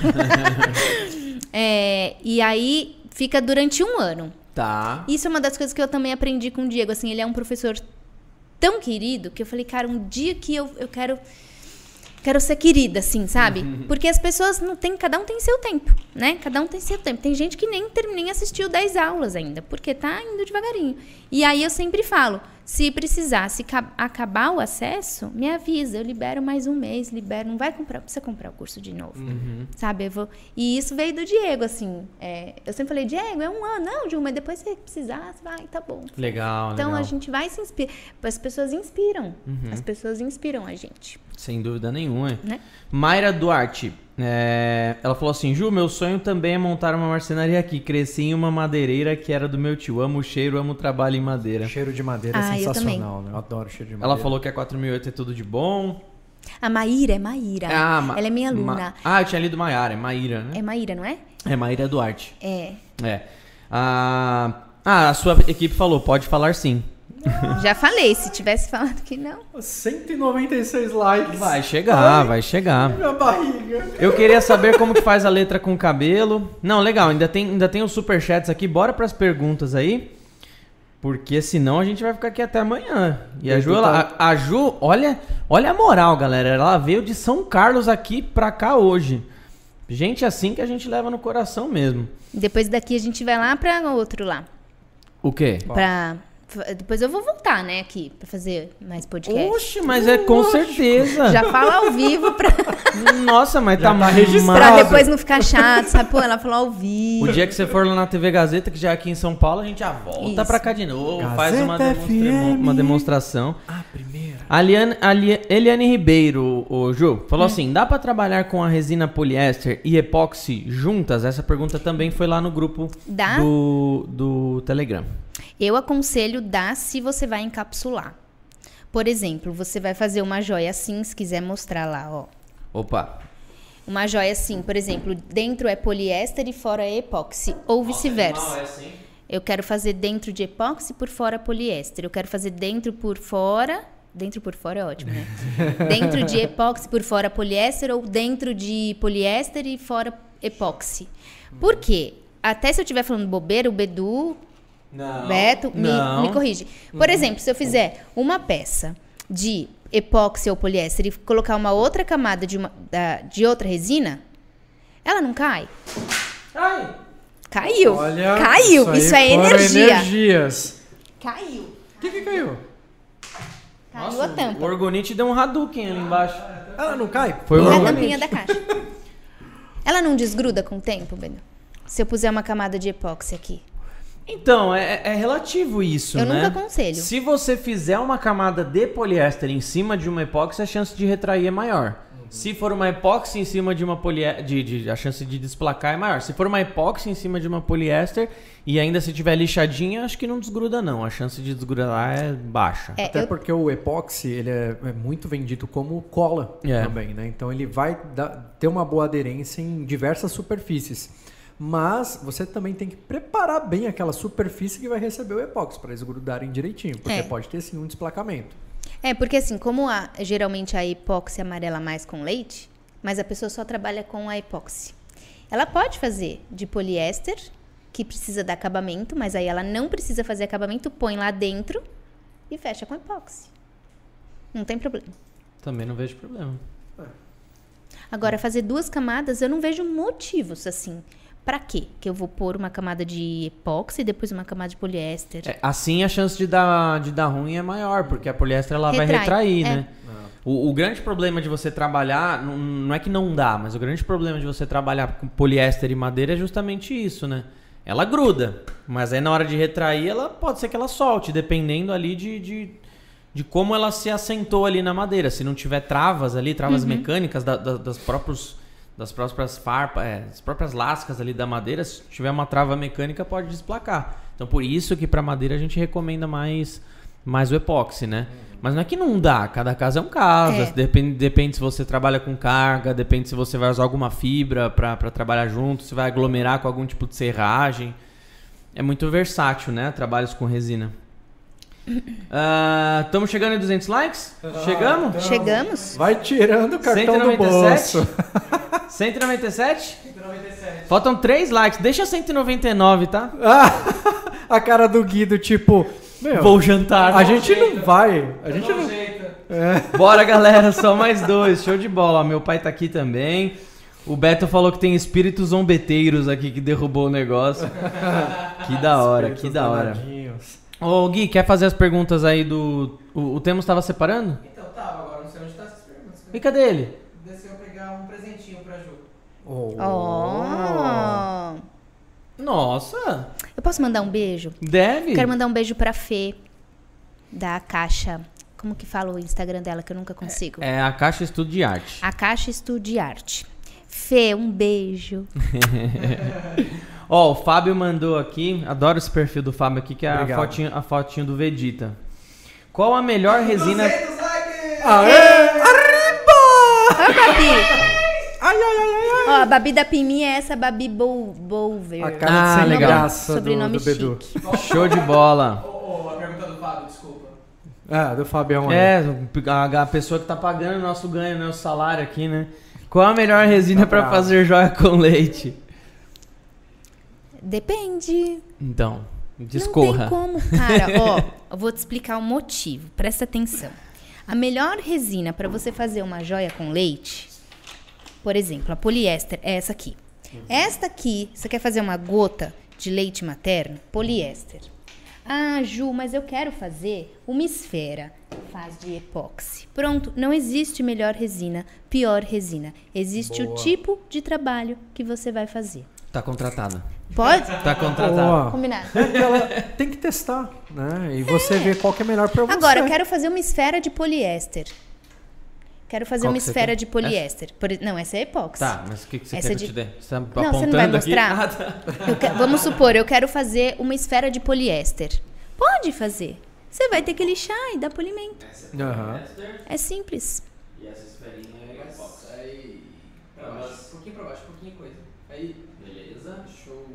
E aí... Fica durante 1 ano. Tá. Isso é uma das coisas que eu também aprendi com o Diego. Assim, ele é um professor tão querido que eu falei, cara, um dia que eu quero ser querida, assim, sabe? Porque as pessoas cada um tem seu tempo, né? Cada um tem seu tempo. Tem gente que nem assistiu 10 aulas ainda, porque tá indo devagarinho. E aí eu sempre falo, se precisar, se acabar o acesso, me avisa, eu libero mais 1 mês, não precisa comprar o curso de novo, sabe? E isso veio do Diego, assim, eu sempre falei, Diego, é 1 ano, não, Ju, mas depois se precisar, você vai, tá bom. Legal, Então a gente vai se inspirar, as pessoas inspiram, as pessoas inspiram a gente. Sem dúvida nenhuma. Né? Mayra Duarte, ela falou assim, Ju, meu sonho também é montar uma marcenaria aqui. Cresci em uma madeireira que era do meu tio. Amo o cheiro, amo o trabalho em madeira. Cheiro de madeira é sensacional, né? Eu adoro cheiro de madeira. Ela falou que a 4008 é tudo de bom. A Maíra é Maíra. Ela é minha aluna. Eu tinha lido Maiara, é Maíra, né? É Maíra, não é? É Maíra Duarte. É. A sua equipe falou, pode falar sim. Já falei, se tivesse falado que não. 196 likes. Vai chegar. Minha barriga. Eu queria saber como que faz a letra com o cabelo. Não, legal, ainda tem os superchats aqui. Bora pras perguntas aí. Porque senão a gente vai ficar aqui até amanhã. E a Ju, a Ju, olha a moral, galera. Ela veio de São Carlos aqui pra cá hoje. Gente assim que a gente leva no coração mesmo. Depois daqui a gente vai lá pra outro lá. O quê? Pra Depois eu vou voltar, né, aqui, pra fazer mais podcast. Oxe, mas é com certeza. Já fala ao vivo pra Nossa, mas tá tá registrado. pra depois não ficar chato, sabe? Pô, ela falou ao vivo. O dia que você for lá na TV Gazeta, que já é aqui em São Paulo, a gente já volta Isso. pra cá de novo, Gazeta faz FM. uma demonstração. A primeira. Eliane Ribeiro, o Ju, falou assim, dá pra trabalhar com a resina poliéster e epóxi juntas? Essa pergunta também foi lá no grupo Dá? do Telegram. Eu aconselho dar se você vai encapsular. Por exemplo, você vai fazer uma joia assim, se quiser mostrar lá, ó. Opa. Uma joia assim, por exemplo, dentro é poliéster e fora é epóxi, ou vice-versa. assim? Eu quero fazer dentro de epóxi, por fora poliéster. Eu quero fazer dentro por fora... Dentro por fora é ótimo, né? Dentro de epóxi, por fora poliéster, ou dentro de poliéster e fora epóxi. Por quê? Até se eu estiver falando bobeira, o Bedu, Beto, me corrige. Por exemplo, se eu fizer uma peça de epóxi ou poliéster e colocar uma outra camada de outra resina, ela não cai? Ai. Caiu. Olha, Caiu. Isso é foram energia. energias. Caiu. O que caiu? Caiu a O tampa. Orgonite deu um Hadouken ali embaixo. Ela não cai? Foi o Na Orgonite. tampinha da caixa. Ela não desgruda com o tempo, Bedu? Se eu puser uma camada de epóxi aqui. Então, é relativo isso, Eu né? nunca aconselho. Se você fizer uma camada de poliéster em cima de uma epóxi, a chance de retrair é maior. Se for uma epóxi em cima de uma poliéster, a chance de desplacar é maior. Se for uma epóxi em cima de uma poliéster e ainda se tiver lixadinha, acho que não desgruda não. A chance de desgrudar é baixa. Até porque o epóxi ele é muito vendido como cola também, né? Então ele vai ter uma boa aderência em diversas superfícies. Mas você também tem que preparar bem aquela superfície que vai receber o epóxi para eles grudarem direitinho, porque pode ter sim um desplacamento. Porque assim, como geralmente a epóxi amarela mais com leite, mas a pessoa só trabalha com a epóxi. Ela pode fazer de poliéster, que precisa dar acabamento, mas aí ela não precisa fazer acabamento, põe lá dentro e fecha com epóxi. Não tem problema. Também não vejo problema. Agora, fazer 2 camadas, eu não vejo motivos, assim. Pra quê? Que eu vou pôr uma camada de epóxi e depois uma camada de poliéster. Assim a chance de dar ruim é maior, porque a poliéster ela vai retrair, né? O grande problema de você trabalhar, não é que não dá, mas o grande problema de você trabalhar com poliéster e madeira é justamente isso, né? Ela gruda, mas aí na hora de retrair, ela pode ser que ela solte, dependendo ali de como ela se assentou ali na madeira. Se não tiver travas ali, travas mecânicas das próprias farpas, as próprias lascas ali da madeira, se tiver uma trava mecânica pode desplacar. Então por isso que para madeira a gente recomenda mais o epóxi, né? Mas não é que não dá, cada caso é um caso, depende se você trabalha com carga, depende se você vai usar alguma fibra para trabalhar junto, se vai aglomerar com algum tipo de serragem. É muito versátil, né? Trabalhos com resina. Estamos chegando em 200 likes? Chegamos? Chegamos? Vai tirando o cartão 197? do bolso. 197? 197. Faltam 3 likes. Deixa 199, tá? A cara do Guido, tipo... Meu, vou jantar. A gente não vai. A gente não... Bora, galera. Só mais 2. Show de bola. Ó, meu pai tá aqui também. O Beto falou que tem espíritos zombeteiros aqui que derrubou o negócio. Que da hora, que da hora. Ô, Gui, quer fazer as perguntas aí do... O Temo estava separando? Então, tava. Agora não sei onde tá essas perguntas. E cadê ele? Desceu pegar um presentinho pra Ju. Nossa. Eu posso mandar um beijo? Deve. Quero mandar um beijo pra Fê, da Caixa. Como que fala o Instagram dela, que eu nunca consigo? É a Caixa Estudo de Arte. A Caixa Estudo de Arte. Fê, um beijo. Ó, o Fábio mandou aqui, adoro esse perfil do Fábio aqui, que é Obrigado. a fotinho do Vegeta. Qual a melhor resina... 200 likes! Aê! Arriba! Ó, Babi! Ai, ai, ai, ai. Ó, a Babi da Piminha é essa Babi Bolver. A cara de sem legal. graça Sobrenome do Bedu. chique. Show de bola. A pergunta do Fábio, desculpa. Do Fabião aí. A pessoa que tá pagando o nosso ganho, né, o salário aqui, né? Qual a melhor resina pra fazer joia com leite? Depende. Então, discorra. Não tem como, cara. Ó, eu vou te explicar o motivo. Presta atenção. A melhor resina para você fazer uma joia com leite, por exemplo, a poliéster é essa aqui. Esta aqui, você quer fazer uma gota de leite materno? Poliéster. Ah, Ju, mas eu quero fazer uma esfera. Faz de epóxi. Pronto, não existe melhor resina, pior resina. Existe o tipo de trabalho que você vai fazer. Tá contratada. Pode? Tá contratada. Boa. Combinado. Tem que testar, né? E você vê qual que é melhor pra você. Agora, eu quero fazer uma esfera de poliéster. Quero fazer Qual uma que você esfera quer? de poliéster. Não, essa é epóxi. Tá, mas o que você Essa quer é que eu de- te dê? Você tá Não, apontando você não vai aqui? mostrar? Ah, tá. Vamos supor, eu quero fazer uma esfera de poliéster. Pode fazer. Você vai ter que lixar e dar polimento. Aham. É simples. E essa esferinha é epóxi. Aí, pra baixo, um pouquinho pra baixo, um pouquinho coisa. Aí, Beleza. show.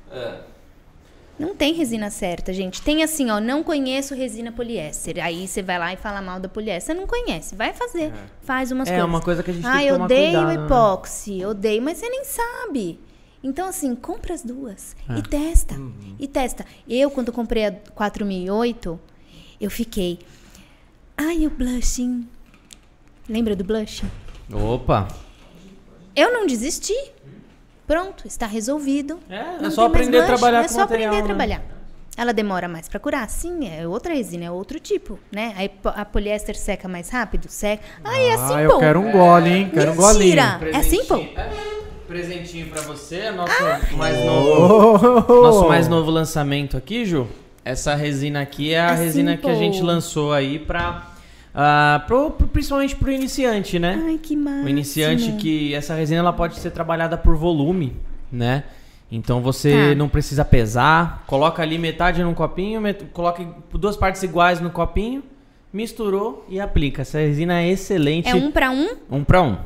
Não tem resina certa, gente. Tem assim, ó, não conheço resina poliéster. Aí você vai lá e fala mal da poliéster. Você não conhece. Vai fazer. Faz umas É coisas. uma coisa que a gente tem Ah, que eu tomar odeio cuidado, né? epóxi. Odeio, mas você nem sabe. Então, assim, compra as duas. É. E testa. Uhum. E testa. Eu, quando comprei a 4008, eu fiquei... Ai, o blushing. Lembra do blushing? Opa. Eu não desisti. Pronto, está resolvido. É Não só tem mais aprender a blush, trabalhar é com só aprender material, a né? trabalhar. Ela demora mais para curar? Sim, é outra resina, é outro tipo, né? A poliéster seca mais rápido? Seca. Ai, é assim, eu pô. quero um gole, hein? Quero um golinho. Mentira! É assim, pô. Presentinho pra você, nosso mais novo, nosso mais novo lançamento aqui, Ju. Essa resina aqui é a Assim, resina que a pô. gente lançou aí pra principalmente pro iniciante, né? Ai, que massa. O iniciante que essa resina ela pode ser trabalhada por volume, né? Então você Tá. não precisa pesar, coloca ali metade num copinho, coloca duas partes iguais no copinho, misturou e aplica. Essa resina é excelente. É 1 para 1? 1 para 1.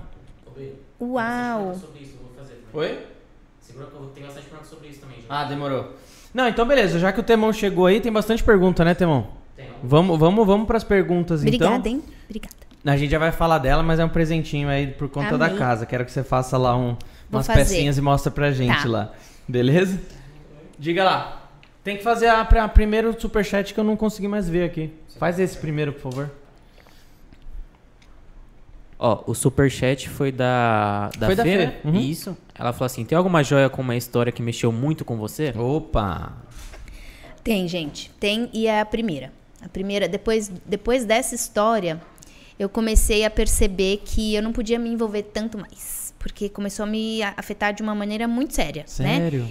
Uau. Sobre isso, eu vou fazer também. Oi? Segura que eu tenho bastante pergunta sobre isso também. Ah, demorou. Não, então beleza, já que o Temão chegou aí, tem bastante pergunta, né, Temão? Tem. Vamos pras perguntas Obrigada, então. hein? Obrigada. A gente já vai falar dela, mas é um presentinho aí por conta da Amei. casa. Quero que você faça lá Vou umas fazer. pecinhas e mostra pra gente Tá. lá. Beleza? Diga lá. Tem que fazer a primeiro superchat que eu não consegui mais ver aqui. Faz esse primeiro, por favor. Ó, o superchat foi da Foi da feira. feira, uhum. Isso. Ela falou assim: tem alguma joia com uma história que mexeu muito com você? Opa! Tem, gente. Tem, e é a primeira. A primeira, depois dessa história, eu comecei a perceber que eu não podia me envolver tanto mais. Porque começou a me afetar de uma maneira muito séria, né? Sério?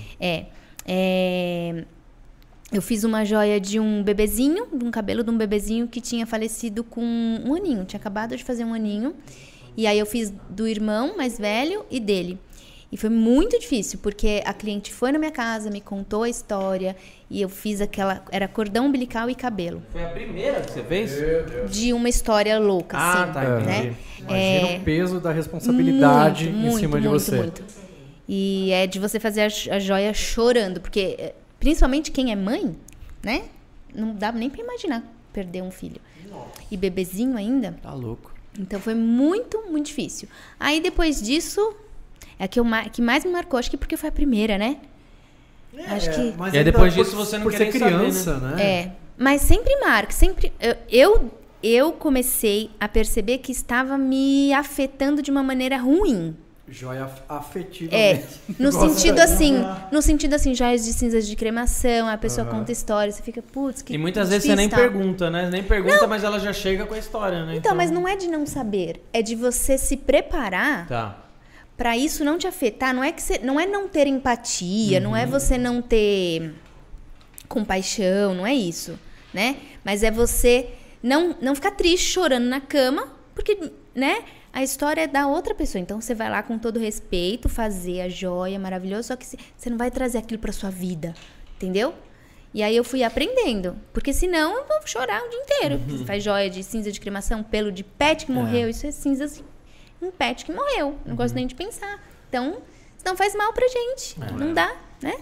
Eu fiz uma joia de um bebezinho, de um cabelo de um bebezinho que tinha falecido com um aninho. Tinha acabado de fazer um aninho. E aí eu fiz do irmão mais velho e dele. E foi muito difícil, porque a cliente foi na minha casa, me contou a história. E eu fiz aquela... Era cordão umbilical e cabelo. Foi a primeira que você fez? De uma história louca, Ah, assim. tá, né? entendi. Imagina o peso da responsabilidade em cima de você. Muito. E é de você fazer a joia chorando, porque principalmente quem é mãe, né? Não dá nem pra imaginar perder um filho. E bebezinho ainda. Tá louco. Então foi muito, muito difícil. Aí depois disso, é a que mais me marcou, acho que porque foi a primeira, né? Acho que Mas E aí ainda depois por- disso você não por quer ser nem saber, criança, né? é, mas sempre marca, sempre eu comecei a perceber que estava me afetando de uma maneira ruim. Joia afetiva. No sentido assim, joias de cinzas de cremação, a pessoa conta história, você fica, putz, que E muitas vezes você nem difícil, tá? pergunta, né? Nem pergunta, mas ela já chega com a história, né? Então, mas não é de não saber, é de você se preparar Tá. pra isso não te afetar. Não é que não é não ter empatia, não é você não ter compaixão, não é isso, né? Mas é você não ficar triste chorando na cama, porque, né? A história é da outra pessoa. Então, você vai lá com todo respeito fazer a joia maravilhosa, só que você não vai trazer aquilo pra sua vida, entendeu? E aí eu fui aprendendo, porque senão eu vou chorar o dia inteiro. Você faz joia de cinza de cremação, pelo de pet que morreu, isso é cinzas em pet que morreu. Não gosto nem de pensar. Então, senão faz mal pra gente. Não dá, né?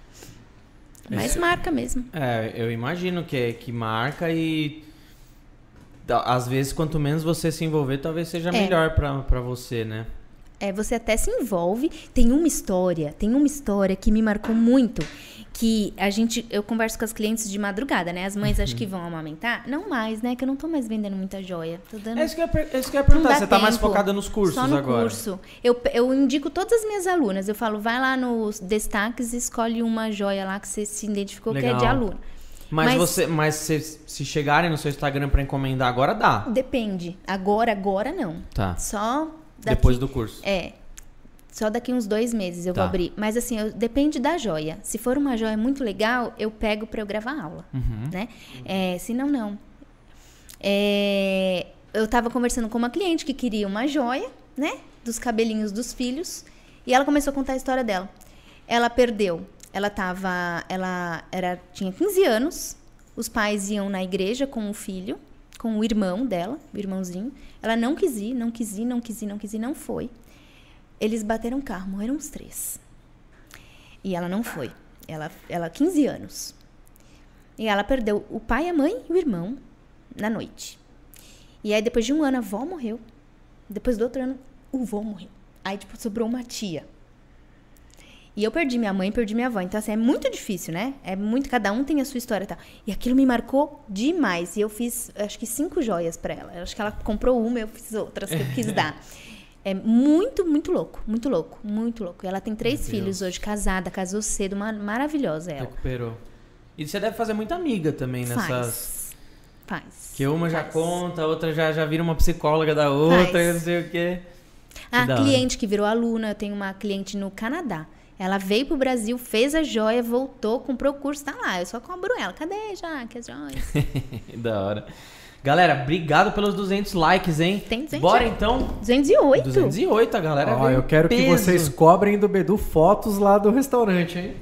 Mas marca mesmo. É, eu imagino que marca e às vezes quanto menos você se envolver, talvez seja melhor pra você, né? Você até se envolve. Tem uma história que me marcou muito. Que eu converso com as clientes de madrugada, né? As mães acho que vão amamentar. Não mais, né? Que eu não tô mais vendendo muita joia. Tô dando... É isso que eu ia Não perguntar. dá Você tá mais tempo. focada nos cursos Só no agora? curso. Eu indico todas as minhas alunas. Eu falo, vai lá nos destaques e escolhe uma joia lá que você se identificou que é de Legal. aluno. Mas se chegarem no seu Instagram pra encomendar agora, dá. Depende. Agora não. Tá. Só Depois do curso. Só daqui uns 2 meses eu vou abrir. Mas assim, depende da joia. Se for uma joia muito legal, eu pego pra eu gravar aula. Né? Se não. Eu tava conversando com uma cliente que queria uma joia, né? Dos cabelinhos dos filhos. E ela começou a contar a história dela. Ela perdeu. Ela tinha 15 anos. Os pais iam na igreja com o filho, com o irmão dela, o irmãozinho. Ela não quis ir, não foi. Eles bateram o carro, morreram os 3. E ela não foi. Ela 15 anos. E ela perdeu o pai, a mãe e o irmão na noite. E aí, depois de 1 ano, a avó morreu. Depois do outro ano, o vô morreu. Aí, sobrou uma tia. E eu perdi minha mãe, perdi minha avó. Então, assim, é muito difícil, né? Cada um tem a sua história e tal. E aquilo me marcou demais. E eu fiz, acho que 5 joias pra ela. Eu acho que ela comprou uma, eu fiz outras que eu quis dar. É muito, muito louco. Muito louco, muito louco. Ela tem 3 filhos hoje, casada, casou cedo, maravilhosa ela. Recuperou. E você deve fazer muita amiga também nessas... Faz. Que uma já conta, a outra já vira uma psicóloga da outra, não sei o quê. Cliente que virou aluna. Eu tenho uma cliente no Canadá. Ela veio pro Brasil, fez a joia, voltou, comprou o curso, tá lá. Eu só cobro ela. Cadê já que as joias? Da hora. Galera, obrigado pelos 200 likes, hein? Tem 200. Bora então. 208. 208, a galera. Eu quero que vocês cobrem do Bedu fotos lá do restaurante, hein?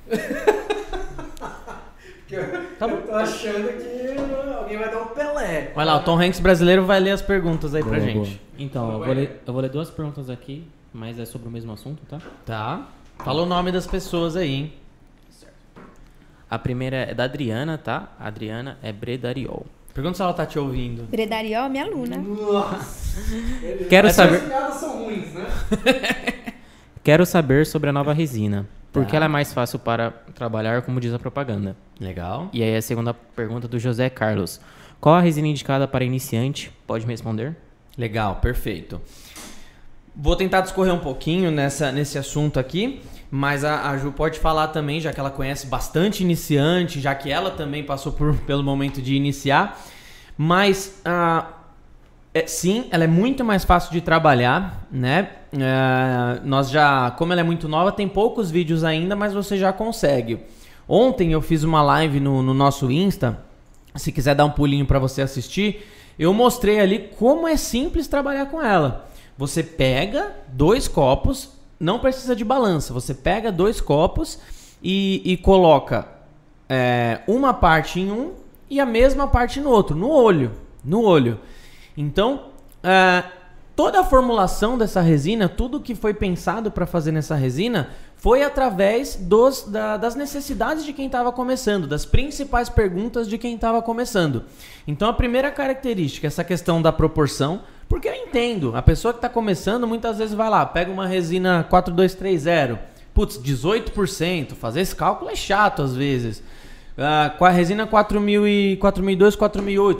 Eu tô achando que alguém vai dar um Pelé. Vai lá, o Tom Hanks brasileiro vai ler as perguntas aí pra gente. Boa. Então, eu vou ler 2 perguntas aqui, mas é sobre o mesmo assunto, tá? Tá. Fala o nome das pessoas aí, hein? A primeira é da Adriana, tá? A Adriana é Bredariol. Pergunta se ela tá te ouvindo. Bredariol, minha aluna. Nossa. Quero saber... As piadas são ruins, né? Quero saber sobre a nova resina. Por que ela é mais fácil para trabalhar, como diz a propaganda? Legal. E aí a segunda pergunta do José Carlos. Qual a resina indicada para iniciante? Pode me responder? Legal, perfeito. Vou tentar discorrer um pouquinho nesse assunto aqui, mas a Ju pode falar também, já que ela conhece bastante iniciante, já que ela também passou pelo momento de iniciar. Mas, sim, ela é muito mais fácil de trabalhar, né? Como ela é muito nova, tem poucos vídeos ainda, mas você já consegue. Ontem eu fiz uma live no nosso Insta, se quiser dar um pulinho para você assistir, eu mostrei ali como é simples trabalhar com ela. Você pega 2 copos, não precisa de balança, você pega 2 copos e coloca uma parte em um e a mesma parte no outro, no olho. Então, toda a formulação dessa resina, tudo que foi pensado para fazer nessa resina, foi através das necessidades de quem estava começando, das principais perguntas de quem estava começando. Então, a primeira característica, essa questão da proporção, porque eu entendo, a pessoa que está começando muitas vezes vai lá, pega uma resina 4230, putz, 18%, fazer esse cálculo é chato às vezes. Com a resina 4002, 4008,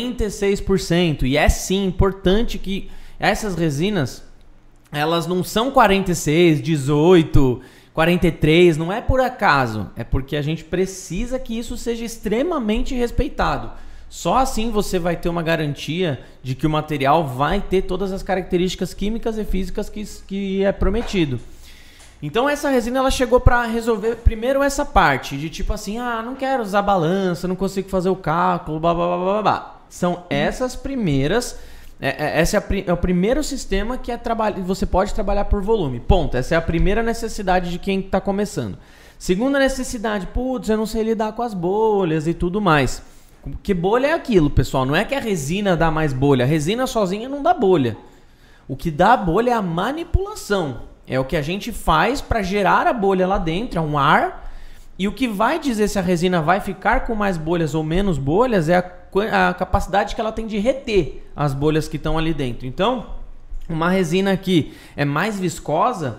46%. E é sim importante que essas resinas, elas não são 46, 18, 43, não é por acaso. É porque a gente precisa que isso seja extremamente respeitado. Só assim você vai ter uma garantia de que o material vai ter todas as características químicas e físicas que é prometido. Então essa resina ela chegou para resolver primeiro essa parte de tipo assim, não quero usar balança, não consigo fazer o cálculo, blá blá blá blá blá. São essas primeiras, esse é o primeiro sistema que você pode trabalhar por volume. Ponto. Essa é a primeira necessidade de quem está começando. Segunda necessidade, putz, eu não sei lidar com as bolhas e tudo mais. Que bolha é aquilo, pessoal? Não é que a resina dá mais bolha. A resina sozinha não dá bolha. O que dá bolha é a manipulação. É o que a gente faz para gerar a bolha lá dentro, é um ar. E o que vai dizer se a resina vai ficar com mais bolhas ou menos bolhas é a capacidade que ela tem de reter as bolhas que estão ali dentro. Então, uma resina que é mais viscosa,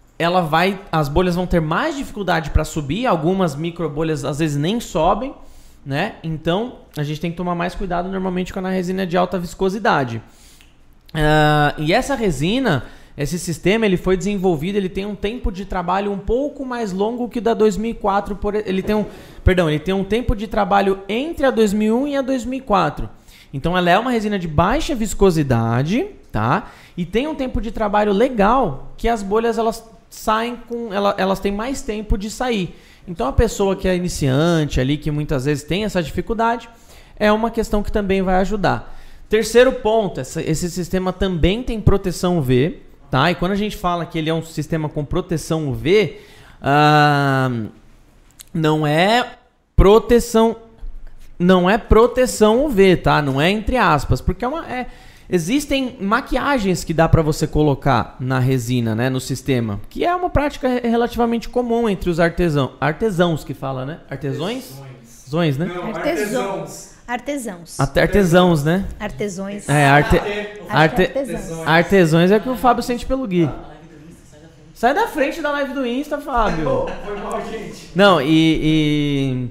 as bolhas vão ter mais dificuldade para subir. Algumas microbolhas às vezes nem sobem, né? Então, a gente tem que tomar mais cuidado normalmente com a resina de alta viscosidade. E essa resina, Esse sistema ele foi desenvolvido, ele tem um tempo de trabalho um pouco mais longo que o da 2004. Ele tem um tempo de trabalho entre a 2001 e a 2004. Então ela é uma resina de baixa viscosidade, tá? E tem um tempo de trabalho legal que as bolhas elas saem elas têm mais tempo de sair. Então a pessoa que é iniciante ali, que muitas vezes tem essa dificuldade, é uma questão que também vai ajudar. Terceiro ponto, esse sistema também tem proteção UV, tá? E quando a gente fala que ele é um sistema com proteção UV, não é proteção UV, tá? Não é entre aspas, porque existem maquiagens que dá para você colocar na resina, né, no sistema, que é uma prática relativamente comum entre os artesãos que fala, né? Artesões? Zões, né? Não, Artesãos. Até artesãos, né? Artesões. Artesões é o que o Fábio sente pelo Gui. Sai da frente da live do Insta, Fábio. Foi mal, gente. Não, e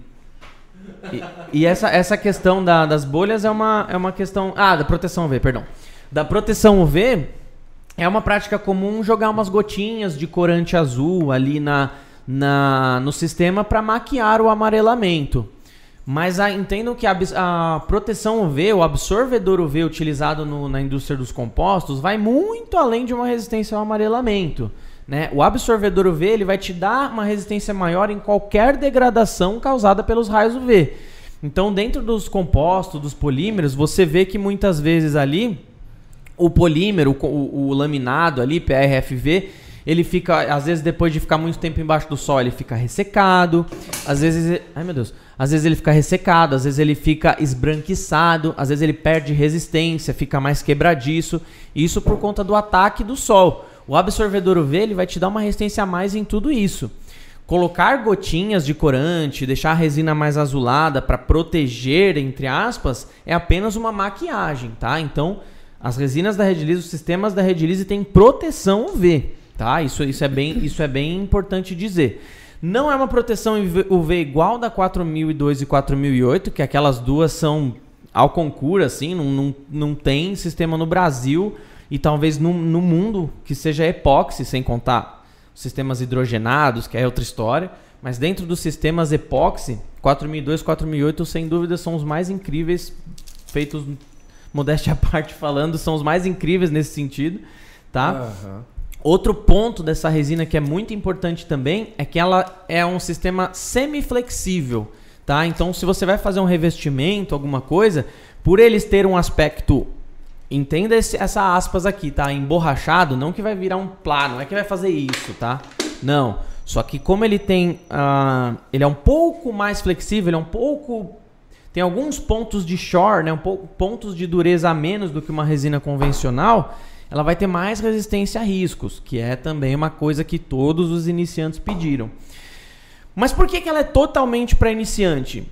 essa questão das bolhas é uma questão... da proteção UV, perdão. Da proteção UV é uma prática comum jogar umas gotinhas de corante azul ali no sistema para maquiar o amarelamento. Mas entendam que a proteção UV, o absorvedor UV utilizado na indústria dos compostos vai muito além de uma resistência ao amarelamento. Né? O absorvedor UV ele vai te dar uma resistência maior em qualquer degradação causada pelos raios UV. Então, dentro dos compostos, dos polímeros, você vê que muitas vezes ali, o polímero, o laminado ali, PRFV, ele fica, às vezes depois de ficar muito tempo embaixo do sol, ele fica ressecado, às vezes ele fica ressecado, às vezes ele fica esbranquiçado, às vezes ele perde resistência, fica mais quebradiço, isso por conta do ataque do sol. O absorvedor UV ele vai te dar uma resistência a mais em tudo isso. Colocar gotinhas de corante, deixar a resina mais azulada para proteger, entre aspas, é apenas uma maquiagem, tá? Então, as resinas da Redilize, os sistemas da Redilize têm proteção UV, tá? Isso é bem importante dizer. Não é uma proteção UV igual da 4002 e 4008, que aquelas duas são ao concurso, assim, não tem sistema no Brasil e talvez no mundo que seja epóxi, sem contar sistemas hidrogenados, que é outra história, mas dentro dos sistemas epóxi, 4002 e 4008 sem dúvida são os mais incríveis, feitos, modéstia à parte falando, são os mais incríveis nesse sentido, tá? Uhum. Outro ponto dessa resina que é muito importante também é que ela é um sistema semiflexível, tá? Então, se você vai fazer um revestimento, alguma coisa, por eles ter um aspecto, entenda essa aspas aqui, tá? Emborrachado, não que vai virar um plano, não é que vai fazer isso, tá? Não. Só que como ele tem, ele é um pouco mais flexível, ele é um pouco, tem alguns pontos de shore, né? Pontos de dureza a menos do que uma resina convencional, ela vai ter mais resistência a riscos, que é também uma coisa que todos os iniciantes pediram. Mas por que ela é totalmente para iniciante?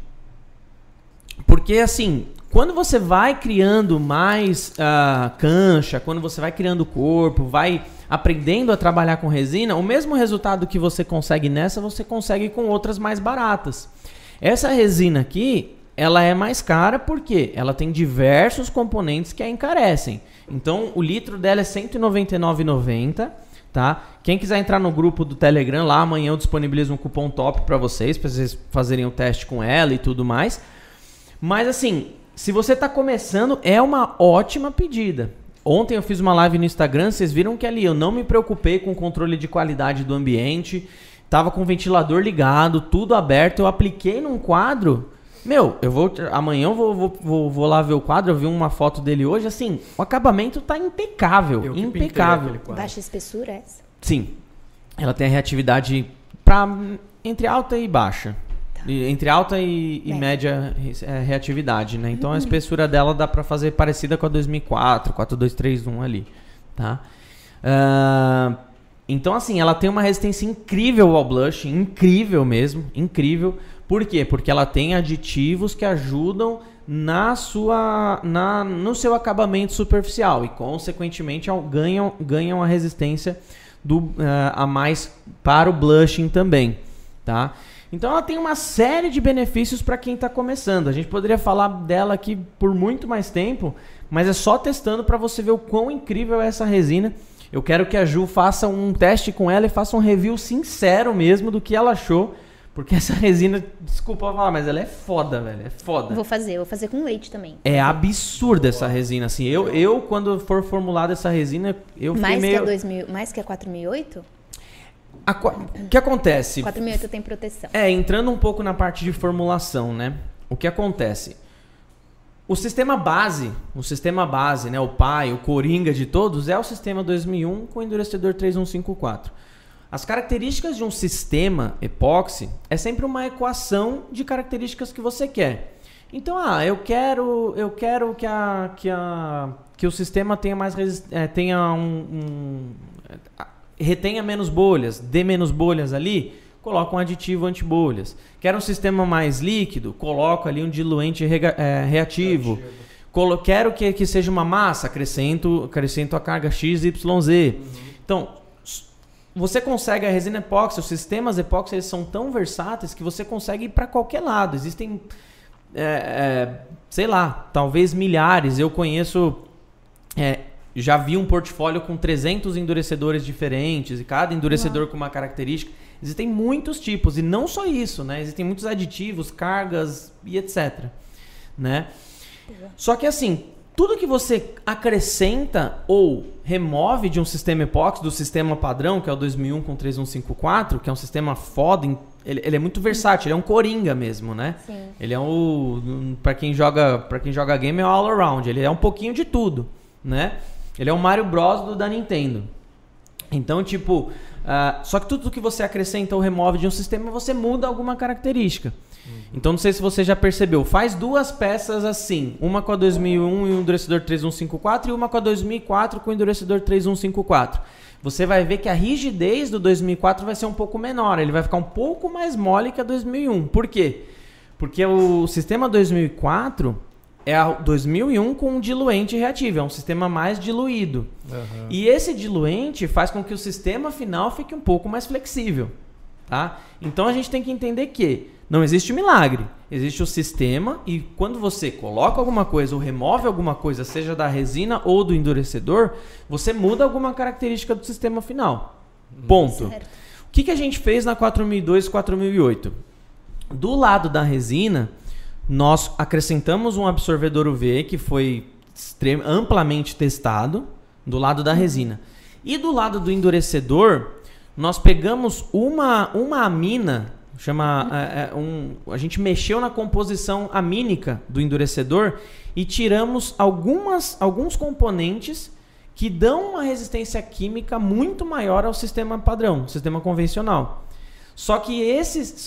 Porque assim, quando você vai criando mais cancha, quando você vai criando corpo, vai aprendendo a trabalhar com resina, o mesmo resultado que você consegue nessa, você consegue com outras mais baratas. Essa resina aqui, ela é mais cara porque ela tem diversos componentes que a encarecem. Então, o litro dela é R$ 199,90, tá? Quem quiser entrar no grupo do Telegram, lá amanhã eu disponibilizo um cupom top para vocês fazerem o teste com ela e tudo mais. Mas assim, se você está começando, é uma ótima pedida. Ontem eu fiz uma live no Instagram, vocês viram que ali eu não me preocupei com o controle de qualidade do ambiente, tava com o ventilador ligado, tudo aberto, eu apliquei num quadro. Amanhã eu vou lá ver o quadro, eu vi uma foto dele hoje, assim, o acabamento tá impecável, impecável. Baixa espessura essa? Sim, ela tem a reatividade entre alta e baixa. Entre alta e média reatividade, né? Então a espessura dela dá pra fazer parecida com a 2004, 4231 ali, tá? Então assim, ela tem uma resistência incrível ao blush, incrível mesmo, incrível. Por quê? Porque ela tem aditivos que ajudam no seu acabamento superficial e consequentemente ganham a resistência a mais para o blushing também, tá? Então ela tem uma série de benefícios para quem está começando. A gente poderia falar dela aqui por muito mais tempo, mas é só testando para você ver o quão incrível é essa resina. eu quero que a Ju faça um teste com ela e faça um review sincero mesmo do que ela achou. Porque essa resina, desculpa falar, mas ela é foda, velho. É foda. Vou fazer com leite também. É absurda essa resina, assim. Eu quando for formulada essa resina, eu fiquei meio... Mais que a 4008? O que acontece? 4008 tem proteção. Entrando um pouco na parte de formulação, né? O que acontece? O sistema base, né? O pai, o coringa de todos, é o sistema 2001 com endurecedor 3154. As características de um sistema epóxi é sempre uma equação de características que você quer. Então, eu quero que o sistema tenha mais retenha menos bolhas, dê menos bolhas ali, coloca um aditivo antibolhas. Quero um sistema mais líquido, coloco ali um diluente reativo. Quero que seja uma massa, acrescento a carga XYZ. Então, você consegue, a resina epóxi, os sistemas epóxi, eles são tão versáteis que você consegue ir para qualquer lado. Existem, sei lá, talvez milhares. Eu conheço, já vi um portfólio com 300 endurecedores diferentes, e cada endurecedor com uma característica. Existem muitos tipos, e não só isso, né? Existem muitos aditivos, cargas e etc. Né? Só que assim, tudo que você acrescenta ou remove de um sistema epóxi, do sistema padrão, que é o 2001 com 3154, que é um sistema foda, ele é muito versátil, ele é um coringa mesmo, né? Sim. Ele é pra quem joga game, é um all around, ele é um pouquinho de tudo, né? Ele é o Mario Bros da Nintendo. Então, tipo, só que tudo que você acrescenta ou remove de um sistema, você muda alguma característica. Então, não sei se você já percebeu. Faz duas peças assim. Uma com a 2001 e o endurecedor 3154 e uma com a 2004 com o endurecedor 3154. Você vai ver que a rigidez do 2004 vai ser um pouco menor. Ele vai ficar um pouco mais mole que a 2001. Por quê? Porque o sistema 2004 é a 2001 com um diluente reativo. É um sistema mais diluído. Uhum. E esse diluente faz com que o sistema final fique um pouco mais flexível. Tá? Então, a gente tem que entender que não existe milagre, existe o sistema, e quando você coloca alguma coisa ou remove alguma coisa, seja da resina ou do endurecedor, você muda alguma característica do sistema final. Ponto. Certo. O que a gente fez na 4002 e 4008? Do lado da resina, nós acrescentamos um absorvedor UV que foi amplamente testado do lado da resina. E do lado do endurecedor, nós pegamos uma amina, a gente mexeu na composição amínica do endurecedor e tiramos alguns componentes que dão uma resistência química muito maior ao sistema padrão, sistema convencional. Só que esses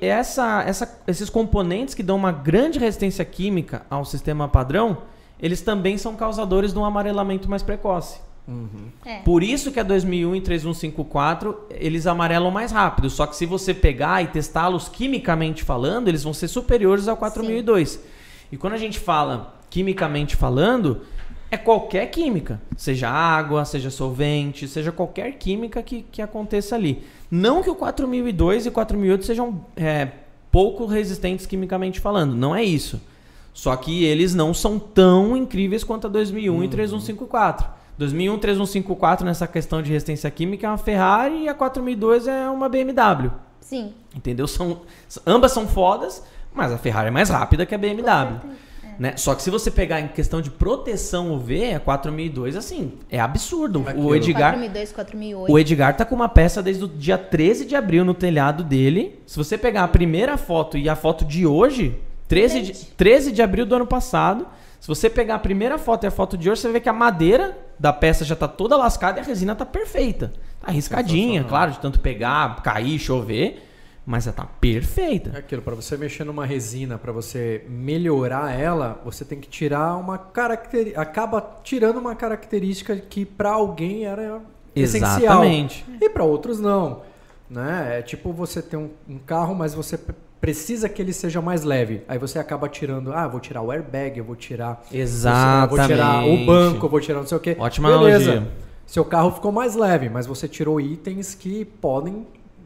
componentes que dão uma grande resistência química ao sistema padrão, eles também são causadores de um amarelamento mais precoce. Uhum. Por isso que a 2001 e 3154 eles amarelam mais rápido. Só que se você pegar e testá-los quimicamente falando, eles vão ser superiores ao 4002. Sim. E quando a gente fala quimicamente falando, é qualquer química, seja água, seja solvente, seja qualquer química que aconteça ali. Não que o 4002 e 4008 sejam pouco resistentes quimicamente falando, não é isso. Só que eles não são tão incríveis quanto a 2001 e 3154. 2001, 3154 nessa questão de resistência química é uma Ferrari e a 4002 é uma BMW. Sim. Entendeu? Ambas são fodas, mas a Ferrari é mais rápida que a BMW. Né? Só que se você pegar em questão de proteção UV, a 4002, assim, é absurdo. O Edgar, 4002, 4008. O Edgar tá com uma peça desde o dia 13 de abril no telhado dele. Se você pegar a primeira foto e a foto de hoje, 13 de abril do ano passado, se você pegar a primeira foto e a foto de hoje, você vê que a madeira da peça já tá toda lascada e a resina tá perfeita. Tá arriscadinha, claro, de tanto pegar, cair, chover, mas ela tá perfeita. É aquilo, para você mexer numa resina, para você melhorar ela, você tem que tirar uma característica, acaba tirando uma característica que para alguém era essencial. Exatamente. E para outros não, né? É tipo você ter um carro, mas você precisa que ele seja mais leve. Aí você acaba tirando, vou tirar o airbag, eu vou tirar... Exatamente. Vou tirar o banco, eu vou tirar não sei o quê. Ótima analogia. Seu carro ficou mais leve, mas você tirou itens que podem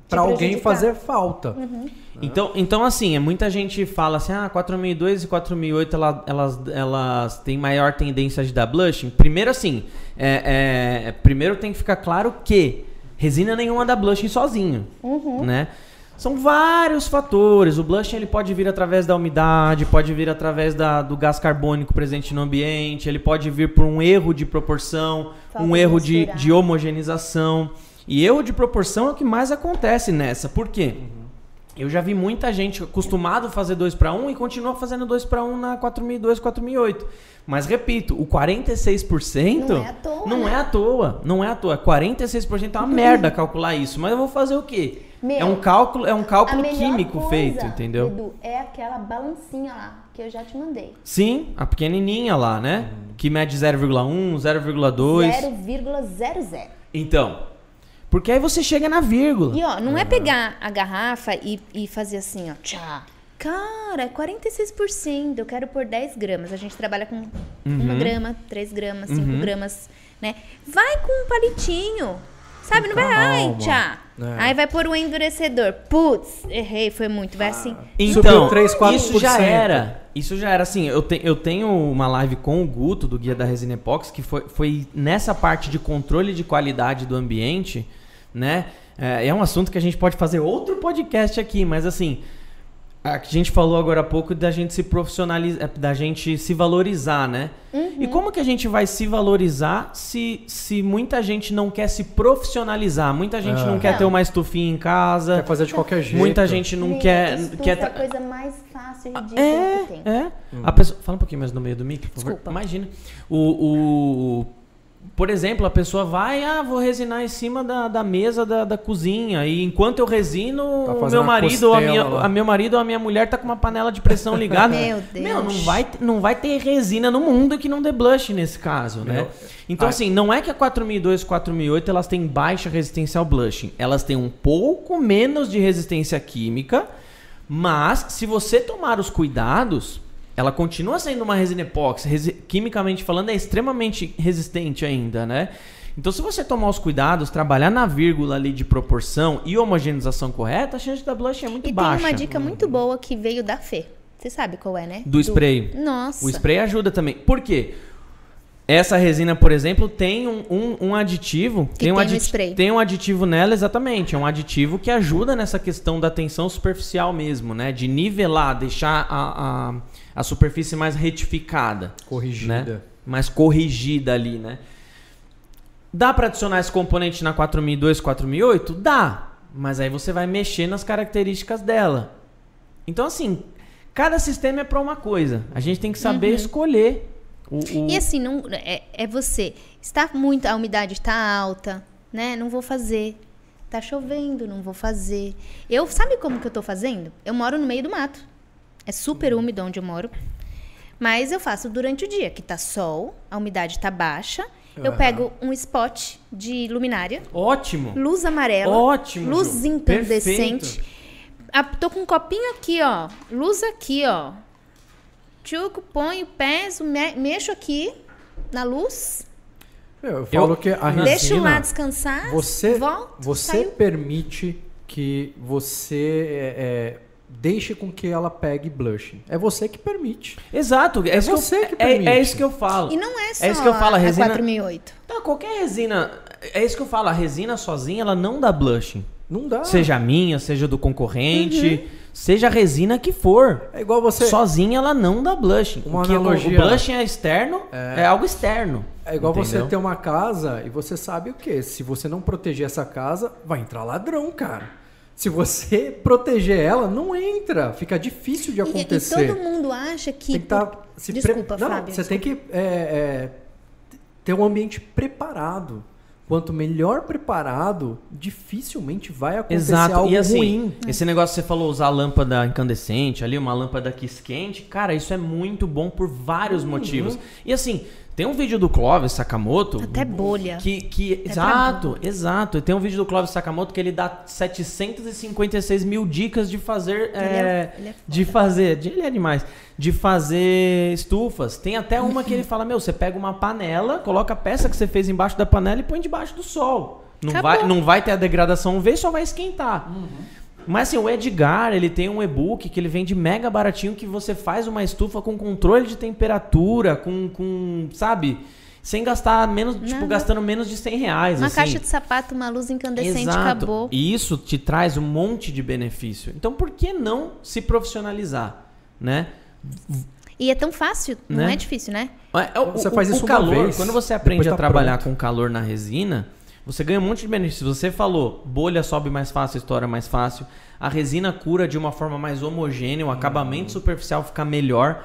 para alguém prejudicar. fazer falta. Então, assim, muita gente fala assim, 4002 e 4008 elas têm maior tendência de dar blushing. Primeiro, assim, primeiro tem que ficar claro que resina nenhuma dá blushing sozinho, né? São vários fatores. O blushing ele pode vir através da umidade, pode vir através do gás carbônico presente no ambiente, ele pode vir por um erro de proporção, Falta um erro misturar. de homogeneização. E erro de proporção é o que mais acontece nessa. Por quê? Eu já vi muita gente acostumado a fazer 2:1 e continua fazendo 2:1 na 4002, 4008. Mas repito, o 46% Não é à toa, não né? é à toa. Não é à toa. 46% é uma merda calcular isso. Mas eu vou fazer o quê? Meu, É um cálculo A melhor químico coisa, feito, entendeu? Edu, é aquela balancinha lá que eu já te mandei. Sim, a pequenininha lá, né? Que mede 0,1, 0,2. 0,00. Então, porque aí você chega na vírgula. E ó, não é pegar a garrafa e fazer assim, ó, tchá. Cara, é 46%. Eu quero pôr 10 gramas. A gente trabalha com 1 grama, 3 gramas, 5 gramas, né? Vai com um palitinho. Sabe? Não vai, ai, Calma. tchá. É. Aí vai pôr o endurecedor. Putz, errei, foi muito. Vai assim. Então, Subiu 3, 4%. isso já era. Isso já era assim. Eu tenho uma live com o Guto, do Guia da Resina Epóxi, que foi nessa parte de controle de qualidade do ambiente, né? É um assunto que a gente pode fazer outro podcast aqui, mas assim, a gente falou agora há pouco da gente se profissionalizar, da gente se valorizar, né? E como que a gente vai se valorizar se muita gente não quer se profissionalizar? Muita gente não quer ter uma estufinha em casa. Quer fazer de qualquer jeito. Muita gente não Meu, quer... estufa é a coisa mais fácil e ridícula que tem. A pessoa, fala um pouquinho mais no meio do mic, por favor. Desculpa. Imagina. Por exemplo, a pessoa vai, vou resinar em cima da mesa da cozinha. E enquanto eu resino, Tá o fazendo meu uma marido, costela lá. meu marido ou a minha mulher tá com uma panela de pressão ligada. Meu Deus. Meu, não vai ter resina no mundo que não dê blush nesse caso, né? Então, assim, não é que a 4002 e 4008 elas têm baixa resistência ao blushing. Elas têm um pouco menos de resistência química, mas se você tomar os cuidados, ela continua sendo uma resina epóxi. Quimicamente falando, é extremamente resistente ainda, né? Então, se você tomar os cuidados, trabalhar na vírgula ali de proporção e homogeneização correta, a chance da blush é muito E baixa. tem uma dica muito boa que veio da Fê. Você sabe qual é, né? Do spray. Nossa. O spray ajuda também. Por quê? Essa resina, por exemplo, tem um aditivo. Que tem no spray. Tem um aditivo nela, exatamente. É um aditivo que ajuda nessa questão da tensão superficial mesmo, né? De nivelar, deixar a superfície mais retificada. Corrigida. Né? Mais corrigida ali, né? Dá para adicionar esse componente na 4002, 4008? Dá. Mas aí você vai mexer nas características dela. Então, assim, cada sistema é para uma coisa. A gente tem que saber escolher. E assim, não, é você. Está muito, a umidade está alta, né? Não vou fazer. Tá chovendo, não vou fazer. Sabe como que eu tô fazendo? Eu moro no meio do mato. É super úmido onde eu moro. Mas eu faço durante o dia, que tá sol, a umidade tá baixa. Eu pego um spot de luminária, Ótimo. luz amarela, Ótimo, luz Ju. incandescente. Tô com um copinho aqui, ó. Luz aqui, ó. Tchuco, ponho, peso, mexo aqui na luz. Eu falo que a resina... Deixa lá descansar, volto, Você saiu. permite que você deixe com que ela pegue blushing. É você que permite. Exato. É isso você que é permite. isso que eu falo. E não é só isso que eu falo, a resina... 4008. Tá, qualquer resina... É isso que eu falo. A resina sozinha, ela não dá blushing. Não dá. Seja a minha, seja do concorrente, seja a resina que for. É igual você... Sozinha ela não dá blushing. Uma Porque analogia. o blushing é externo, é algo externo. É igual entendeu? você ter uma casa e você sabe o quê? Se você não proteger essa casa, vai entrar ladrão, cara. Se você proteger ela, não entra. Fica difícil de acontecer. E todo mundo acha que... Tem que tá, Desculpa, Não, Fábio. você tem que ter um ambiente preparado. Quanto melhor preparado, dificilmente vai acontecer algo e assim, ruim. esse negócio que você falou, usar lâmpada incandescente ali, uma lâmpada quente, cara, isso é muito bom por vários motivos. E assim, tem um vídeo do Clóvis Sakamoto... Até bolha. Exato. Tem um vídeo do Clóvis Sakamoto que ele dá 756 mil dicas de fazer... Ele é demais. De fazer estufas. Tem até uma que ele fala, você pega uma panela, coloca a peça que você fez embaixo da panela e põe debaixo do sol. Não vai ter a degradação UV, só vai esquentar. Mas assim, o Edgar, ele tem um e-book que ele vende mega baratinho, que você faz uma estufa com controle de temperatura, sabe? Sem gastar menos, gastando menos de R$100. Uma assim. caixa de sapato, uma luz incandescente, Exato. acabou. E isso te traz um monte de benefício. Então, por que não se profissionalizar, né? E é tão fácil, não Né? é difícil, né? Você faz isso o uma calor, vez, quando você aprende depois a tá trabalhar pronto. com calor na resina, você ganha um monte de benefícios. Você falou, bolha sobe mais fácil, estoura mais fácil. A resina cura de uma forma mais homogênea, o acabamento superficial fica melhor.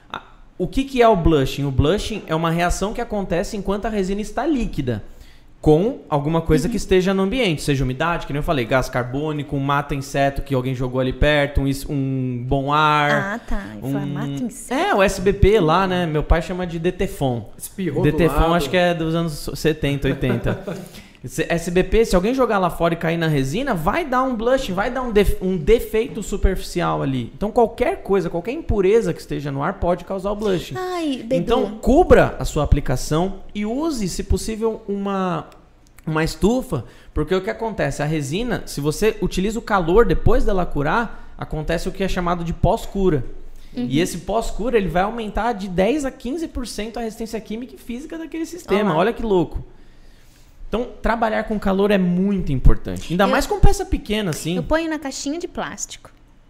O que é o blushing? O blushing é uma reação que acontece enquanto a resina está líquida, com alguma coisa que esteja no ambiente, seja umidade, que nem eu falei, gás carbônico, um mata-inseto que alguém jogou ali perto, um bom ar. Ah, tá. Mata inseto. É, o SBP lá, né? Meu pai chama de DTFON. Espirrou do DTFON lado. acho que é dos anos 70, 80. SBP, se alguém jogar lá fora e cair na resina, vai dar um blushing, vai dar um defeito superficial ali. Então qualquer coisa, qualquer impureza que esteja no ar pode causar o blushing. Ai, Bedu. Então cubra a sua aplicação e use, se possível, uma estufa, porque o que acontece? A resina, se você utiliza o calor depois dela curar, acontece o que é chamado de pós-cura. E esse pós-cura, ele vai aumentar de 10 a 15% a resistência química e física daquele sistema. Olha que louco. Então, trabalhar com calor é muito importante. Ainda mais com peça pequena, assim. Eu ponho na caixinha de plástico,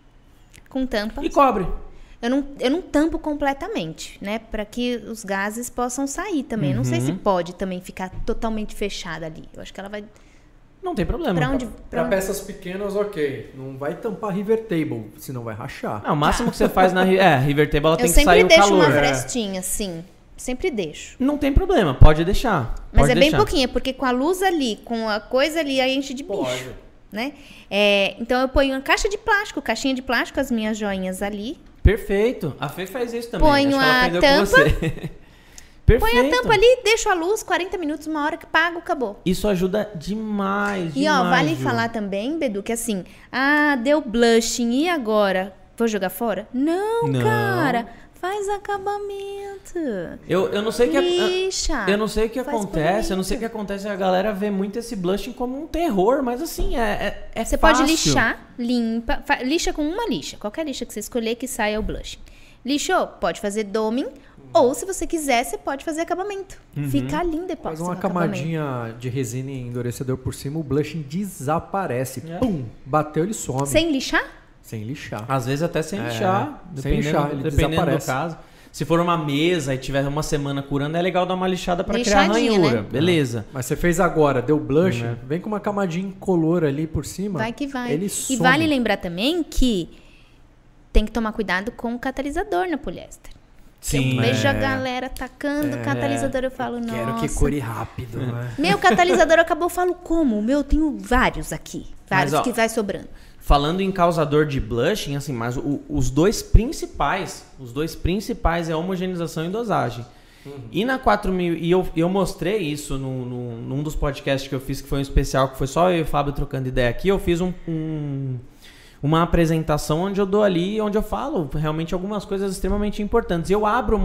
com tampa. E cobre. Eu não tampo completamente, né? Para que os gases possam sair também. Eu não sei se pode também ficar totalmente fechada ali. Eu acho que ela vai... Não tem problema. Pra onde... Pra peças pequenas, ok. Não vai tampar river table, senão vai rachar. Não, o máximo que você faz na river table, ela tem Eu que sair sempre o deixo calor. uma frestinha, assim. Sempre deixo. Não tem problema, pode deixar. Mas Pode é bem deixar. pouquinho, porque com a luz ali, com a coisa ali, aí enche de bicho. Né? Então eu ponho uma caixa de plástico, caixinha de plástico, as minhas joinhas ali. Perfeito. A Fê faz isso também. Ponho Acho que ela a aprendeu tampa. com você. Perfeito. Põe a tampa ali, deixo a luz, 40 minutos, uma hora que pago, acabou. Isso ajuda demais, E ó, vale Ju. falar também, Bedu, que assim, deu blushing, e agora? Vou jogar fora? Não, cara. Faz acabamento. Eu não sei o que Lixa. eu não sei o que Faz acontece, eu não sei o que bonito. acontece, a galera vê muito esse blushing como um terror, mas assim, é Você fácil. pode lixar, limpa, lixa com uma lixa, qualquer lixa que você escolher que saia o blushing. Lixou, pode fazer doming, ou se você quiser, você pode fazer acabamento. Fica lindo depois. Faz uma camadinha de resina e endurecedor por cima, o blushing desaparece. Pum! Bateu, ele some. Sem lixar? Sem lixar. Às vezes até sem lixar, sem lixar, ele dependendo do desaparece. caso. Se for uma mesa e tiver uma semana curando, é legal dar uma lixada pra criar Lixadinha, ranhura. né? Beleza. Mas você fez agora, deu blush, vem com uma camadinha incolor ali por cima. Vai que vai. Ele E some. vale lembrar também que tem que tomar cuidado com o catalisador na poliéster. Sim. Eu vejo a galera tacando catalisador, eu falo, nossa. Quero que cure rápido, né? Meu catalisador acabou, eu falo, como? O meu, eu tenho vários aqui. Vários Mas, ó, que vai sobrando. Falando em causador de blushing, assim, mas os dois principais é a homogeneização e dosagem. E na 4000, e eu mostrei isso num dos podcasts que eu fiz, que foi um especial, que foi só eu e o Fábio trocando ideia aqui, eu fiz uma apresentação onde eu dou ali, onde eu falo realmente algumas coisas extremamente importantes. Eu abro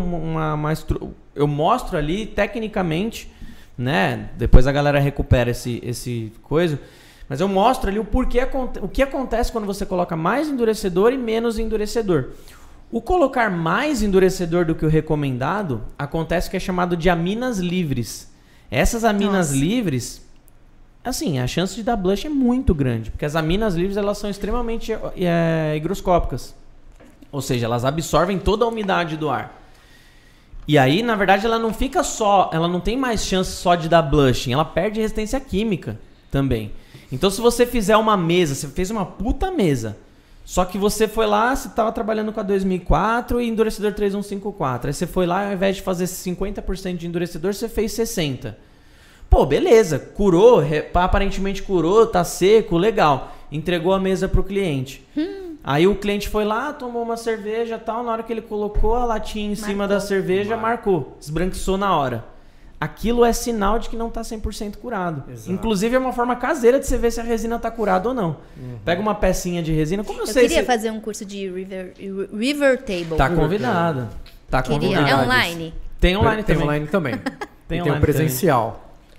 eu mostro ali tecnicamente, né? Depois a galera recupera esse coisa. Mas eu mostro ali o que acontece quando você coloca mais endurecedor e menos endurecedor. O colocar mais endurecedor do que o recomendado acontece o que é chamado de aminas livres. Essas aminas livres, assim, a chance de dar blush é muito grande, porque as aminas livres elas são extremamente higroscópicas. Ou seja, elas absorvem toda a umidade do ar. E aí, na verdade, ela não tem mais chance só de dar blushing, ela perde resistência química também. Então, se você fizer uma mesa, você fez uma puta mesa, só que você foi lá, você estava trabalhando com a 2004 e endurecedor 3154. Aí você foi lá, ao invés de fazer 50% de endurecedor, você fez 60%. Pô, beleza, curou, aparentemente curou, tá seco, legal. Entregou a mesa pro cliente. Aí o cliente foi lá, tomou uma cerveja e tal, na hora que ele colocou a latinha em cima da cerveja, marcou, esbranquiçou na hora. Aquilo é sinal de que não está 100% curado. Exato. Inclusive, é uma forma caseira de você ver se a resina está curada ou não. Pega uma pecinha de resina. Como eu sei queria fazer um curso de river table. Tá convidado. Tá convidado. É online? Tem online Tem também. online também. Tem e tem online o presencial.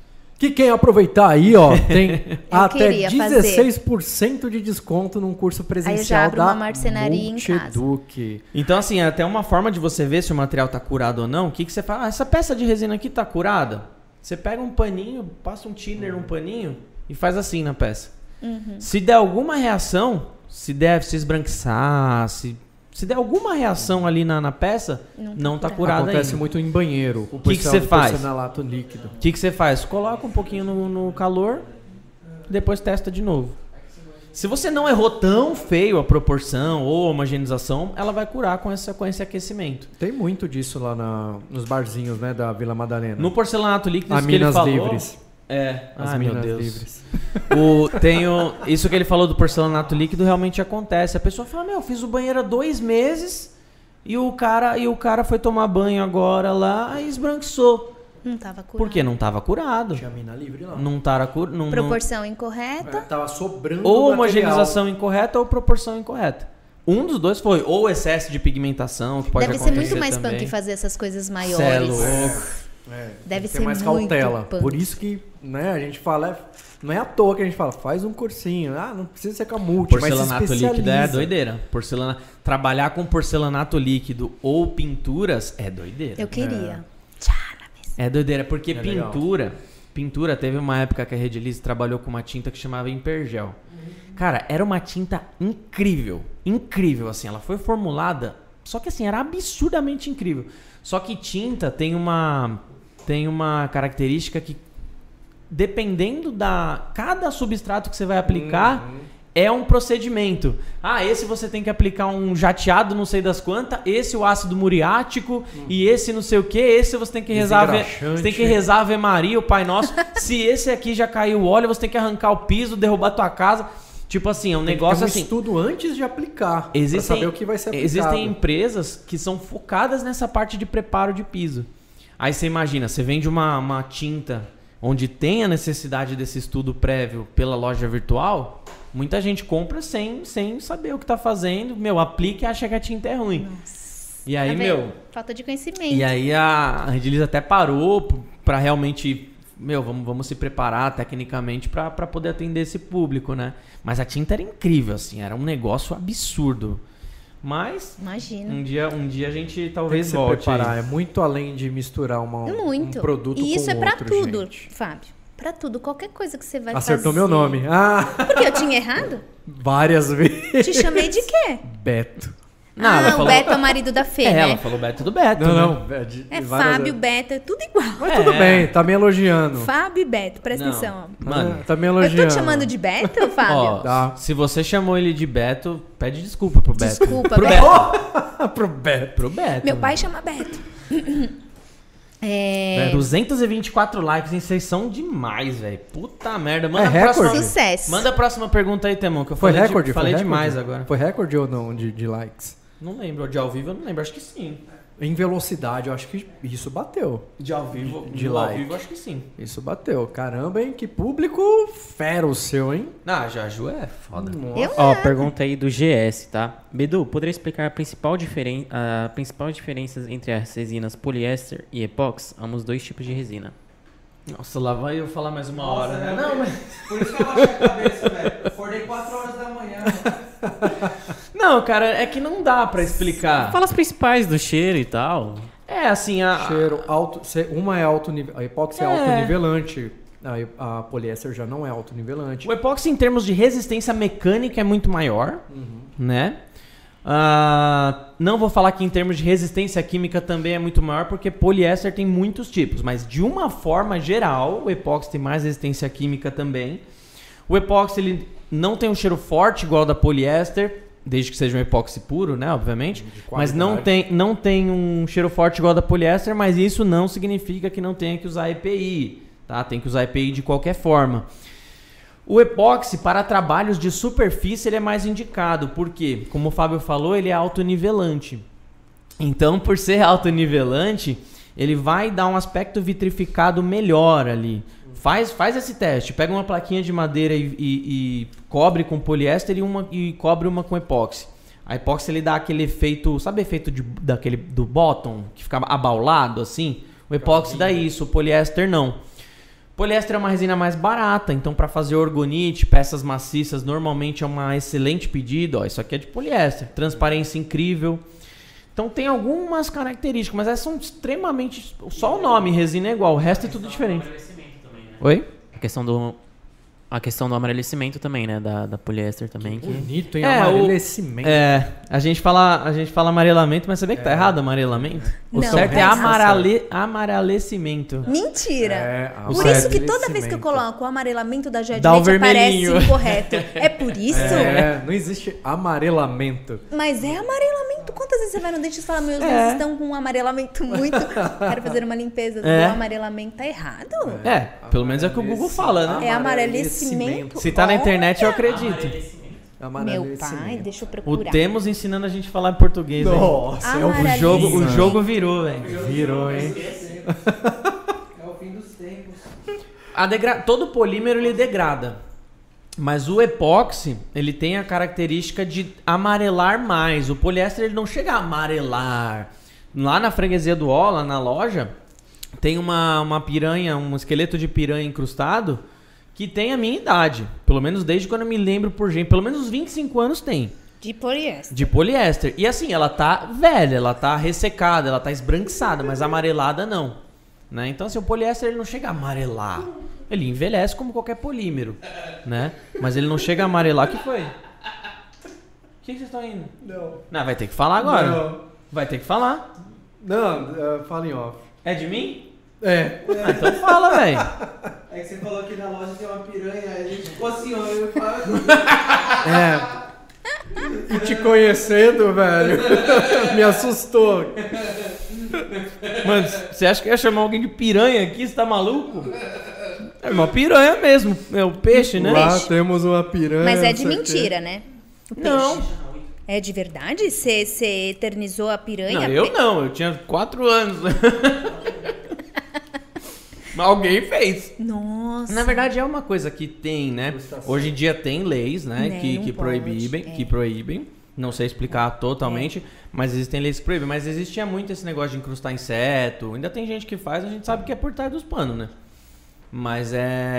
Que quem aproveitar aí, ó, tem até queria 16% de desconto num curso Aí eu já presencial abro da uma marcenaria em casa. Multieduc. Então, assim, é até uma forma de você ver se o material tá curado ou não. O que você fala? Ah, essa peça de resina aqui tá curada? Você pega um paninho, passa um thinner num paninho e faz assim na peça. Se der alguma reação, se esbranquiçar, se der alguma reação ali na peça, não tá curada ainda. Acontece muito em banheiro. O que você faz? porcelanato líquido. O que você faz? Coloca um pouquinho no calor, depois testa de novo. Se você não errou tão feio a proporção ou a homogeneização, ela vai curar com esse aquecimento. Tem muito disso lá nos barzinhos, né, da Vila Madalena. No porcelanato líquido, isso que ele Minas falou... Livres. As Ai, meu Minas Deus. Livres. Isso que ele falou do porcelanato líquido realmente acontece. A pessoa fala, eu fiz o banheiro há 2 meses e o cara foi tomar banho agora lá e esbranquiçou. Não tava curado. Por quê? Não estava curado. Tinha mina livre lá. Não tava curado. Proporção incorreta. Tava sobrando Ou material. homogeneização incorreta ou proporção incorreta. Um dos dois foi. Ou excesso de pigmentação, que pode Deve acontecer ser muito mais também. punk fazer essas coisas Cê é maiores. louco. Deve tem ser mais muito cautela. punk. Por isso que, né, a gente fala, não é à toa que a gente fala, faz um cursinho. Não precisa ser com a multi, mas se Porcelanato líquido é especializa. doideira. Trabalhar com porcelanato líquido ou pinturas é doideira. Eu queria. É doideira, porque legal. pintura, teve uma época que a Redilize trabalhou com uma tinta que chamava Impergel. Cara, era uma tinta incrível, assim, ela foi formulada, só que assim, era absurdamente incrível. Só que tinta tem uma característica que, dependendo cada substrato que você vai aplicar, é um procedimento. Esse você tem que aplicar um jateado não sei das quantas, esse o ácido muriático e esse não sei o que, esse você tem que rezar a Ave Maria, o Pai Nosso. Se esse aqui já caiu o óleo, você tem que arrancar o piso, derrubar a tua casa. Tipo assim, é um negócio tem assim. estudo antes de aplicar, pra saber o que vai ser aplicado. Existem empresas que são focadas nessa parte de preparo de piso. Aí você imagina, você vende uma tinta onde tem a necessidade desse estudo prévio pela loja virtual, muita gente compra sem saber o que tá fazendo. Aplica e acha que a tinta é ruim. Nossa. E aí, Tá vendo? Falta de conhecimento. E aí a Redilize até parou pra realmente... vamos se preparar tecnicamente pra poder atender esse público, né? Mas a tinta era incrível, assim. Era um negócio absurdo. Mas... Imagina. Um dia a gente Tem que talvez se volte preparar. aí. É muito além de misturar um produto com outro, E isso é pra tudo, gente. Fábio. Pra tudo. Qualquer coisa que você vai Acertou fazer. meu nome. Porque eu tinha errado? Várias vezes. Te chamei de quê? Beto. Não, ela o falou- Beto é o marido da Fê, né? Ela falou Beto do Beto, Não, né? É várias Fábio, vezes. Beto, é tudo igual. Mas tudo bem, tá me elogiando. Fábio e Beto, presta Não. atenção. ó. Mano, Tá me Eu elogiando. tô te chamando de Beto, Fábio? ó, Tá. se você chamou ele de Beto, pede desculpa pro Beto. Desculpa, pro Beto. Pro Beto. Pro Beto. Meu mano. pai chama Beto. 224 likes, hein? Vocês são demais, velho. Puta merda. Manda É a recorde? próxima. Sucesso. Manda a próxima pergunta aí, Temão, que eu Foi falei, recorde? falei foi demais recorde? agora. Foi recorde ou não de likes? Não lembro. De ao vivo eu não lembro. Acho que sim. Em velocidade, eu acho que isso bateu. De ao vivo, De ao like. vivo acho que sim. Isso bateu. Caramba, hein? Que público fera o seu, hein? Ah, Jaju é foda. Eu Ó, pergunta aí do GS, tá? Bedu, poderia explicar a principal diferença entre as resinas poliéster e epóxi? Ambos dois tipos de resina. Nossa, lá vai eu falar mais uma hora, né? Não, mas... Por isso que eu baixei a cabeça, velho. Acordei 4 horas da manhã. Não, cara, é que não dá pra explicar. Fala as principais do cheiro e tal. É, assim, Cheiro alto. Uma é alto nível. A epóxi é É. autonivelante. A poliéster já não é autonivelante. o epóxi em termos de resistência mecânica é muito maior, né? Não vou falar que em termos de resistência química também é muito maior, porque poliéster tem muitos tipos, mas de uma forma geral, o epóxi tem mais resistência química também. O epóxi ele não tem um cheiro forte igual ao da poliéster, desde que seja um epóxi puro, né, obviamente. Mas não tem um cheiro forte igual ao da poliéster, mas isso não significa que não tenha que usar EPI, tá? Tem que usar EPI de qualquer forma. O epóxi, para trabalhos de superfície, ele é mais indicado, porque, como o Fábio falou, ele é autonivelante. Então, por ser autonivelante, ele vai dar um aspecto vitrificado melhor ali. Faz esse teste, pega uma plaquinha de madeira e cobre com poliéster e cobre uma com epóxi. A epóxi ele dá aquele efeito, sabe o efeito do bottom, que fica abaulado assim? O epóxi dá isso, o poliéster não. Poliéster é uma resina mais barata, então para fazer orgonite, peças maciças, normalmente é uma excelente pedida. Ó, isso aqui é de poliéster, transparência incrível. Então tem algumas características, mas essas são extremamente... Só o nome, resina é igual, o resto é tudo diferente. Oi? A questão do amarelecimento também, né? Da poliéster também. Que... Bonito, hein? É, Amarelecimento. a gente fala amarelamento, mas sabia que tá errado amarelamento? O Não, certo é é amarelecimento. Mentira! o Por certo. isso que toda vez que eu coloco o amarelamento da Dá o Jadilete aparece vermelhinho. incorreto. É por isso? Não existe amarelamento. Mas é amarelamento. Quantas vezes você vai no dentista e fala, meus dentes estão com um amarelamento muito... Quero fazer uma limpeza do amarelamento. Tá errado? Pelo menos é o que o Google fala, né? É amarelecimento. Se tá na internet, eu acredito. Meu pai, deixa eu O procurar. Temos ensinando a gente a falar em português. Hein? Nossa, é Amarelismo. O jogo virou, velho. Virou, hein? É o fim dos tempos. Todo polímero ele degrada. Mas o epóxi, ele tem a característica de amarelar mais. O poliéster ele não chega a amarelar. Lá na freguesia do Ó, lá na loja, tem uma piranha, um esqueleto de piranha incrustado que tem a minha idade. Pelo menos desde quando eu me lembro por gente. Pelo menos uns 25 anos tem. De poliéster. De poliéster. E assim, ela tá velha, ela tá ressecada, ela tá esbranquiçada, mas amarelada não. Né? Então assim, o poliéster ele não chega a amarelar. Ele envelhece como qualquer polímero, né? Mas ele não chega a amarelar. O que foi? O que vocês estão indo? Não, vai ter que falar agora. Não. Vai ter que falar. Não, fala em off. É de mim? É. Ah, então fala, velho. É que você falou que na loja tem uma piranha, a gente ficou assim, ó. Eu falo... E te conhecendo, velho, me assustou. Mano, você acha que eu ia chamar alguém de piranha aqui? Você tá maluco? É uma piranha mesmo. É o peixe, né? Lá temos uma piranha. Mas é não de sei o quê. mentira, né? O peixe. Não. É de verdade? Você eternizou a piranha? Não, eu não. Eu tinha 4 anos. Mas alguém fez. Nossa. Na verdade, é uma coisa que tem, né? Hoje em dia tem leis, né? Né, que não proíbem, pode, que proíbem. Não sei explicar totalmente, mas existem leis que proíbem. Mas existia muito esse negócio de incrustar inseto. Ainda tem gente que faz, a gente sabe que é por trás dos panos, né? Mas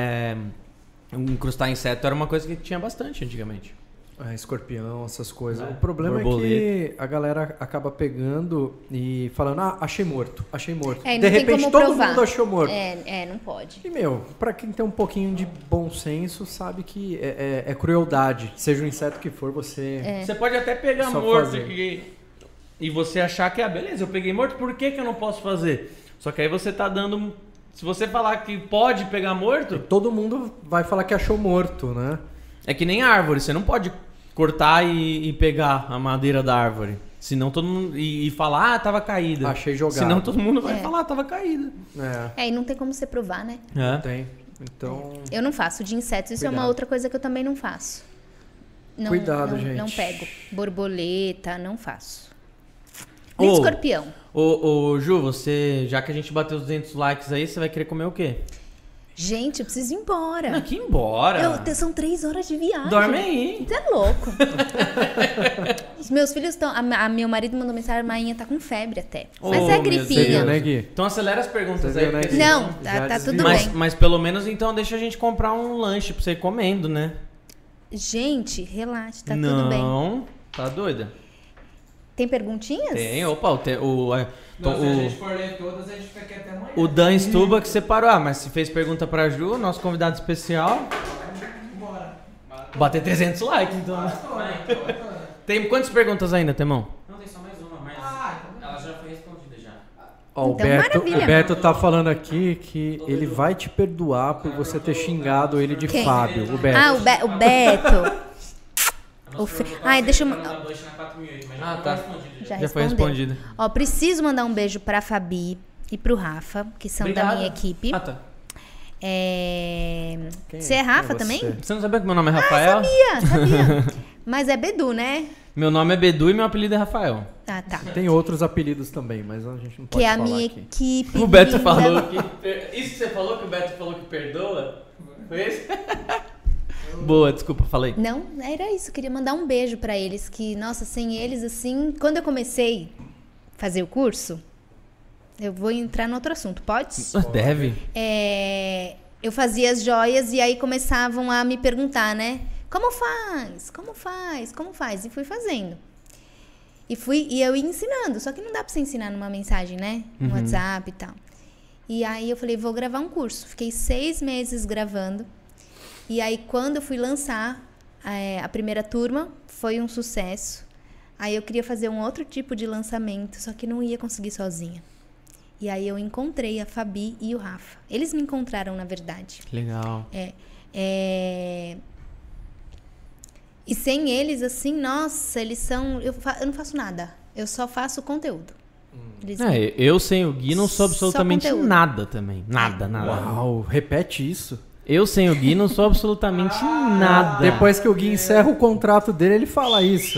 incrustar inseto era uma coisa que tinha bastante antigamente. Escorpião, essas coisas. O problema Borboleta. é que a galera acaba pegando e falando, achei morto, achei morto. É, e não De tem repente como todo provar. mundo achou morto. Não pode. E, pra quem tem um pouquinho de bom senso, sabe que é crueldade. Seja o inseto que for, você... Você pode até pegar Só morto fazer. e você achar que, beleza, eu peguei morto, por que eu não posso fazer? Só que aí você tá dando... Se você falar que pode pegar morto, Todo mundo vai falar que achou morto, né? é que nem árvore, você não pode cortar e pegar a madeira da árvore. Senão todo mundo... E falar, tava caída. Achei jogado. Senão todo mundo vai falar, tava caída. É, E não tem como você provar, né? tem. Então, Eu não faço de insetos, isso é uma Cuidado. outra coisa que eu também não faço. Não, Cuidado, não, gente. Não pego. Borboleta, não faço. Nem Ô, escorpião. Ô, Ju, você... Já que a gente bateu os 200 likes aí, você vai querer comer o quê? Gente, eu preciso ir embora. Aqui embora. São 3 horas de viagem. Dorme aí. Você é louco. Os meus filhos estão... Meu marido mandou mensagem, a Mainha tá com febre até. Mas Oh, é meu grippinha. Deus. né, Gui? Então acelera as perguntas Você aí. viu, né, porque Gui? senão- Não, Já tá tudo desviou. bem. Mas pelo menos então deixa a gente comprar um lanche pra você ir comendo, né? Gente, relaxa, tá tudo bem. Não, tá doida? Tem perguntinhas? Tem, opa, Não, se a gente for ler todas, a gente fica aqui até amanhã. o Dan Stuba que separou. Mas se fez pergunta pra Ju, nosso convidado especial. Bora. Bater 300 likes, então. Tem quantas perguntas ainda, Temão? Não, tem só mais uma, mas então ela já foi respondida já. Ó, Então, maravilha. o Beto tá falando aqui que ele vai te perdoar por você ter xingado ele de Quem? Fábio, o Beto. Ah, o Beto. Deixa eu... Na 4008, mas Ah, tá. Já foi respondeu. respondida. Ó, preciso mandar um beijo pra Fabi e pro Rafa, que são da Obrigado. minha equipe. Ah, tá. Você é Rafa Quem é também? você? Você não sabia que meu nome é Rafael? Sabia. Mas é Bedu, né? Meu nome é Bedu e meu apelido é Rafael. Ah, tá. Tem outros apelidos também, mas a gente não pode Que é a falar minha aqui. equipe. O Beto linda. falou que... Isso que você falou, que o Beto falou que perdoa? Foi isso? Boa, desculpa, falei. Não, era isso. Queria mandar um beijo pra eles. Que, nossa, sem eles, assim... Quando eu comecei a fazer o curso... Eu vou entrar no outro assunto, pode? Deve. eu fazia as joias e aí começavam a me perguntar, né? Como faz? Como faz? Como faz? E fui fazendo. E eu ia ensinando. Só que não dá pra você ensinar numa mensagem, né? No WhatsApp e tal. E aí eu falei, vou gravar um curso. Fiquei 6 meses gravando. E aí quando eu fui lançar a primeira turma, foi um sucesso. Aí eu queria fazer um outro tipo de lançamento, só que não ia conseguir sozinha. E aí eu encontrei a Fabi e o Rafa. Eles me encontraram, na verdade. Que legal. E sem eles, assim, nossa, eles são... Eu não faço nada. Eu só faço conteúdo. Eles Eu sem o Gui não sou absolutamente conteúdo. nada também. Nada. Uau, repete isso. Eu sem o Gui não sou absolutamente nada. Depois que o Gui encerra o contrato dele, ele fala isso.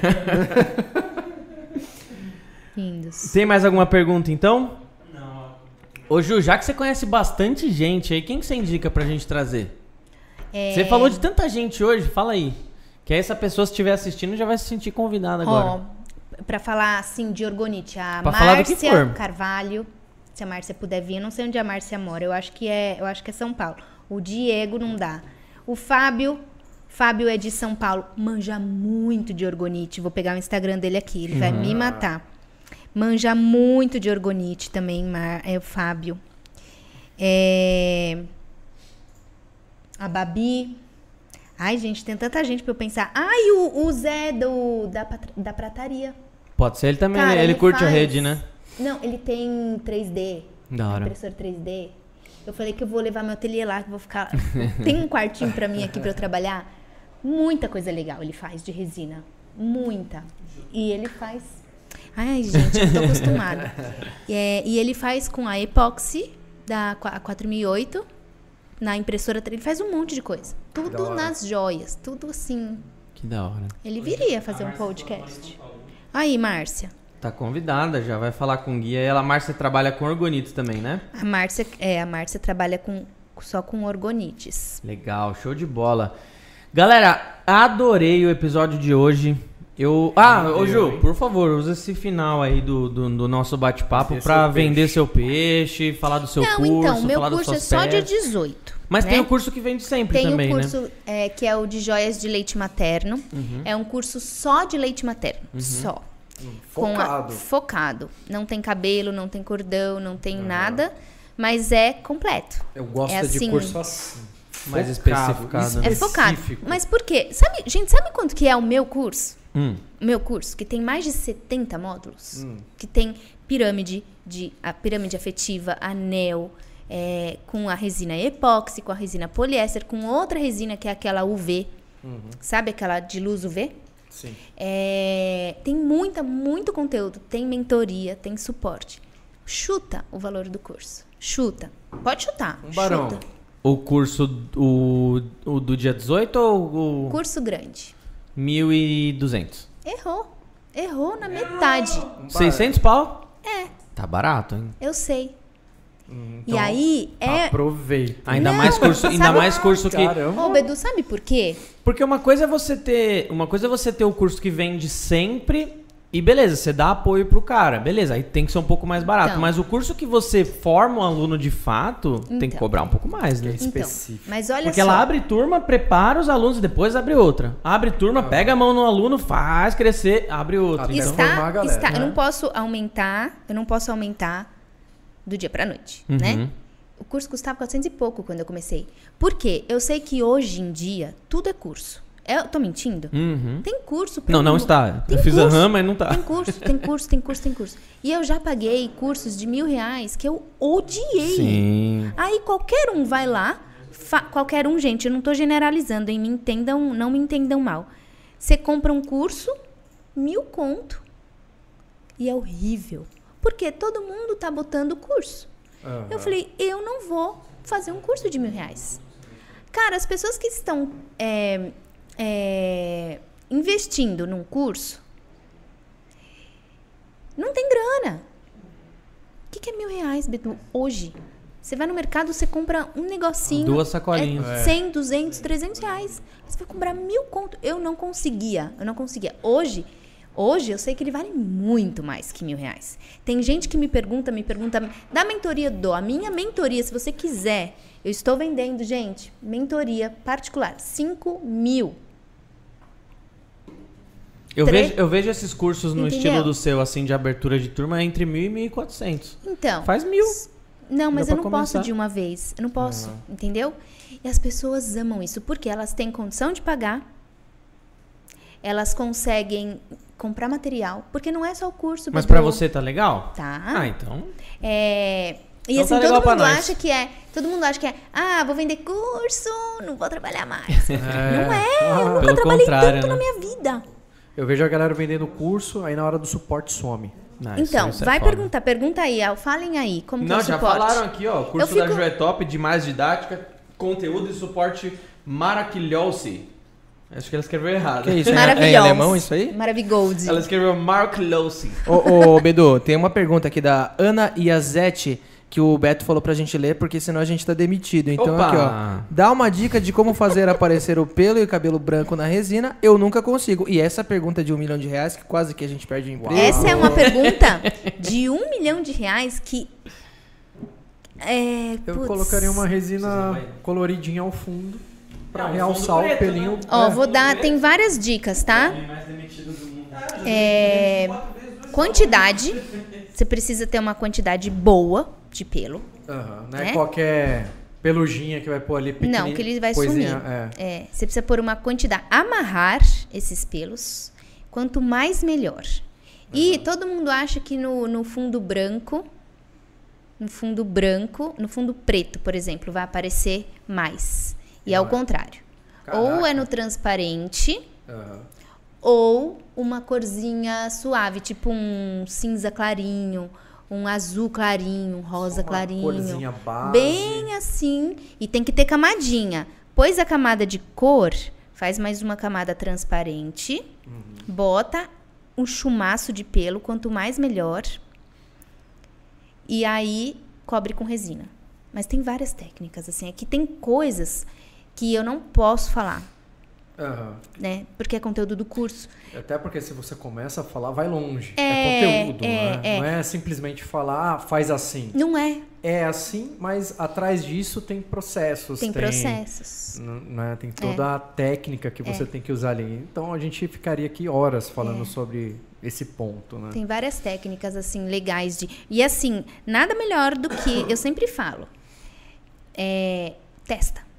lindos. Tem mais alguma pergunta, então? Não. Ô, Ju, já que você conhece bastante gente aí, quem que você indica pra gente trazer? Você falou de tanta gente hoje, fala aí. Que aí essa pessoa, se estiver assistindo, já vai se sentir convidada agora. Pra falar, assim, de orgonite, a Pra falar do que Márcia for. Carvalho, se a Márcia puder vir, eu não sei onde a Márcia mora, eu acho que é São Paulo. O Diego não dá. O Fábio é de São Paulo, manja muito de orgonite. Vou pegar o Instagram dele aqui, ele vai me matar. Manja muito de orgonite também, o Fábio. A Babi. Ai, gente, tem tanta gente pra eu pensar. Ai, o Zé da prataria. Pode ser ele também, Cara, né? Ele curte a faz- rede, né? Não, ele tem 3D. Da hora. Impressor 3D. Eu falei que eu vou levar meu ateliê lá, que eu vou ficar... Tem um quartinho pra mim aqui pra eu trabalhar. Muita coisa legal ele faz de resina. Muita. E ele faz... Ai, gente, eu tô acostumada. E ele faz com a epóxi da 4008 na impressora 3D. Ele faz um monte de coisa. Tudo nas joias. Tudo assim. Que da hora. Ele viria fazer um podcast. Aí, Márcia. Tá convidada, já vai falar com o Gui. A Márcia trabalha com orgonites também, né? A Márcia trabalha só com orgonites. Legal, show de bola. Galera, adorei o episódio de hoje. Ô Ju, por favor, usa esse final aí do nosso bate-papo pra vender seu peixe, falar do seu curso, então, meu falar das curso é suas só dia peças. 18. Mas né? tem o curso que vende sempre Tem também, o né? curso que é o de joias de leite materno. É um curso só de leite materno. Só. Focado. Focado. Não tem cabelo, não tem cordão, não tem nada. Mas é completo. Eu gosto É de assim. curso assim. Mais Focado, especificado. É focado. específico. Mas por quê? Sabe quanto que é o meu curso? O meu curso, que tem mais de 70 módulos. Que tem a pirâmide afetiva, anel, com a resina epóxi, com a resina poliéster, com outra resina que é aquela UV. Sabe aquela de luz UV? Sim. Tem muito conteúdo. Tem mentoria, tem suporte. Chuta o valor do curso. Chuta. Pode chutar. Barão. Chuta. O curso o do dia 18 ou o Curso grande. 1.200? Errou na metade. 600 pau? É. Tá barato, hein? Eu sei. Então, E aí aproveita. Ainda Não, mais curso, ainda sabe- mais curso que... Caramba. Ô, Bedu, sabe por quê? Porque uma coisa é você ter o curso que vende sempre e beleza, você dá apoio pro cara. Beleza, aí tem que ser um pouco mais barato. Então. Mas o curso que você forma um aluno de fato, tem que Então. cobrar um pouco mais, né? Específico. Mas olha Porque só. ela abre turma, prepara os alunos e depois abre outra. Abre turma, pega a mão no aluno, faz crescer, abre outra. Até Então, formar a galera, Eu né? não posso aumentar do dia pra noite, né? O curso custava 400 e pouco quando eu comecei. Por quê? Eu sei que hoje em dia tudo é curso. Eu tô mentindo? Tem curso. pra Não um- está. Tem Eu fiz curso, aham, mas não tá. Tem curso. E eu já paguei cursos de R$1.000 que eu odiei. Sim. Aí qualquer um vai lá, qualquer um, gente, eu não tô generalizando, hein? Não me entendam mal. Você compra um curso, 1.000 conto. E é horrível. Porque todo mundo tá botando curso. Eu falei, eu não vou fazer um curso de R$1.000. Cara, as pessoas que estão investindo num curso não tem grana. O que é R$1.000, Bedu? Hoje, você vai no mercado, você compra um negocinho. 2 sacolinhas. 100, 200, R$300. Você vai comprar 1.000 conto. Eu não conseguia. Hoje, Hoje eu sei que ele vale muito mais que R$1.000. Tem gente que me pergunta, da mentoria a minha mentoria, se você quiser, eu estou vendendo, gente, mentoria particular, 5.000. Eu vejo esses cursos no Entendeu? estilo do seu, assim, de abertura de turma, entre 1.000 e 1.400. Então. Faz 1.000. Não, mas Dá eu pra não começar. posso de uma vez. Eu não posso, entendeu? E as pessoas amam isso, porque elas têm condição de pagar, elas conseguem comprar material, porque não é só o curso. Mas Bebê. pra você tá legal? Tá. Ah, então... E Então assim, tá legal todo mundo pra nós. acha que é. Todo mundo acha que é. Ah, vou vender curso, não vou trabalhar mais. Não é, eu nunca Pelo trabalhei contrário, tanto né? na minha vida. Eu vejo a galera vendendo curso, aí na hora do suporte some. Não, Então, isso é vai foda. pergunta aí, falem aí, como que é Não, o já suporte. falaram aqui, ó. Curso Eu da fico- Ju é top, de mais didática, conteúdo e suporte maravilhoso. Acho que ela escreveu errado. Que isso? Maravilhoso. É em alemão isso aí? Maravigold. Ela escreveu maravilhoso. Ô, Bedu, tem uma pergunta aqui da Ana Iazetti que o Beto falou pra gente ler, porque senão a gente tá demitido. Então, Opa! aqui, ó. Dá uma dica de como fazer aparecer o pelo e o cabelo branco na resina. Eu nunca consigo. E essa pergunta de R$1 milhão, que quase que a gente perde o emprego. Essa é uma pergunta de R$1 milhão que... Eu putz. colocaria uma resina coloridinha ao fundo pra Não, realçar fundo o preto, pelinho. né? Ó, vou dar... Tem várias dicas, tá? Quantidade. Você precisa ter uma quantidade boa de pelo. Não é né? qualquer pelujinha que vai pôr ali pequenininha. Não, que ele vai coisinha, sumir. Você precisa pôr uma quantidade. Amarrar esses pelos, quanto mais melhor. E todo mundo acha que no fundo branco, no fundo preto, por exemplo, vai aparecer mais. E é o contrário. Ou é no transparente, ou uma corzinha suave, tipo um cinza clarinho, um azul clarinho, um rosa clarinho. Corzinha base. Bem assim. E tem que ter camadinha. Pôs a camada de cor, faz mais uma camada transparente, bota um chumaço de pelo, quanto mais melhor. E aí cobre com resina. Mas tem várias técnicas, assim. Aqui tem coisas que eu não posso falar, né? Porque é conteúdo do curso. Até porque se você começa a falar, vai longe. É conteúdo, né? Não é simplesmente falar, faz assim. Não é. É assim, mas atrás disso tem processos. Tem processos. Né? Tem toda a técnica que você tem que usar ali. Então a gente ficaria aqui horas falando sobre esse ponto, né? Tem várias técnicas, assim, legais de... E, assim, nada melhor do que... Eu sempre falo. Testa.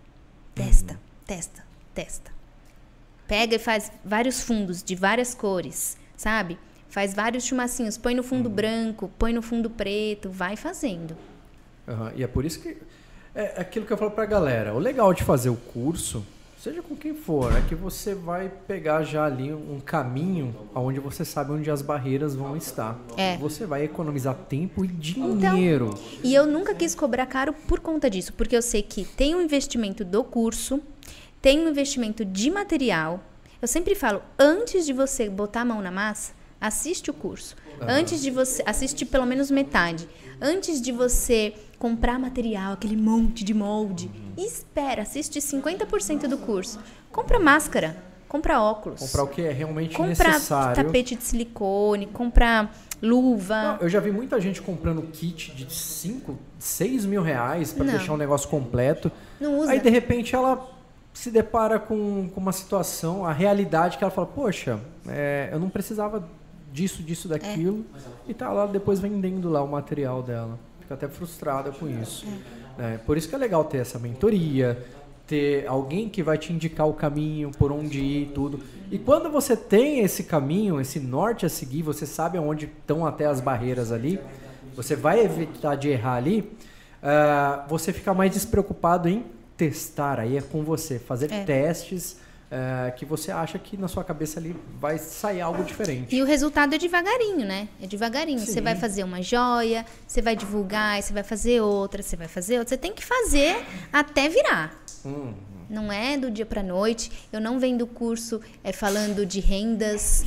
Pega e faz vários fundos de várias cores, sabe? Faz vários chumacinhos. Põe no fundo branco, põe no fundo preto. Vai fazendo. E é por isso que... É aquilo que eu falo pra galera. O legal de fazer o curso, seja com quem for, é que você vai pegar já ali um caminho onde você sabe onde as barreiras vão estar. Você vai economizar tempo e dinheiro. E eu nunca quis cobrar caro por conta disso, porque eu sei que tem um investimento do curso, tem um investimento de material. Eu sempre falo, antes de você botar a mão na massa, assiste o curso. Antes de você... Assiste pelo menos metade. Antes de você comprar material, aquele monte de molde, espera, assiste 50% do curso. Compra máscara, compra óculos. Comprar o que é realmente compra necessário. tapete de silicone, compra luva. Não, eu já vi muita gente comprando kit de 5, 6 mil reais para Não. deixar um negócio completo. Não usa. Aí, de repente, ela se depara com uma situação, a realidade que ela fala, poxa, eu não precisava disso, daquilo. E tá lá depois vendendo lá o material dela. Fica até frustrada com isso. Por isso que é legal ter essa mentoria, ter alguém que vai te indicar o caminho, por onde ir, tudo. E quando você tem esse caminho, esse norte a seguir, você sabe aonde estão até as barreiras ali, você vai evitar de errar ali, você fica mais despreocupado em testar, aí é com você, fazer testes que você acha que na sua cabeça ali vai sair algo diferente. E o resultado é devagarinho, né? É devagarinho. Sim. Você vai fazer uma joia, você vai divulgar, aí você vai fazer outra, você vai fazer outra. Você tem que fazer até virar. Não é do dia pra noite. Eu não vendo curso falando de rendas,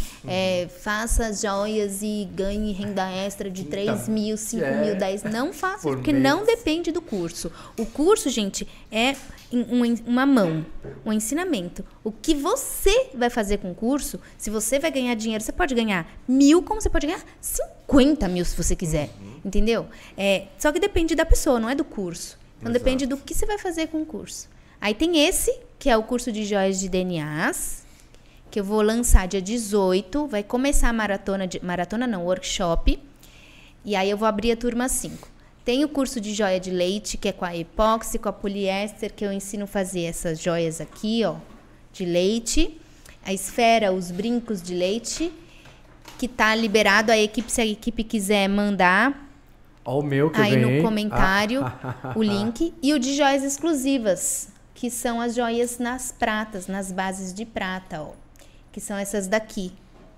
faça as joias e ganhe renda extra de 3 mil, 5 mil, 10. Não faça, porque não depende do curso. O curso, gente, é uma mão, um ensinamento. O que você vai fazer com o curso, se você vai ganhar dinheiro, você pode ganhar 1.000, como você pode ganhar 50 mil se você quiser. Entendeu? Só que depende da pessoa, não é do curso. Então depende do que você vai fazer com o curso. Aí tem esse, que é o curso de joias de DNAs, que eu vou lançar dia 18. Vai começar a maratona não, workshop. E aí eu vou abrir a turma 5. Tem o curso de joia de leite, que é com a epóxi, com a poliéster, que eu ensino a fazer essas joias aqui, ó, de leite. A esfera, os brincos de leite, que tá liberado. Se a equipe quiser mandar... Ó, o meu que eu aí ganhei. no comentário, o link. E o de joias exclusivas, que são as joias nas pratas, nas bases de prata, ó. Que são essas daqui.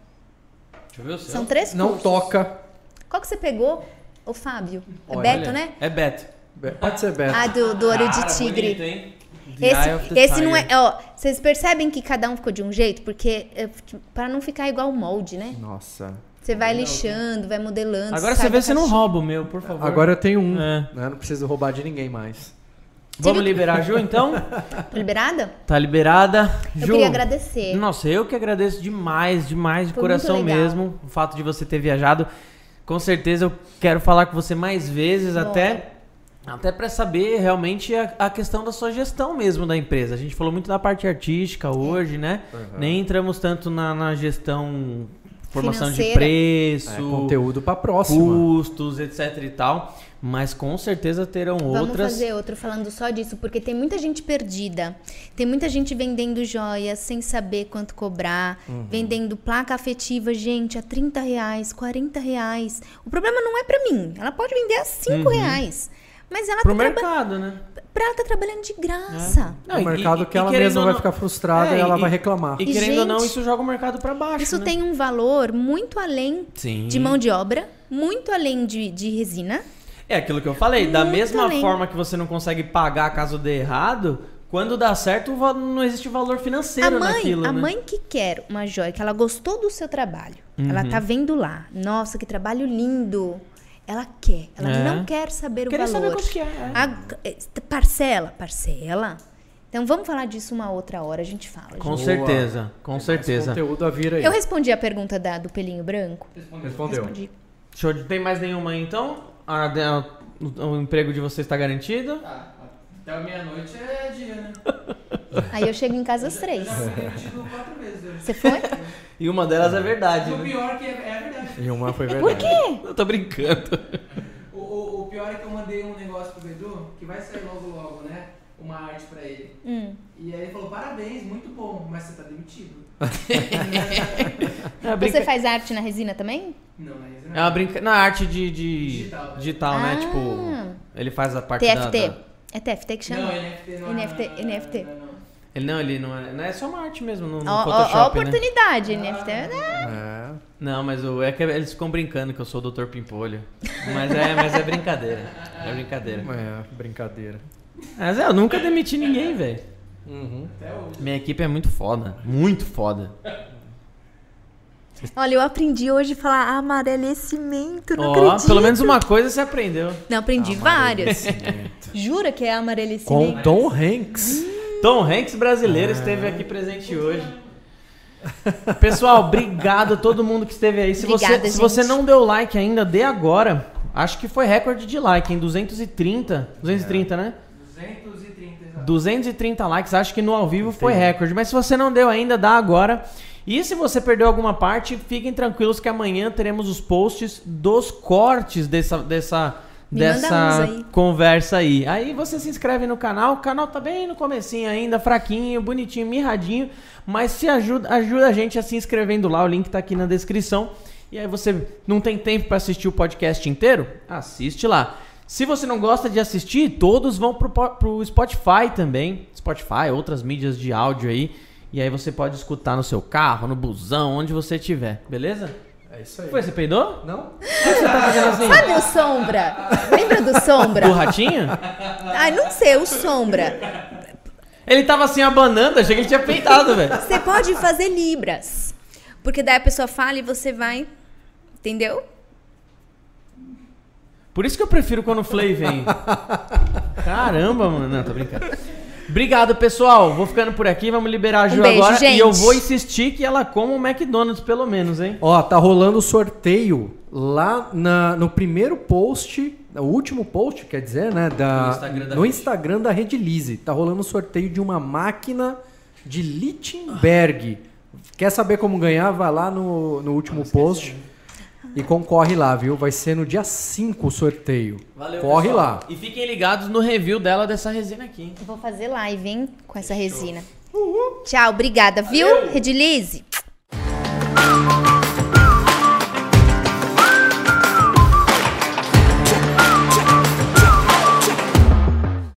Deixa eu ver o seu. São 3 cursos. Não toca. Qual que você pegou? Ô, Fábio. É Olha. Beto, né? É Beto. Pode ser Beto. Ah, do olho de Cara, tigre. bonito, hein? The Eye of the Esse não é... Tiger. Ó, vocês percebem que cada um ficou de um jeito? Porque para não ficar igual o molde, né? Nossa. Você vai lixando, vai modelando. Agora sai você vê da se não caixinha. rouba o meu, por favor. Agora eu tenho um. É. Né? Não preciso roubar de ninguém mais. Vamos liberar a Ju, então? Tá liberada? Tá liberada. Eu Ju, queria agradecer. Nossa, eu que agradeço demais, de Foi coração muito legal. mesmo, o fato de você ter viajado. Com certeza eu quero falar com você mais vezes, Bora. até para saber realmente a questão da sua gestão mesmo da empresa. A gente falou muito da parte artística hoje, né? Nem entramos tanto na gestão, formação de Financeira. preço, Conteúdo pra próxima. custos, etc e tal. Mas com certeza terão Vamos outras. fazer outro falando só disso, porque tem muita gente perdida. Tem muita gente vendendo joias sem saber quanto cobrar, vendendo placa afetiva, gente, a R$30, R$40. O problema não é pra mim. Ela pode vender a R$5. Mas ela Pro tá mercado, né? ela tá trabalhando de graça. Não, O mercado que ela querendo mesma ou vai não- ficar frustrada e ela vai reclamar. E E, querendo ou não, gente, isso joga o mercado pra baixo. Isso né? tem um valor muito além Sim. de mão de obra, muito além de resina. É aquilo que eu falei, da Muito mesma além. forma que você não consegue pagar caso dê errado, quando dá certo não existe valor financeiro naquilo, A né? mãe que quer uma joia, que ela gostou do seu trabalho, ela tá vendo lá, nossa, que trabalho lindo. Ela quer, ela não quer saber o Queria valor. saber quanto que é. Parcela. Então vamos falar disso uma outra hora, a gente fala. Com gente. certeza, com Mais certeza. conteúdo a vir aí. Eu respondi a pergunta do pelinho branco? Respondeu. Respondi. Show de... Tem mais nenhuma aí, então? O emprego de você está garantido? Até meia-noite é dia, né? Aí eu chego em casa às 3. Demitido 4 vezes hoje. Você foi? E uma delas é verdade, O né? pior que é verdade. E uma foi verdade. Por quê? Eu tô brincando. O pior é que eu mandei um negócio pro Bedu, que vai sair logo, né? Uma arte pra ele. E aí ele falou, parabéns, muito bom, mas você tá demitido. É, Você faz arte na resina também? Não, mas é uma na arte de digital, né? Ah. Tipo, ele faz a parte TFT. da... É TFT que chama? Não, NFT não é. NFT. Ele não é só uma arte mesmo no Ó, Photoshop, a né? oportunidade, NFT. É. Não, mas é que eles ficam brincando que eu sou o Dr. Pimpolho. Mas é brincadeira. É brincadeira. É, brincadeira. Mas eu nunca demiti ninguém, velho. Até hoje. Minha equipe é muito foda. Muito foda. Olha, eu aprendi hoje a falar amarelecimento, não Ó, acredito. pelo menos uma coisa você aprendeu. Não, aprendi várias. Jura que é amarelecimento? Com Tom Hanks. Tom Hanks brasileiro esteve aqui presente hoje. Pessoal, obrigado a todo mundo que esteve aí. Se Obrigada, você gente. não deu like ainda, dê agora. Acho que foi recorde de like, em 230. 230, né? 230, exato. 230 likes, acho que no ao vivo foi recorde. Mas se você não deu ainda, dá agora. E se você perdeu alguma parte, fiquem tranquilos que amanhã teremos os posts dos cortes dessa Me manda uns aí. conversa aí. Aí você se inscreve no canal. O canal tá bem no comecinho ainda, fraquinho, bonitinho, mirradinho. Mas se ajuda a gente a se inscrevendo lá. O link tá aqui na descrição. E aí você não tem tempo para assistir o podcast inteiro? Assiste lá. Se você não gosta de assistir, todos vão pro Spotify também. Spotify, outras mídias de áudio aí. E aí você pode escutar no seu carro, no busão, onde você estiver. Beleza? É isso aí. Foi, você peidou? Não? O que você tá fazendo assim? Sabe o Sombra? Lembra do Sombra? Do ratinho? Ah, não sei, o Sombra. Ele tava assim abanando, achei que ele tinha peitado, velho. Você pode fazer libras. Porque daí a pessoa fala e você vai... Entendeu? Por isso que eu prefiro quando o Flay vem. Caramba, mano. Não, tô brincando. Obrigado, pessoal. Vou ficando por aqui. Vamos liberar a Ju beijo, agora. gente. E eu vou insistir que ela coma um McDonald's, pelo menos, hein? Ó, tá rolando o sorteio lá no primeiro post, o último post, quer dizer, né? No Instagram da Redilize. Tá rolando o sorteio de uma máquina de Lichtenberg. Quer saber como ganhar? Vai lá no último post e concorre lá, viu? Vai ser no dia 5 o sorteio. Valeu, corre pessoal. lá. E fiquem ligados no review dela dessa resina aqui, hein? Eu vou fazer live, hein? Com essa resina. Tchau, obrigada, viu? Redilize.